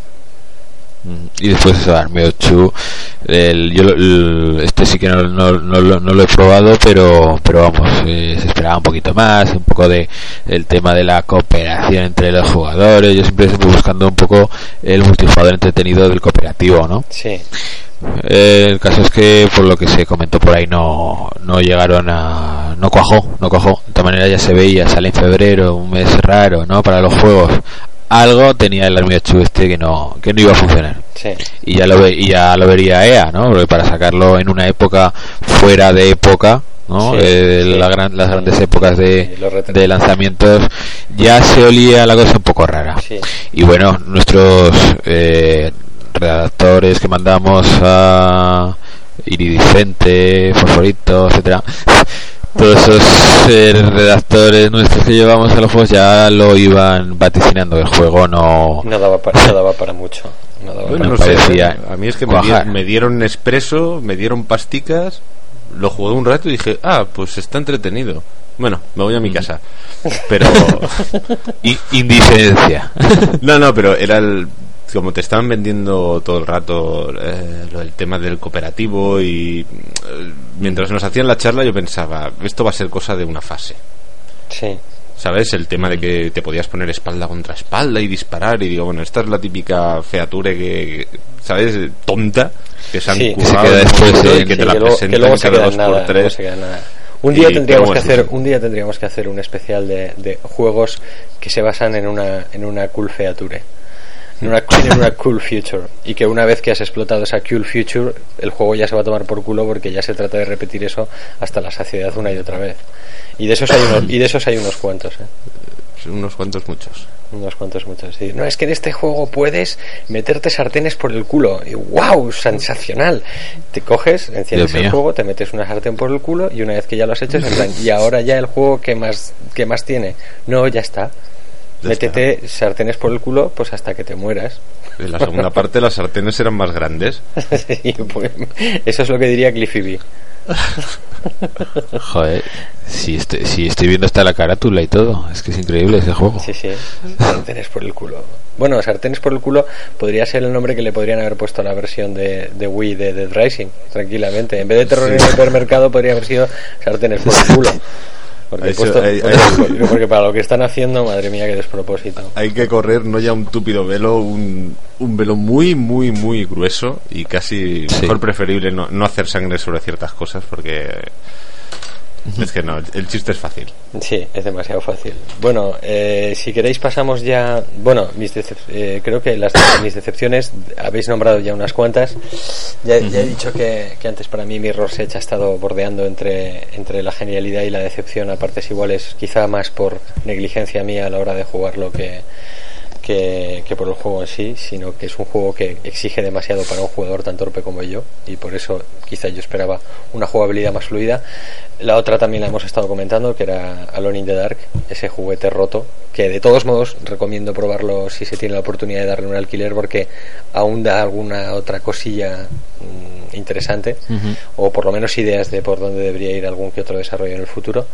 Y después eso, Army of Two, el, yo el, este sí que no, no, no, no, no lo he probado, pero pero vamos, eh, se esperaba un poquito más, un poco de el tema de la cooperación entre los jugadores. Yo siempre estoy buscando un poco el multijugador entretenido del cooperativo, ¿no? Sí. Eh, el caso es que por lo que se comentó por ahí no no llegaron a no cuajó, no cuajó. De todas maneras ya se veía, sale en febrero, un mes raro, ¿no? Para los juegos. Algo tenía el Army of Two este que no que no iba a funcionar. Sí. Y ya lo ve, y ya lo vería E A, ¿no? Porque para sacarlo en una época fuera de época, ¿no? Sí, eh, sí. La gran, las grandes épocas de, sí, de lanzamientos, ya se olía la cosa un poco rara. Sí. Y bueno, nuestros eh, redactores que mandamos a Iridicente, Fosforito, etcétera, todos esos eh, redactores nuestros que llevamos a los juegos ya lo iban vaticinando. El juego no no daba para, no daba para mucho, no daba bueno, para no parecía sé, a mí es que me, di, me dieron Nespresso, me dieron pasticas, lo jugué un rato y dije, ah, pues está entretenido, bueno, me voy a mi casa. Pero indiferencia. no, no, pero era el, como te estaban vendiendo todo el rato eh, lo del tema del cooperativo y eh, mientras nos hacían la charla yo pensaba, esto va a ser cosa de una fase. Sí. ¿Sabes? El tema de que te podías poner espalda contra espalda y disparar y digo, bueno, esta es la típica feature que, ¿sabes? Tonta, que se han sí, currado que se después de, y que sí, te la que luego, presentan que luego cada dos nada, por tres. Un día y, tendríamos bueno, que hacer, sí. un día tendríamos que hacer un especial de, de juegos que se basan en una en una cool feature. En una, en una cool future, y que una vez que has explotado esa cool future el juego ya se va a tomar por culo porque ya se trata de repetir eso hasta la saciedad una y otra vez, y de esos hay unos, y de esos hay unos cuantos ¿eh? Unos cuantos muchos unos cuantos muchos sí. No, es que en este juego puedes meterte sartenes por el culo y wow, sensacional, te coges, enciendes el juego, te metes una sartén por el culo y una vez que ya lo has hecho es en plan, y ahora ya el juego que más, que más tiene, no, ya está. Ya métete está. Sartenes por el culo pues hasta que te mueras. En la segunda parte las sartenes eran más grandes. Sí, pues, eso es lo que diría Cliffy B. Joder, si estoy, si estoy viendo hasta la carátula y todo, es que es increíble ese juego. Sí, sí, sartenes por el culo. Bueno, sartenes por el culo podría ser el nombre que le podrían haber puesto a la versión de, de Wii de Dead Rising, tranquilamente. En vez de terror en el supermercado podría haber sido sartenes por el culo. Porque, eso, puesto, hay, porque, hay, porque para lo que están haciendo, madre mía, qué despropósito. Hay que correr no ya un túpido velo, un, un velo muy, muy, muy grueso y casi sí. Mejor preferible no, no hacer sangre sobre ciertas cosas porque Es que no, el chiste es fácil. Sí, es demasiado fácil. Bueno, eh, si queréis pasamos ya... Bueno, mis decep- eh, creo que las mis decepciones habéis nombrado ya unas cuantas. Ya, uh-huh. ya he dicho que, que antes para mí Mirror's Edge ha estado bordeando entre, entre la genialidad y la decepción a partes iguales, quizá más por negligencia mía a la hora de jugarlo que... Que, que por el juego en sí, sino que es un juego que exige demasiado para un jugador tan torpe como yo, y por eso quizá yo esperaba una jugabilidad más fluida. La otra también la hemos estado comentando, que era Alone in the Dark, ese juguete roto, que de todos modos recomiendo probarlo si se tiene la oportunidad de darle un alquiler, porque aún da alguna otra cosilla mmm, interesante, uh-huh. o por lo menos ideas de por dónde debería ir algún que otro desarrollo en el futuro.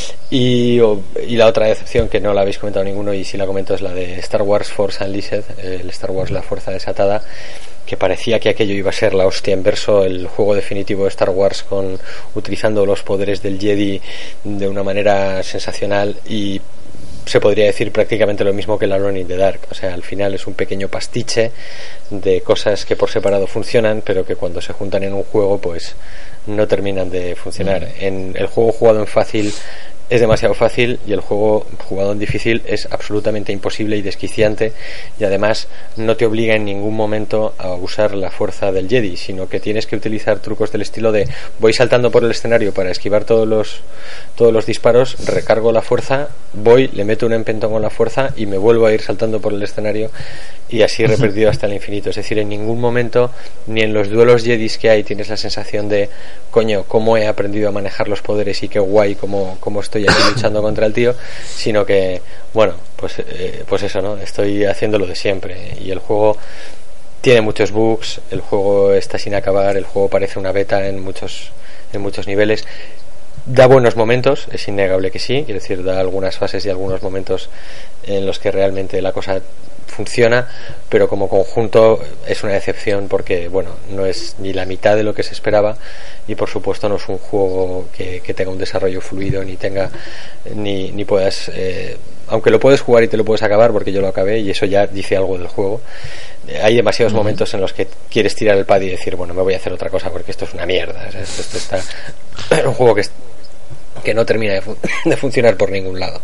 Y, o, y la otra decepción, que no la habéis comentado ninguno y si la comento, es la de Star Wars Force Unleashed, el Star Wars La Fuerza Desatada, que parecía que aquello iba a ser la hostia en verso, el juego definitivo de Star Wars, con utilizando los poderes del Jedi de una manera sensacional, y se podría decir prácticamente lo mismo que el Alone in the Dark. O sea, al final es un pequeño pastiche de cosas que por separado funcionan, pero que cuando se juntan en un juego pues no terminan de funcionar. En el juego jugado en fácil es demasiado fácil, y el juego jugado en difícil es absolutamente imposible y desquiciante, y además no te obliga en ningún momento a usar la fuerza del Jedi, sino que tienes que utilizar trucos del estilo de voy saltando por el escenario para esquivar todos los todos los disparos, recargo la fuerza, voy, le meto un empentón con la fuerza y me vuelvo a ir saltando por el escenario, y así repetido hasta el infinito. Es decir, en ningún momento, ni en los duelos Jedis que hay, tienes la sensación de coño, cómo he aprendido a manejar los poderes y qué guay, cómo, cómo estoy aquí luchando contra el tío, sino que bueno, pues eh, pues eso, ¿no? Estoy haciendo lo de siempre, y el juego tiene muchos bugs, el juego está sin acabar, el juego parece una beta en muchos en muchos niveles. Da buenos momentos, es innegable que sí, quiero decir, da algunas fases y algunos momentos en los que realmente la cosa funciona, pero como conjunto es una decepción, porque bueno, no es ni la mitad de lo que se esperaba, y por supuesto no es un juego que, que tenga un desarrollo fluido, ni tenga ni, ni puedas eh, aunque lo puedes jugar y te lo puedes acabar, porque yo lo acabé y eso ya dice algo del juego. Eh, hay demasiados uh-huh. momentos en los que quieres tirar el pad y decir, bueno, me voy a hacer otra cosa porque esto es una mierda, o sea, esto, esto está un juego que es que no termina de, fun- de funcionar por ningún lado.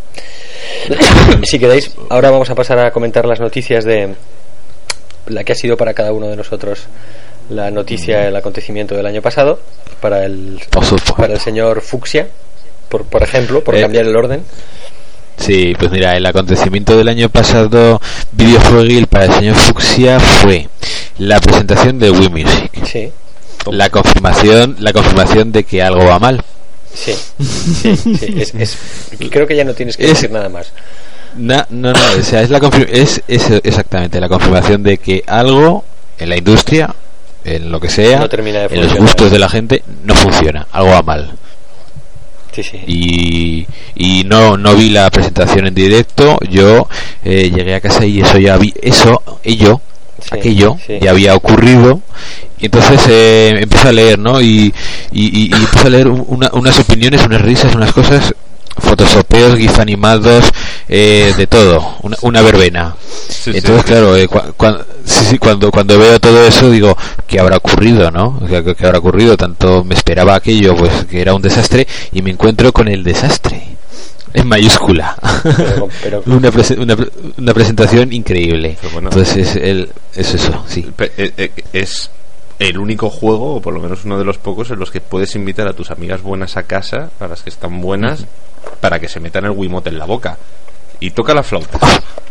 Si queréis, ahora vamos a pasar a comentar las noticias de la que ha sido para cada uno de nosotros la noticia, el acontecimiento del año pasado. Para el para el señor Fucsia, por, por ejemplo, por eh, cambiar el orden. Sí, pues mira, el acontecimiento del año pasado videojueguil para el señor Fucsia fue la presentación de Wii Music. Sí. La confirmación, la confirmación de que algo va mal. Sí, sí, sí. Es, es, creo que ya no tienes que es, decir nada más. Na, no, no, o sea, es, la confir- es, es exactamente la confirmación de que algo en la industria, en lo que sea, no termina de en los gustos de la gente, no funciona, algo va mal. Sí, sí. Y, y no, no vi la presentación en directo, yo eh, llegué a casa y eso ya vi, eso, ello, sí, aquello sí. ya había ocurrido. Y entonces eh, empiezo a leer, ¿no? Y, y, y, y empiezo a leer una, unas opiniones, unas risas, unas cosas, photoshopeos, gif animados, eh, de todo, una, una verbena. Sí, entonces, sí, claro, eh, cu- cu- sí, sí, cuando cuando veo todo eso digo, ¿qué habrá ocurrido, no? ¿Qué, qué habrá ocurrido? Tanto me esperaba aquello, pues que era un desastre, y me encuentro con el desastre en mayúscula. Pero, pero, una, prese- una, una presentación increíble. Bueno, entonces es, el, es eso, sí. Es el único juego, o por lo menos uno de los pocos, en los que puedes invitar a tus amigas buenas a casa, a las que están buenas, para que se metan el Wiimote en la boca y toca la flauta.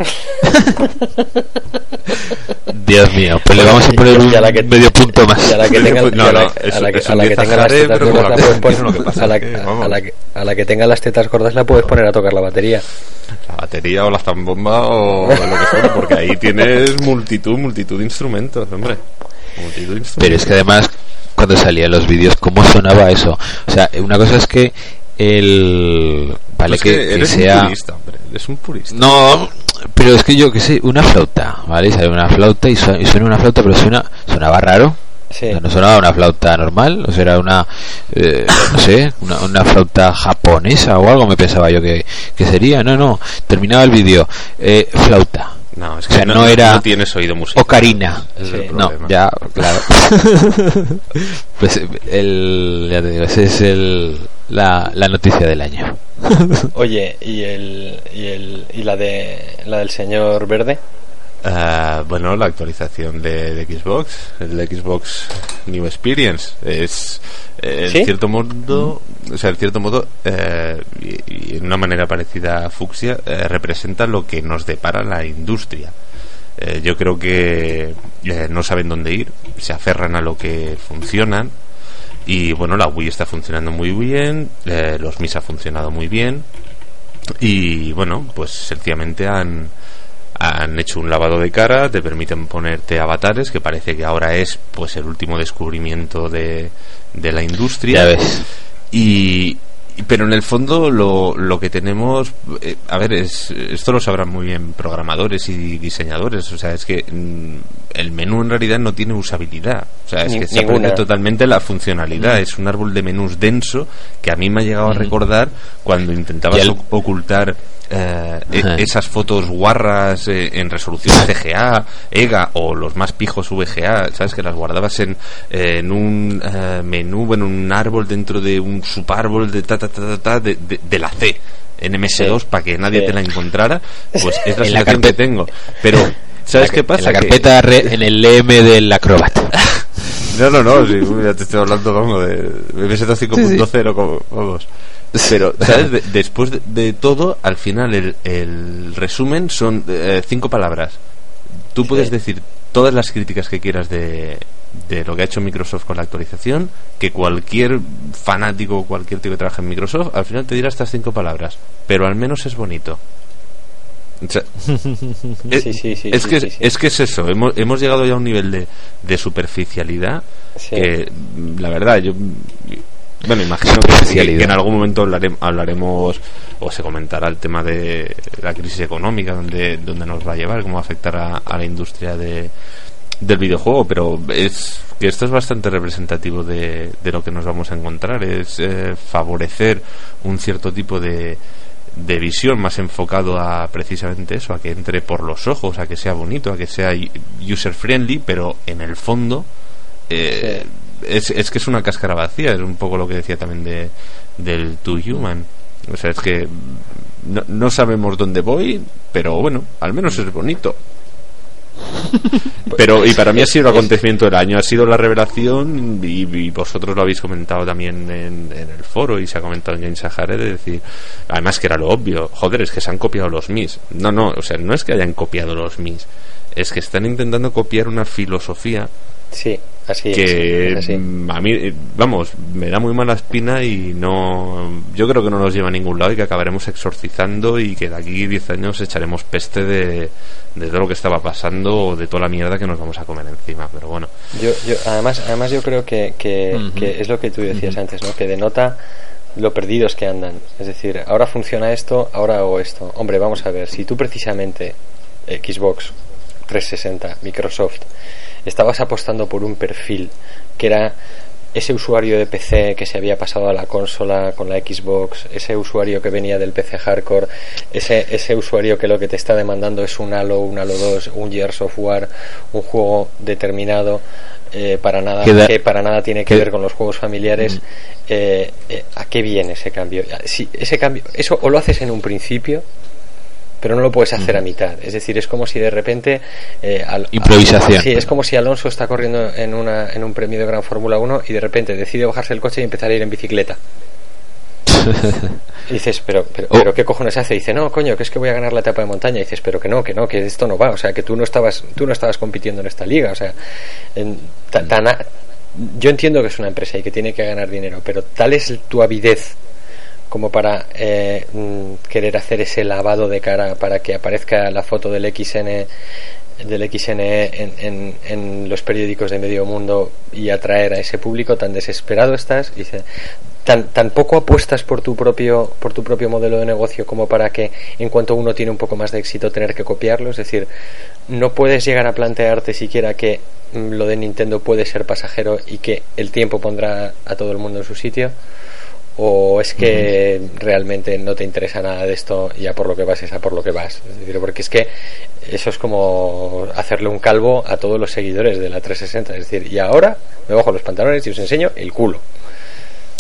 Dios mío, pues le vamos a poner un que, medio punto más. Y a la que tenga las tetas gordas la puedes poner, a la que a la que tenga las tetas gordas la puedes poner a tocar la batería. La batería o la zambomba o lo que sea, porque ahí tienes multitud, multitud de instrumentos, hombre. Pero es que además cuando salían los vídeos, ¿cómo sonaba eso? O sea, una cosa es que el vale, pues que, que, eres sea un purista, hombre, eres un purista. No, pero es que yo que sé, una flauta, ¿vale? Sale una flauta y suena, y suena una flauta, pero suena sonaba raro. Sí. O sea, no sonaba una flauta normal, o sea, era una eh, no sé, una, una flauta japonesa o algo, me pensaba yo que, que sería. No, no, terminaba el vídeo, eh, flauta. No, es que o sea, no, no era no tienes oído musical. Ocarina. Sí. No, ya, claro. Pues el, ya te digo, ese es el la, la noticia del año. Oye, ¿y el y el y la de la del señor verde? Uh, bueno, la actualización de, de Xbox, el de Xbox New Experience es eh, ¿Sí? en cierto modo, o sea, en cierto modo eh, y, y en una manera parecida a Fucsia eh, representa lo que nos depara la industria. Eh, yo creo que eh, no saben dónde ir, se aferran a lo que funcionan y bueno, la Wii está funcionando muy bien, eh, los Mis ha funcionado muy bien y bueno, pues sencillamente han han hecho un lavado de cara, te permiten ponerte avatares, que parece que ahora es pues el último descubrimiento de, de la industria. Ya ves. Y pero en el fondo lo, lo que tenemos, eh, a ver, es, esto lo sabrán muy bien programadores y diseñadores, o sea, es que mm, el menú en realidad no tiene usabilidad, o sea, es Ni, que se aprende totalmente la funcionalidad, mm. es un árbol de menús denso que a mí me ha llegado mm. a recordar cuando intentabas el... ocultar eh, e- esas fotos guarras eh, en resolución C G A, E G A o los más pijos V G A, sabes, que las guardabas en, eh, en un eh, menú, en un árbol dentro de un subárbol de ta ta ta ta, ta de, de, de la C en M S dos sí, para que nadie sí. te la encontrara, pues es la sensación que tengo, pero ¿sabes la, qué pasa? En la carpeta que... re, en el L M del Acrobat. No, no, no, sí, ya te estoy hablando, vamos, de M S dos cinco punto cero, sí, sí. Vamos. Pero, ¿sabes? De, después de, de todo, al final el, el resumen son eh, cinco palabras. Tú sí. puedes decir todas las críticas que quieras de, de lo que ha hecho Microsoft con la actualización, que cualquier fanático, cualquier tío que trabaja en Microsoft, al final te dirá estas cinco palabras, pero al menos es bonito. O sea, es, sí, sí, sí, es, sí, que, sí, sí. es que es eso, hemos, hemos llegado ya a un nivel de, de superficialidad sí. que la verdad yo bueno, imagino que, que, que en algún momento hablare, hablaremos o se comentará el tema de la crisis económica, donde, donde nos va a llevar, cómo va a afectar a, a la industria de, del videojuego, pero es que esto es bastante representativo de, de lo que nos vamos a encontrar, es eh, favorecer un cierto tipo de de visión más enfocado a precisamente eso, a que entre por los ojos, a que sea bonito, a que sea user friendly, pero en el fondo eh, sí. es, es que es una cáscara vacía, es un poco lo que decía también de del Too Human, o sea, es que no, no sabemos dónde voy, pero bueno, al menos es bonito. Pero y para mí ha sido el acontecimiento del año, ha sido la revelación y, y vosotros lo habéis comentado también en, en el foro y se ha comentado en James Sahara, de decir, además que era lo obvio, joder, es que se han copiado los Mis. No, no, o sea, no es que hayan copiado los Mis, es que están intentando copiar una filosofía. Sí, así que es, así. a mí, vamos, me da muy mala espina y no, yo creo que no nos lleva a ningún lado y que acabaremos exorcizando y que de aquí diez años echaremos peste de, de todo lo que estaba pasando o de toda la mierda que nos vamos a comer encima, pero bueno. Yo, yo además, además yo creo que, que, uh-huh. que es lo que tú decías uh-huh. antes, ¿no? Que denota lo perdidos que andan, es decir, ahora funciona esto, ahora hago esto. Hombre, vamos a ver, si tú precisamente Xbox trescientos sesenta, Microsoft, estabas apostando por un perfil que era ese usuario de P C que se había pasado a la consola con la Xbox, ese usuario que venía del P C hardcore, ese, ese usuario que lo que te está demandando es un Halo, un Halo dos, un Gears of War, un juego determinado, eh, para nada Queda, que para nada tiene que ver con los juegos familiares. Mm. eh, eh, ¿a qué viene ese cambio? Si ese cambio, eso o lo haces en un principio, pero no lo puedes hacer mm. a mitad, es decir, es como si de repente eh, al, improvisación. Al, sí, es como si Alonso está corriendo en una en un premio de Gran Fórmula uno y de repente decide bajarse el coche y empezar a ir en bicicleta. Y dices, pero pero, oh. pero ¿qué cojones hace? Y dice, no, coño, que es que voy a ganar la etapa de montaña. Y dices, pero que no, que no, que esto no va, o sea, que tú no estabas tú no estabas compitiendo en esta liga, o sea, en, tan, tan a, yo entiendo que es una empresa y que tiene que ganar dinero, pero tal es tu avidez como para eh, querer hacer ese lavado de cara para que aparezca la foto del X N del X N E en, en, en los periódicos de medio mundo y atraer a ese público. Tan desesperado estás, dice, tan, tan poco apuestas por tu propio por tu propio modelo de negocio como para que en cuanto uno tiene un poco más de éxito tener que copiarlo. Es decir, no puedes llegar a plantearte siquiera que mm, lo de Nintendo puede ser pasajero y que el tiempo pondrá a todo el mundo en su sitio. ¿O es que uh-huh. realmente no te interesa nada de esto y a por lo que vas es a por lo que vas? Es decir, porque es que eso es como hacerle un calvo a todos los seguidores de la trescientos sesenta. Es decir, y ahora me bajo los pantalones y os enseño el culo.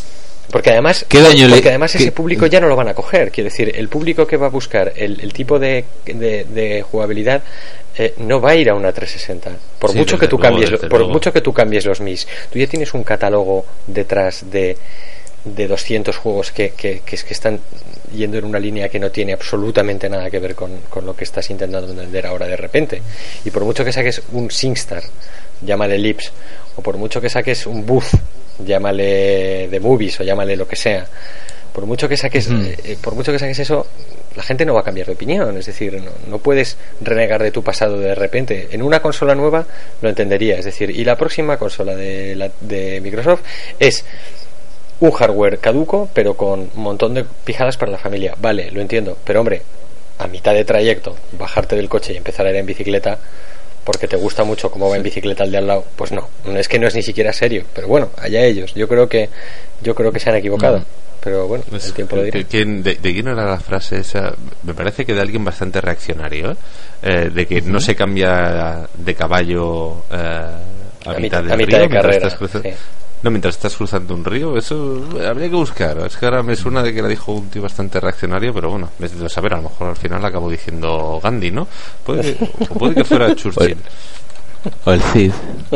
Porque además, ¿Qué daño porque le, además qué, ese público ya no lo van a coger. Quiero decir, el público que va a buscar el, el tipo de, de, de jugabilidad eh, no va a ir a una trescientos sesenta. Por sí, mucho que tú luego, cambies, por luego. mucho que tú cambies los M I S, tú ya tienes un catálogo detrás de de doscientos juegos que, que, que, es que están yendo en una línea que no tiene absolutamente nada que ver con, con lo que estás intentando vender ahora de repente. Y por mucho que saques un SingStar, llámale Lips, o por mucho que saques un Booth, llámale The Movies o llámale lo que sea, por mucho que saques mm. eh, por mucho que saques eso, la gente no va a cambiar de opinión. Es decir, no, no puedes renegar de tu pasado de repente. En una consola nueva lo entendería, es decir, y la próxima consola de, la, de Microsoft es un hardware caduco pero con un montón de pijadas para la familia. Vale, lo entiendo, pero hombre, a mitad de trayecto bajarte del coche y empezar a ir en bicicleta porque te gusta mucho cómo va en bicicleta el de al lado, pues no, no es que no es ni siquiera serio, pero bueno, allá ellos. Yo creo que yo creo que se han equivocado. No. Pero bueno, el tiempo lo dirá. ¿De, de, ¿De quién era la frase esa? Me parece que de alguien bastante reaccionario, ¿eh? Eh, de que uh-huh. no se cambia de caballo eh, a, a mitad, mitad, a mitad de carrera. Sí. No, mientras estás cruzando un río, eso habría que buscar. Es que ahora me suena de que la dijo un tío bastante reaccionario, pero bueno, me de saber, a lo mejor al final acabo diciendo Gandhi, ¿no? Puede que, o puede que fuera Churchill. O el Cid.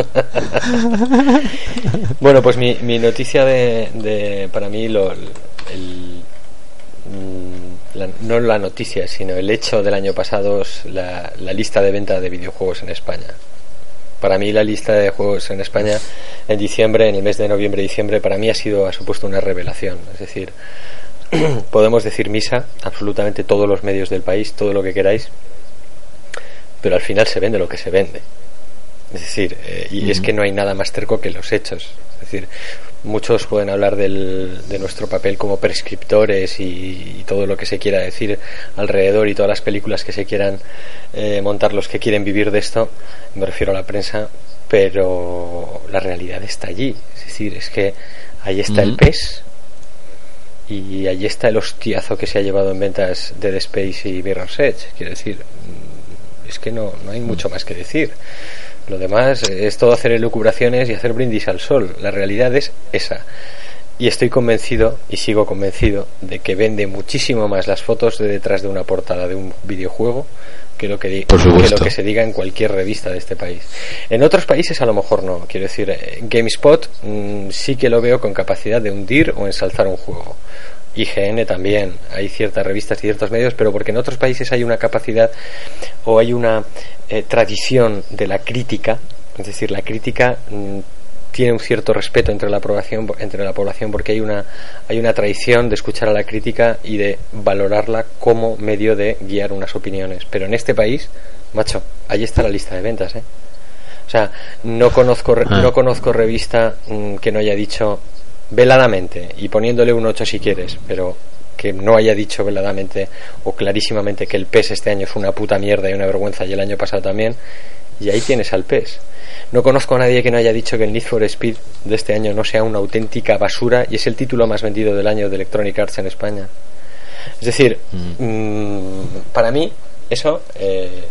Bueno, pues mi, mi noticia de, de para mí lo, el, la, no la noticia, sino el hecho del año pasado es la, la lista de venta de videojuegos en España. Para mí la lista de juegos en España en diciembre, en el mes de noviembre y diciembre, para mí ha sido ha supuesto una revelación. Es decir, podemos decir misa absolutamente todos los medios del país, todo lo que queráis, pero al final se vende lo que se vende. Es decir, eh, y mm. es que no hay nada más terco que los hechos. Es decir, muchos pueden hablar del, de nuestro papel como prescriptores y, y todo lo que se quiera decir alrededor y todas las películas que se quieran eh, montar los que quieren vivir de esto, me refiero a la prensa, pero la realidad está allí. Es decir, es que ahí está mm. el P E S y allí está el hostiazo que se ha llevado en ventas de Dead Space y Mirror's Edge. Quiero decir, es que no, no hay mucho más que decir. Lo demás es todo hacer elucubraciones y hacer brindis al sol. La realidad es esa. Y estoy convencido, y sigo convencido, de que vende muchísimo más las fotos de detrás de una portada de un videojuego que lo que, di- que lo que se diga en cualquier revista de este país. En otros países a lo mejor no. Quiero decir, GameSpot mmm, sí que lo veo con capacidad de hundir o ensalzar un juego. I G N también, hay ciertas revistas y ciertos medios, pero porque en otros países hay una capacidad o hay una eh, tradición de la crítica, es decir, la crítica mmm, tiene un cierto respeto entre la población, entre la población porque hay una hay una tradición de escuchar a la crítica y de valorarla como medio de guiar unas opiniones. Pero en este país, macho, ahí está la lista de ventas, ¿eh? O sea, no conozco no conozco revista mmm, que no haya dicho veladamente, y poniéndole un ocho si quieres, pero que no haya dicho veladamente o clarísimamente que el P E S este año es una puta mierda y una vergüenza, y el año pasado también, y ahí tienes al P E S. No conozco a nadie que no haya dicho que el Need for Speed de este año no sea una auténtica basura y es el título más vendido del año de Electronic Arts en España. Es decir, mm. Mmm, para mí eso eh,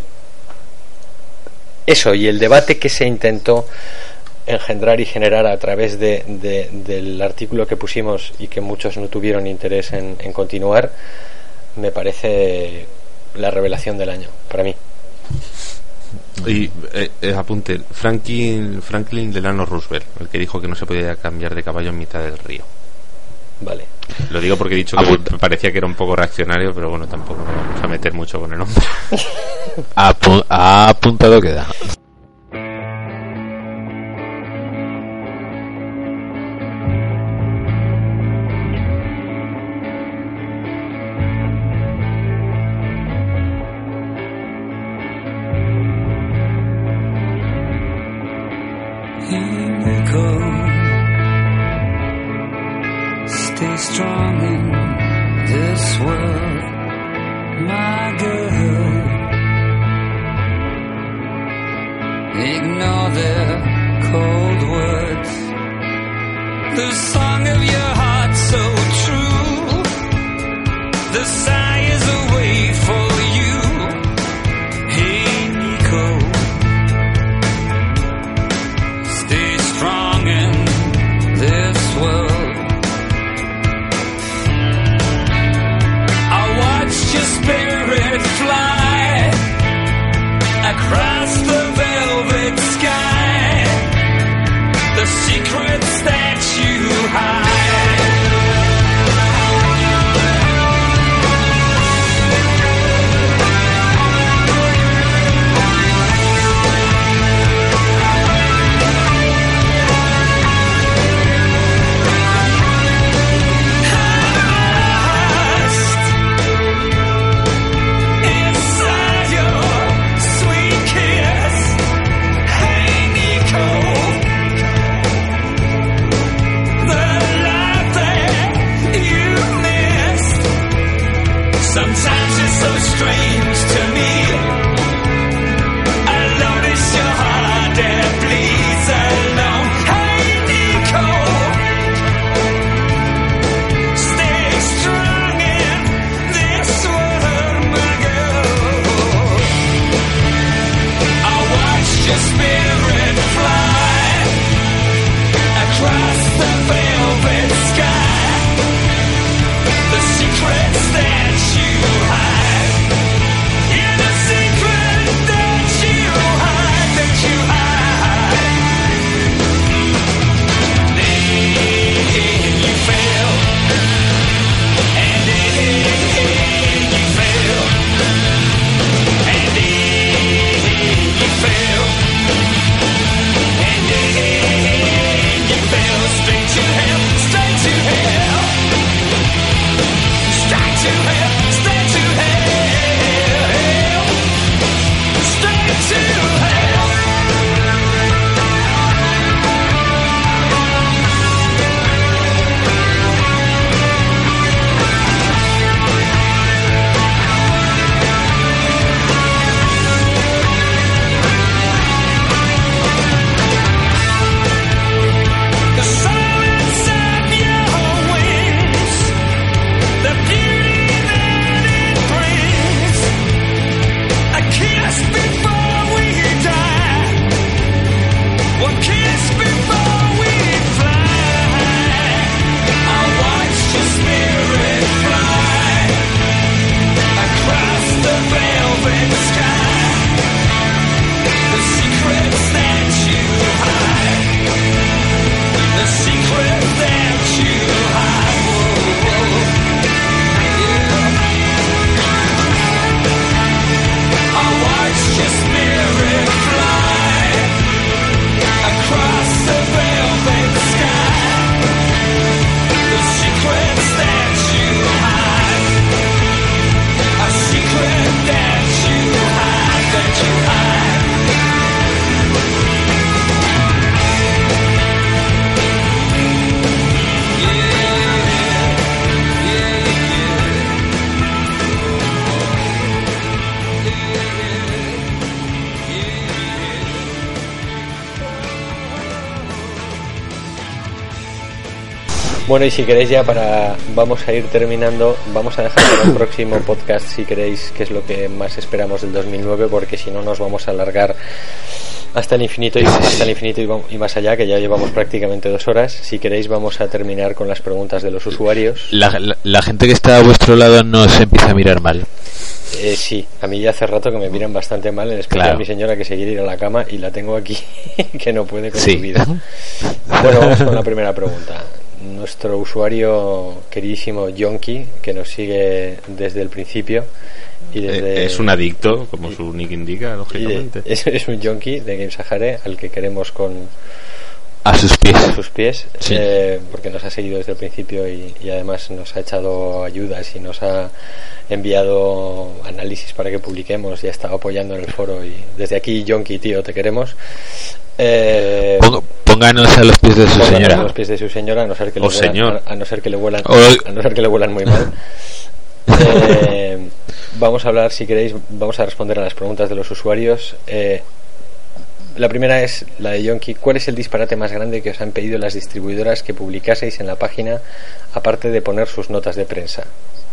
eso y el debate que se intentó engendrar y generar a través de, de, del artículo que pusimos y que muchos no tuvieron interés en, en continuar, me parece la revelación del año para mí. Y eh, eh, apunte, Franklin, Franklin Delano Roosevelt, el que dijo que no se podía cambiar de caballo en mitad del río. Vale. Lo digo porque he dicho que Apunta. parecía que era un poco reaccionario, pero bueno, tampoco nos vamos a meter mucho con el hombre. Apu- apuntado queda. Stay strong in this world, my girl. Ignore their cold words. The song of your heart so true. The sigh is away for you. Hey Nico, stay strong in this world. Bueno, y si queréis ya para... Vamos a ir terminando. Vamos a dejar para el próximo podcast, si queréis, que es lo que más esperamos del dos mil nueve, porque si no nos vamos a alargar hasta el infinito y hasta el infinito y más allá, que ya llevamos prácticamente dos horas. Si queréis vamos a terminar con las preguntas de los usuarios. La, la, la gente que está a vuestro lado no se empieza a mirar mal. Eh, sí, a mí ya hace rato que me miran bastante mal, en especial claro. mi señora, que se quiere ir a la cama y la tengo aquí que no puede con sí. su vida. Bueno, vamos con la primera pregunta. Nuestro usuario queridísimo Yonki, que nos sigue desde el principio y desde... es un adicto, como su nick indica, lógicamente. De, es, es un Yonki de Game Sahara al que queremos con a sus pies, a sus pies sí. eh, porque nos ha seguido desde el principio y, y además nos ha echado ayudas y nos ha enviado análisis para que publiquemos y ha estado apoyando en el foro. Y desde aquí, Yonki, tío, te queremos. Eh, Pónganos a los pies de su señora. A los pies de su señora, a no ser que le o vuelan, señor. A, a no ser que le vuelan, o... a no ser que le vuelan muy mal. Eh, vamos a hablar, si queréis, vamos a responder a las preguntas de los usuarios. Eh, la primera es la de Yonki. ¿Cuál es el disparate más grande que os han pedido las distribuidoras que publicaseis en la página, aparte de poner sus notas de prensa?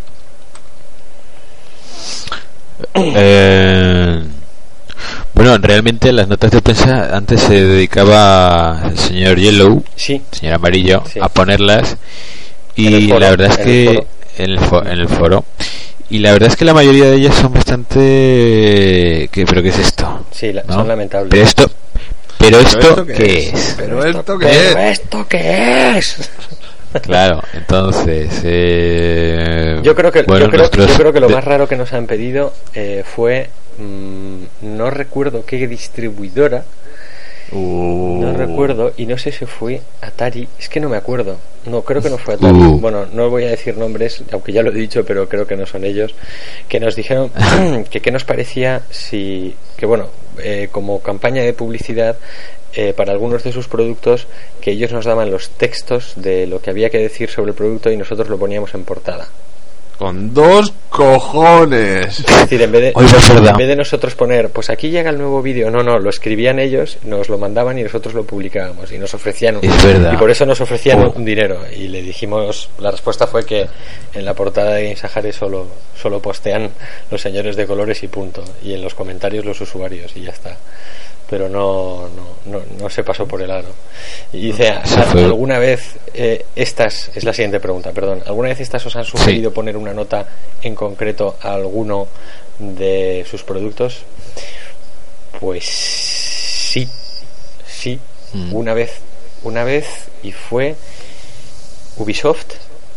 Eh... Bueno, realmente las notas de prensa antes se dedicaba el señor Yellow, sí. señor Amarillo, sí. a ponerlas y foro, la verdad es que en el, fo- en el foro y la verdad es que la mayoría de ellas son bastante que pero qué es esto, sí, la, ¿no? son lamentables. Pero esto, pero esto, ¿Pero esto qué, ¿qué es? es? Pero esto qué ¿Pero es? esto qué es? Claro, entonces eh, yo creo que bueno, yo, creo, nuestros... yo creo que lo más raro que nos han pedido eh, fue mmm, no recuerdo qué distribuidora uh. no recuerdo y no sé si fue Atari, es que no me acuerdo, no creo que no fue Atari, uh. bueno, no voy a decir nombres aunque ya lo he dicho, pero creo que no son ellos, que nos dijeron que qué nos parecía si que bueno, eh, como campaña de publicidad Eh, para algunos de sus productos, que ellos nos daban los textos de lo que había que decir sobre el producto y nosotros lo poníamos en portada. Con dos cojones. Es decir, en vez de, Oye, es en vez de nosotros poner, pues aquí llega el nuevo vídeo, no, no, lo escribían ellos, nos lo mandaban y nosotros lo publicábamos y nos ofrecían un, es verdad. y por eso nos ofrecían oh. un dinero y le dijimos, la respuesta fue que en la portada de Game Sahara solo, solo postean los señores de colores y punto, y en los comentarios los usuarios y ya está. Pero no, no, no, no se pasó por el aro. Y dice, ¿alguna vez eh, estas, es la siguiente pregunta, perdón, ¿alguna vez estas os han sugerido sí. poner una nota en concreto a alguno de sus productos? Pues sí, sí, mm. una vez, una vez y fue Ubisoft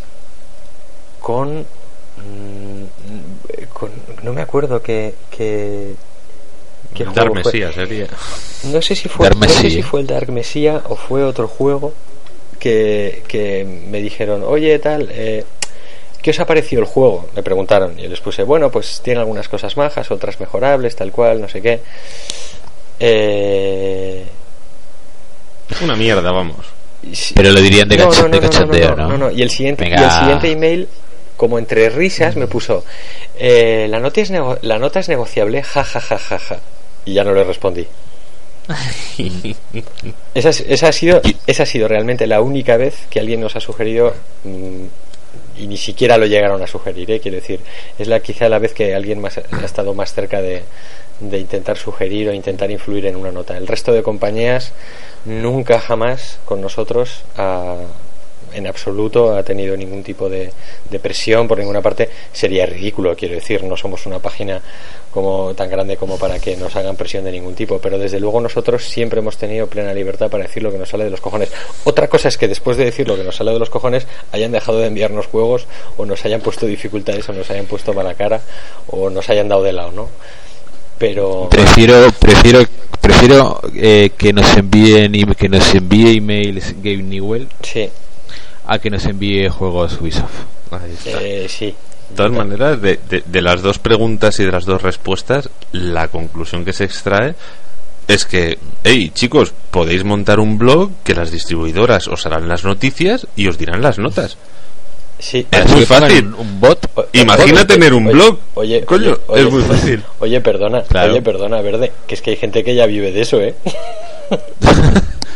con, mmm, con no me acuerdo que, que Dark Messiah sería. No sé si fue, no sé si fue el Dark Messiah o fue otro juego que, que me dijeron, oye, tal, eh, ¿qué os ha parecido el juego? Me preguntaron y les puse, bueno, pues tiene algunas cosas majas, otras mejorables, tal cual, no sé qué. Eh... Una mierda, vamos. Pero lo dirían de, no, cach- no, no, de cachondeo, no, no, no, no, no. Y el siguiente, y Venga. el siguiente email, como entre risas, me puso, eh, la nota es nego- la nota es negociable, ja, ja, ja, ja, ja. Y ya no le respondí. esa, esa ha sido esa ha sido realmente la única vez que alguien nos ha sugerido mmm, y ni siquiera lo llegaron a sugerir, ¿eh? Quiero decir, es la quizá la vez que alguien más ha estado más cerca de, de intentar sugerir o intentar influir en una nota. El resto de compañías nunca jamás con nosotros ha, en absoluto ha tenido ningún tipo de, de presión por ninguna parte. Sería ridículo, quiero decir, no somos una página como tan grande como para que nos hagan presión de ningún tipo, pero desde luego nosotros siempre hemos tenido plena libertad para decir lo que nos sale de los cojones. Otra cosa es que después de decir lo que nos sale de los cojones hayan dejado de enviarnos juegos o nos hayan puesto dificultades o nos hayan puesto mala cara o nos hayan dado de lado, ¿no? Pero prefiero prefiero prefiero eh, que nos envíen que nos envíe emails Gabe Newell sí a que nos envíe juegos Ubisoft. Ahí está. Eh, sí. De todas maneras, de, de, de las dos preguntas y de las dos respuestas, la conclusión que se extrae es que, hey chicos, podéis montar un blog que las distribuidoras os harán las noticias y os dirán las notas. Sí, es muy fácil. Un, un bot. O, Imagina tener un oye, blog. Oye, coño, oye, es muy fácil. Oye, perdona, claro. oye, perdona, Verde, que es que hay gente que ya vive de eso, ¿eh?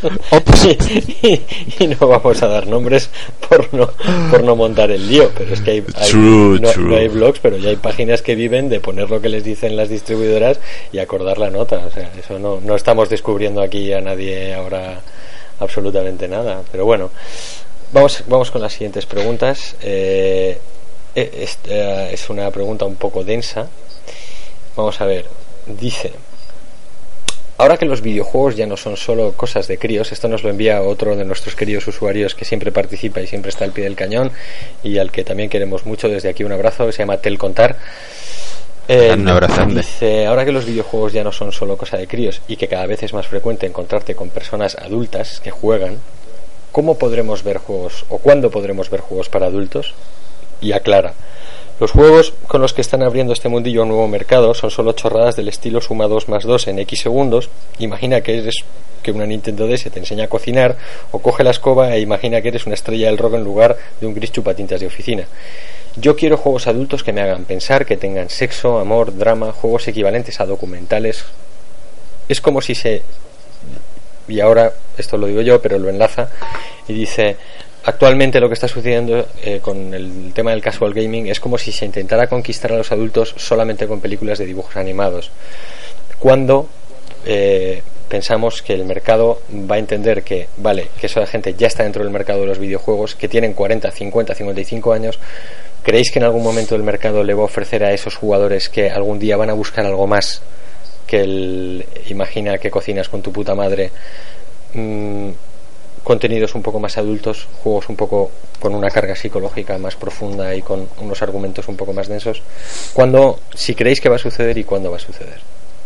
y, y, y no vamos a dar nombres por no por no montar el lío, pero es que hay, hay true, no, true. no hay blogs, pero ya hay páginas que viven de poner lo que les dicen las distribuidoras y acordar la nota. O sea, eso no, no estamos descubriendo aquí a nadie ahora absolutamente nada, pero bueno, vamos vamos con las siguientes preguntas. eh, es, eh, es una pregunta un poco densa. Vamos a ver, dice: ahora que los videojuegos ya no son solo cosas de críos, esto nos lo envía otro de nuestros queridos usuarios que siempre participa y siempre está al pie del cañón y al que también queremos mucho, desde aquí un abrazo, se llama Tel Contar. Eh, un abrazo. Dice: ahora que los videojuegos ya no son solo cosa de críos y que cada vez es más frecuente encontrarte con personas adultas que juegan, ¿cómo podremos ver juegos o cuándo podremos ver juegos para adultos? Y aclara: los juegos con los que están abriendo este mundillo a un nuevo mercado son solo chorradas del estilo suma dos más dos en X segundos. Imagina que eres que una Nintendo D S te enseña a cocinar, o coge la escoba e imagina que eres una estrella del rock en lugar de un gris chupatintas de oficina. Yo quiero juegos adultos que me hagan pensar, que tengan sexo, amor, drama, juegos equivalentes a documentales. Es como si se... Y ahora, esto lo digo yo, pero lo enlaza y dice: actualmente lo que está sucediendo eh, con el tema del casual gaming es como si se intentara conquistar a los adultos solamente con películas de dibujos animados, cuando eh, pensamos que el mercado va a entender que, vale, que esa gente ya está dentro del mercado de los videojuegos, que tienen cuarenta, cincuenta, cincuenta y cinco años. ¿Creéis que en algún momento el mercado le va a ofrecer a esos jugadores que algún día van a buscar algo más que el imagina que cocinas con tu puta madre, mmm, contenidos un poco más adultos, juegos un poco con una carga psicológica más profunda y con unos argumentos un poco más densos? ¿Cuándo, si creéis que va a suceder, y cuándo va a suceder?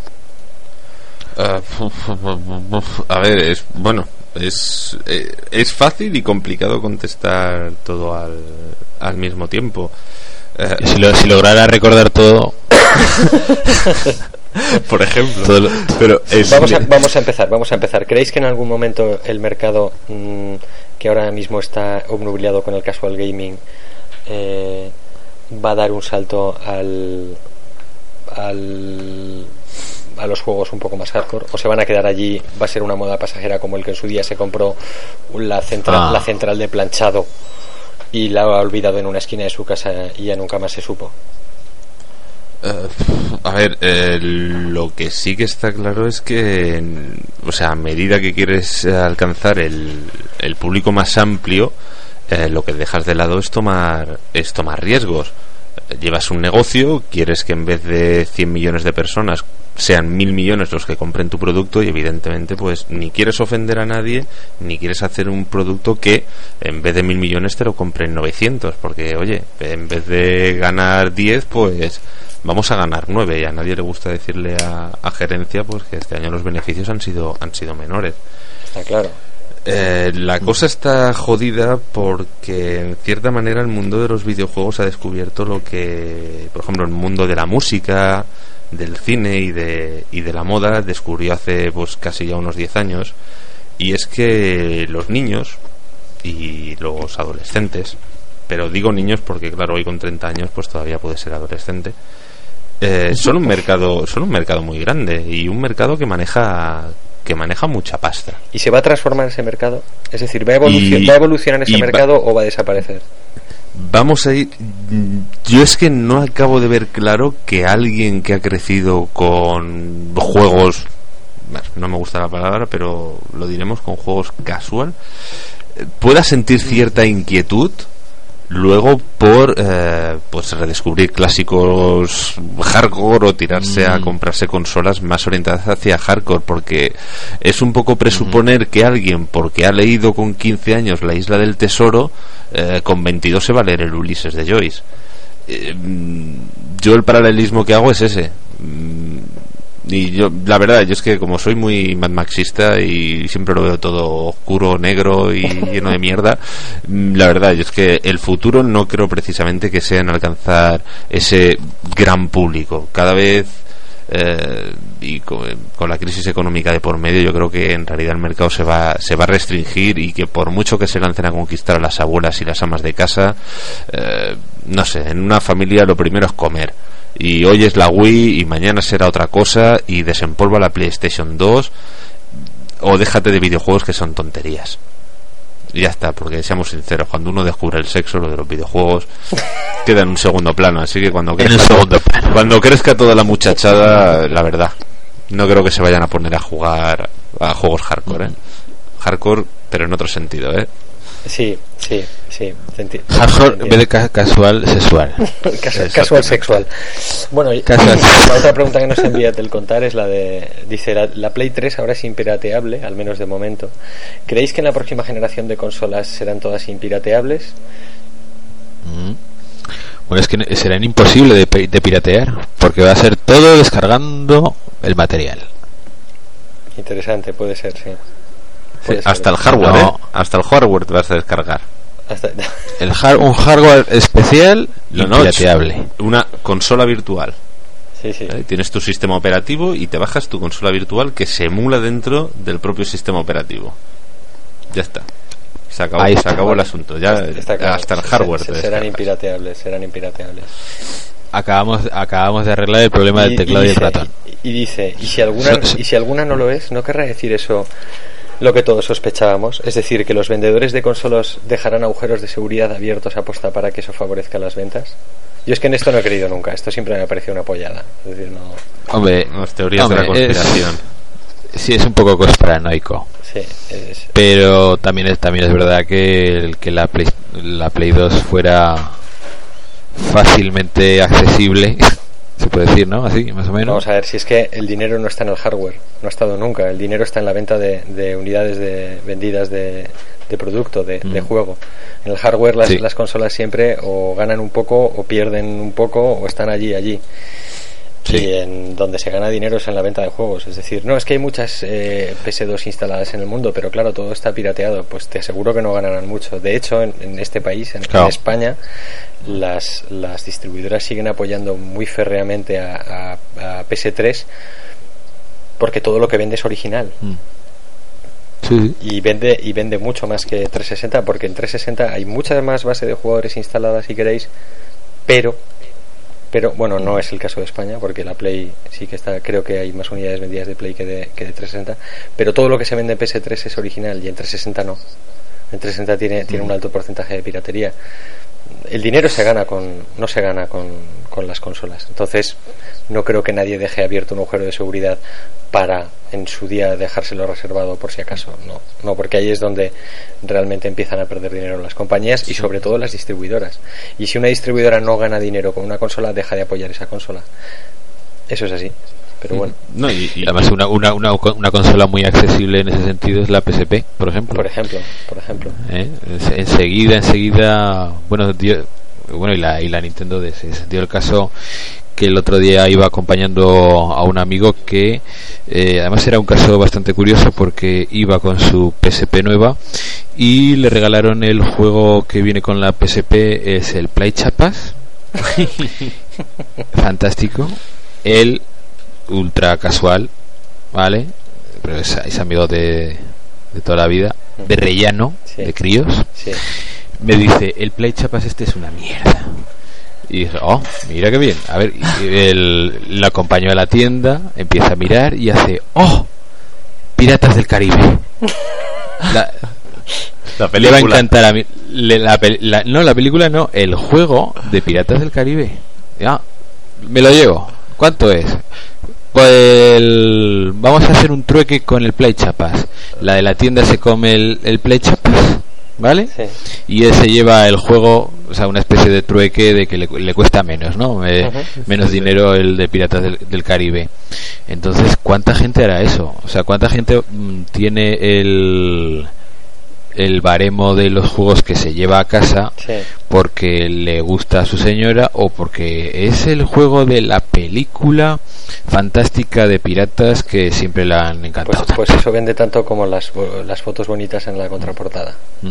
Uh, a ver, es bueno, es eh, es fácil y complicado contestar todo al, al mismo tiempo. Uh, si, lo, si lograra recordar todo por ejemplo, todo lo, pero es vamos a, vamos a empezar vamos a empezar ¿creéis que en algún momento el mercado mmm, que ahora mismo está obnubilado con el casual gaming eh, va a dar un salto al al a los juegos un poco más hardcore, o se van a quedar allí, va a ser una moda pasajera como el que en su día se compró la central, ah. la central de planchado y la ha olvidado en una esquina de su casa y ya nunca más se supo? Uh, a ver, eh, lo que sí que está claro es que, o sea, a medida que quieres alcanzar el, el público más amplio, eh, lo que dejas de lado es tomar es tomar riesgos. Llevas un negocio, quieres que en vez de cien millones de personas sean mil millones los que compren tu producto, y evidentemente pues ni quieres ofender a nadie, ni quieres hacer un producto que en vez de mil millones te lo compren novecientos, porque oye, en vez de ganar diez, pues vamos a ganar nueve, y a nadie le gusta decirle a, a gerencia pues que este año los beneficios han sido han sido menores. Está claro. Eh, la cosa está jodida porque en cierta manera el mundo de los videojuegos ha descubierto lo que, por ejemplo, el mundo de la música, del cine y de, y de la moda descubrió hace pues casi ya unos diez años, y es que los niños y los adolescentes, pero digo niños porque claro, hoy con treinta años pues todavía puede ser adolescente, eh, son un mercado son un mercado muy grande y un mercado que maneja que maneja mucha pasta. ¿Y se va a transformar ese mercado? Es decir, ¿va a, evolucion- y, ¿va a evolucionar ese mercado va, o va a desaparecer? Vamos a ir... Yo es que no acabo de ver claro que alguien que ha crecido con juegos... No me gusta la palabra, pero lo diremos, con juegos casual, pueda sentir cierta inquietud luego por eh, pues redescubrir clásicos hardcore o tirarse mm. a comprarse consolas más orientadas hacia hardcore, porque es un poco presuponer mm. que alguien, porque ha leído con quince años La Isla del Tesoro, eh, con veintidós se va a leer el Ulises de Joyce. eh, yo el paralelismo que hago es ese. Y yo, la verdad, yo es que como soy muy Mad Maxista y siempre lo veo todo oscuro, negro y lleno de mierda, la verdad, yo es que el futuro no creo precisamente que sea en alcanzar ese gran público. Cada vez, eh, y con, con la crisis económica de por medio, yo creo que en realidad el mercado se va, se va a restringir, y que por mucho que se lancen a conquistar a las abuelas y las amas de casa, eh, no sé, en una familia lo primero es comer. Y hoy es la Wii y mañana será otra cosa, y desempolva la PlayStation dos. o déjate de videojuegos que son tonterías. Y ya está, porque seamos sinceros, cuando uno descubre el sexo, lo de los videojuegos queda en un segundo plano, así que cuando crezca, segundo plano. cuando crezca toda la muchachada, la verdad, no creo que se vayan a poner a jugar a juegos hardcore, ¿eh? Hardcore, pero en otro sentido, ¿eh? Sí, sí, sí. Enti- Hardcore en vez de ca- casual, sexual. Casual, casual sexual. Bueno, y, Casual. la otra pregunta que nos envía del contar es la de... Dice, la, la Play tres ahora es impirateable, al menos de momento. ¿Creéis que en la próxima generación de consolas serán todas impirateables? Mm. Bueno, es que será imposible de, pi- de piratear, porque va a ser todo descargando el material. Interesante, puede ser, sí. Sí, hasta el hardware, no. ¿eh? Hasta el hardware te vas a descargar. Hasta... el har- un hardware especial y no, pirateable. Una consola virtual. Sí, sí. ¿Eh? Tienes tu sistema operativo y te bajas tu consola virtual que se emula dentro del propio sistema operativo. Ya está. Se acabó, Ahí se está. acabó el asunto. Ya está claro. Hasta el hardware. Se, te serán descargas. impirateables, serán impirateables. Acabamos, acabamos de arreglar el problema Y, del teclado y, y, y el ratón. Y, y dice, y si alguna, y si alguna no lo es, ¿no querrá decir eso lo que todos sospechábamos? Es decir, que los vendedores de consolas dejarán agujeros de seguridad abiertos a posta para que eso favorezca las ventas. Yo es que en esto no he creído nunca, esto siempre me ha parecido una pollada. Es decir, no... Hombre, Las teorías hombre, de la conspiración. Es, sí, es un poco conspiranoico. Sí, es... Pero también es, también es verdad que, el, que la, Play, la Play dos fuera fácilmente accesible, se puede decir, ¿no? Así, más o menos. Vamos a ver, si es que el dinero no está en el hardware, no ha estado nunca. El dinero está en la venta de, de unidades de, vendidas de, de producto, de, mm. de juego. En el hardware las, sí. las consolas siempre o ganan un poco o pierden un poco o están allí, allí. Sí. Y en donde se gana dinero es en la venta de juegos. Es decir, no, es que hay muchas eh, P S dos instaladas en el mundo, pero claro, todo está pirateado. Pues te aseguro que no ganarán mucho. De hecho, en, en este país, en, claro. en España, las, las distribuidoras siguen apoyando muy férreamente a, a, a P S tres porque todo lo que vende es original. Mm. Sí. Y vende y vende mucho más que trescientos sesenta, porque en trescientos sesenta hay mucha más base de jugadores instalada, si queréis, pero pero bueno, no es el caso de España, porque la Play sí que está, creo que hay más unidades vendidas de Play que de, que de trescientos sesenta, pero todo lo que se vende en P S tres es original y en trescientos sesenta no. En trescientos sesenta tiene, tiene un alto porcentaje de piratería. El dinero se gana con no se gana con, con las consolas. Entonces no creo que nadie deje abierto un agujero de seguridad para en su día dejárselo reservado por si acaso. No, no, porque ahí es donde realmente empiezan a perder dinero las compañías y sobre todo las distribuidoras. Y si una distribuidora no gana dinero con una consola, deja de apoyar esa consola. Eso es así. Pero bueno. No, y, y además una, una, una, una consola muy accesible en ese sentido es la P S P, por ejemplo. Por ejemplo, por ejemplo. ¿Eh? Enseguida, enseguida, bueno, dio, bueno y la y la Nintendo D S. Dio el caso que el otro día iba acompañando a un amigo que eh, además era un caso bastante curioso porque iba con su P S P nueva y le regalaron el juego que viene con la P S P, es el Play Chapas. Fantástico. El ultra casual, ¿vale? Pero es, es amigo de, de toda la vida, de rellano, sí. de críos. Sí. Me dice, el Play Chapas este es una mierda. Y dice, oh, mira qué bien. A ver, él la acompañó a la tienda, empieza a mirar y hace, oh, Piratas del Caribe. La, la película. Le va a encantar a mí. Le, la, la, no, la película no, el juego de Piratas del Caribe. Ya, me lo llevo. ¿Cuánto es? Pues el, vamos a hacer un trueque con el Play Chapas. La de la tienda se come el, el Play Chapas, ¿vale? Sí. Y él se lleva el juego, o sea, una especie de trueque de que le, le cuesta menos, ¿no? Eh, uh-huh. Menos dinero el de Piratas del, del Caribe. Entonces, ¿cuánta gente hará eso? O sea, ¿cuánta gente mm, tiene el el baremo de los juegos que se lleva a casa sí. porque le gusta a su señora o porque es el juego de la película fantástica de piratas que siempre le han encantado? Pues, pues eso vende tanto como las, las fotos bonitas en la contraportada. Mm.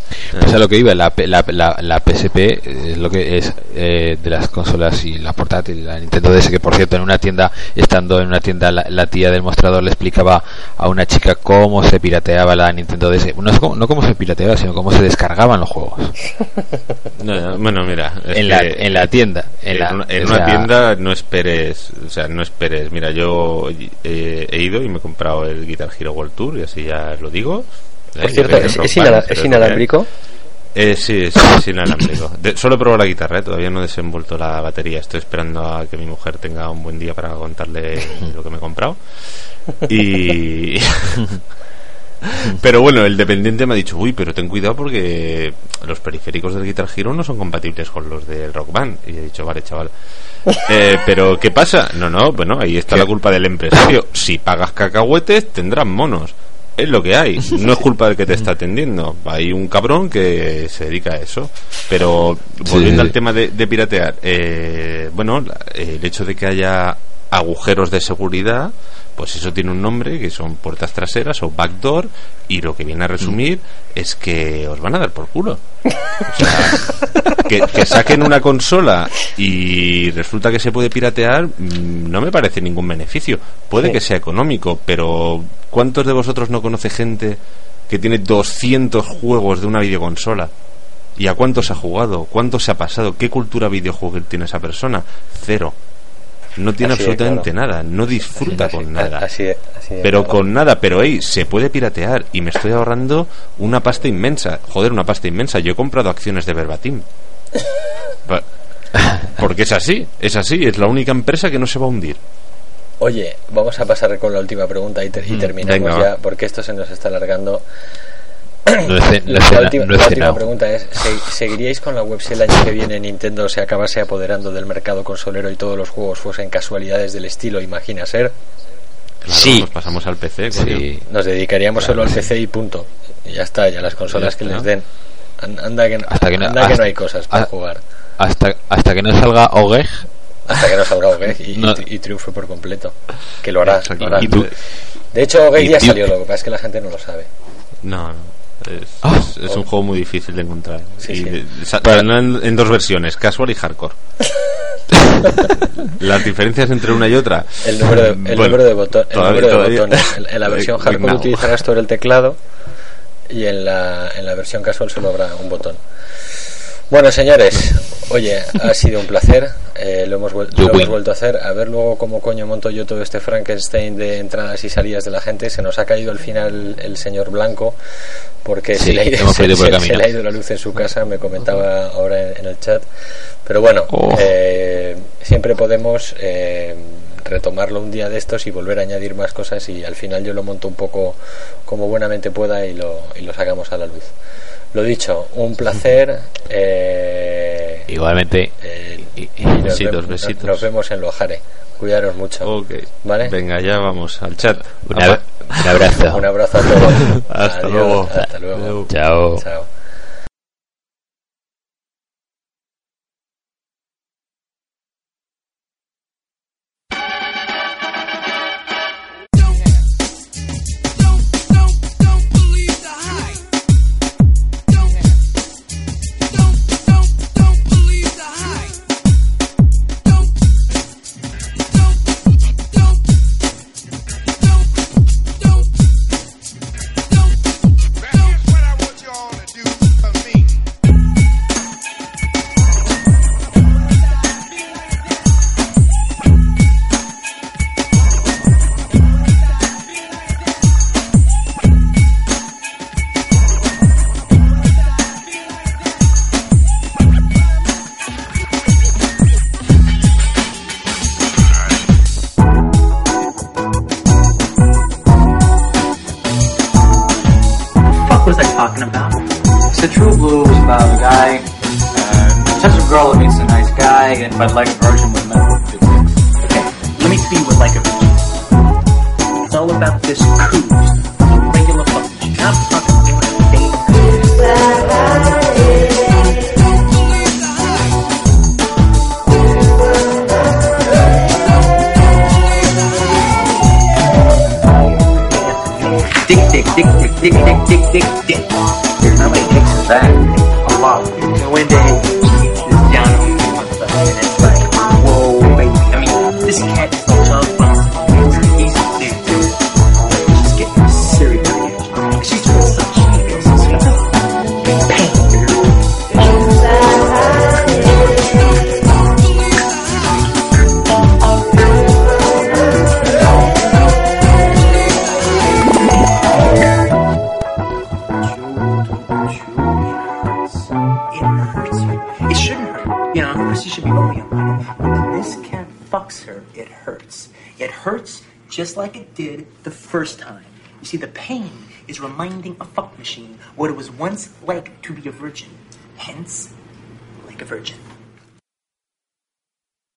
Pues a lo que iba, la, la, la, la P S P es lo que es eh, de las consolas y la portátil, la Nintendo D S, que por cierto en una tienda, estando en una tienda, la, la tía del mostrador le explicaba a una chica cómo se pirateaba la Nintendo D S. No, es como, no cómo se pirateaba, sino cómo se descargaban los juegos. No, bueno, mira, en la, en la tienda. En, en la, una, en una tienda no esperes, o sea, no esperes. Mira, yo eh, he ido y me he comprado el Guitar Hero World Tour, y así ya lo digo. Por cierto, ¿es, es, inala, ¿es inalámbrico? Eh, sí, sí, es inalámbrico. De, solo he probado la guitarra, ¿eh? Todavía no he desenvuelto la batería. Estoy esperando a que mi mujer tenga un buen día para contarle lo que me he comprado. Y... pero bueno, el dependiente me ha dicho, uy, pero ten cuidado porque los periféricos del Guitar Hero no son compatibles con los del Rock Band. Y he dicho, vale, chaval. Eh, pero ¿qué pasa? No, no, bueno, ahí está la culpa del empresario. Si pagas cacahuetes, tendrás monos. Es lo que hay, no es culpa del que te está atendiendo. Hay un cabrón que se dedica a eso. Pero volviendo sí. al tema de, de piratear, eh, bueno, el hecho de que haya agujeros de seguridad, pues eso tiene un nombre, que son puertas traseras o backdoor, y lo que viene a resumir mm. es que os van a dar por culo. O sea, que, que saquen una consola y resulta que se puede piratear, no me parece ningún beneficio. Puede sí. que sea económico, pero ¿cuántos de vosotros no conoce gente que tiene doscientos juegos de una videoconsola? ¿Y a cuántos ha jugado? ¿Cuántos se ha pasado? ¿Qué cultura videojuego tiene esa persona? Cero. No tiene así absolutamente claro. nada, no disfruta así, con así, nada. Así, así pero claro. con nada, pero hey, se puede piratear y me estoy ahorrando una pasta inmensa. Joder, una pasta inmensa. Yo he comprado acciones de Verbatim. Porque es así, es así, es la única empresa que no se va a hundir. Oye, vamos a pasar con la última pregunta y, ter- y terminamos Venga, ya, porque esto se nos está alargando. No es, no la última, no la última pregunta es, ¿seguiríais con la web si el año que viene Nintendo se acabase apoderando del mercado consolero y todos los juegos fuesen casualidades del estilo Imagina Ser? Claro, sí. Nos pasamos al P C, sí. Nos dedicaríamos claro. solo al P C y punto. Y ya está, ya las consolas ya que les den. Anda que no, hasta que no, anda hasta, que no hay cosas para hasta, jugar. Hasta, hasta que no salga O G E G. Hasta que no salga O G E G y, no. y, y triunfe por completo. Que lo hará. Lo hará. ¿Y tú? De hecho, O G E G ya salió, lo que pasa es que la gente no lo sabe. No, no. Es, oh, es, es oh. un juego muy difícil de encontrar. Sí, y sí. De, sa, en, en dos versiones, casual y hardcore. Las diferencias entre una y otra. El número de, el bueno, número de, botón, el número de botones. En, en la versión hardcore no. utilizarás todo el teclado y en la, en la versión casual solo habrá un botón. Bueno, señores, oye, ha sido un placer. Eh, lo, hemos vuel- lo hemos vuelto a hacer. A ver luego cómo coño monto yo todo este Frankenstein de entradas y salidas de la gente. Se nos ha caído al final el señor Blanco porque sí, se, le ha ido, se, se, se le ha ido la luz en su casa. Me comentaba ahora en, en el chat. Pero bueno, oh. eh, siempre podemos eh, retomarlo un día de estos y volver a añadir más cosas, y al final yo lo monto un poco como buenamente pueda y lo, y lo sacamos a la luz. Lo dicho, un placer. Eh, Igualmente. Eh, y, y, y nos, besitos, vemos, besitos. nos vemos en Lojare. Cuidaros mucho. Okay. ¿Vale? Venga, ya vamos al chat. Un, ab- un abrazo. Un abrazo a todos. Hasta Adiós, luego. Hasta luego. Chao. Chao. But like a virgin with medical physics. Okay, let me see what like a virgin. It's all about this cruise. It's a regular fuck. Not fucking doing dating cruise. Dick, dick, dick, dick, dick, dick, dick, dick, dick. There's nobody takes it back. linoleum. When this cat fucks her, it hurts. It hurts just like it did the first time. You see, the pain is reminding a fuck machine what it was once like to be a virgin. Hence, like a virgin.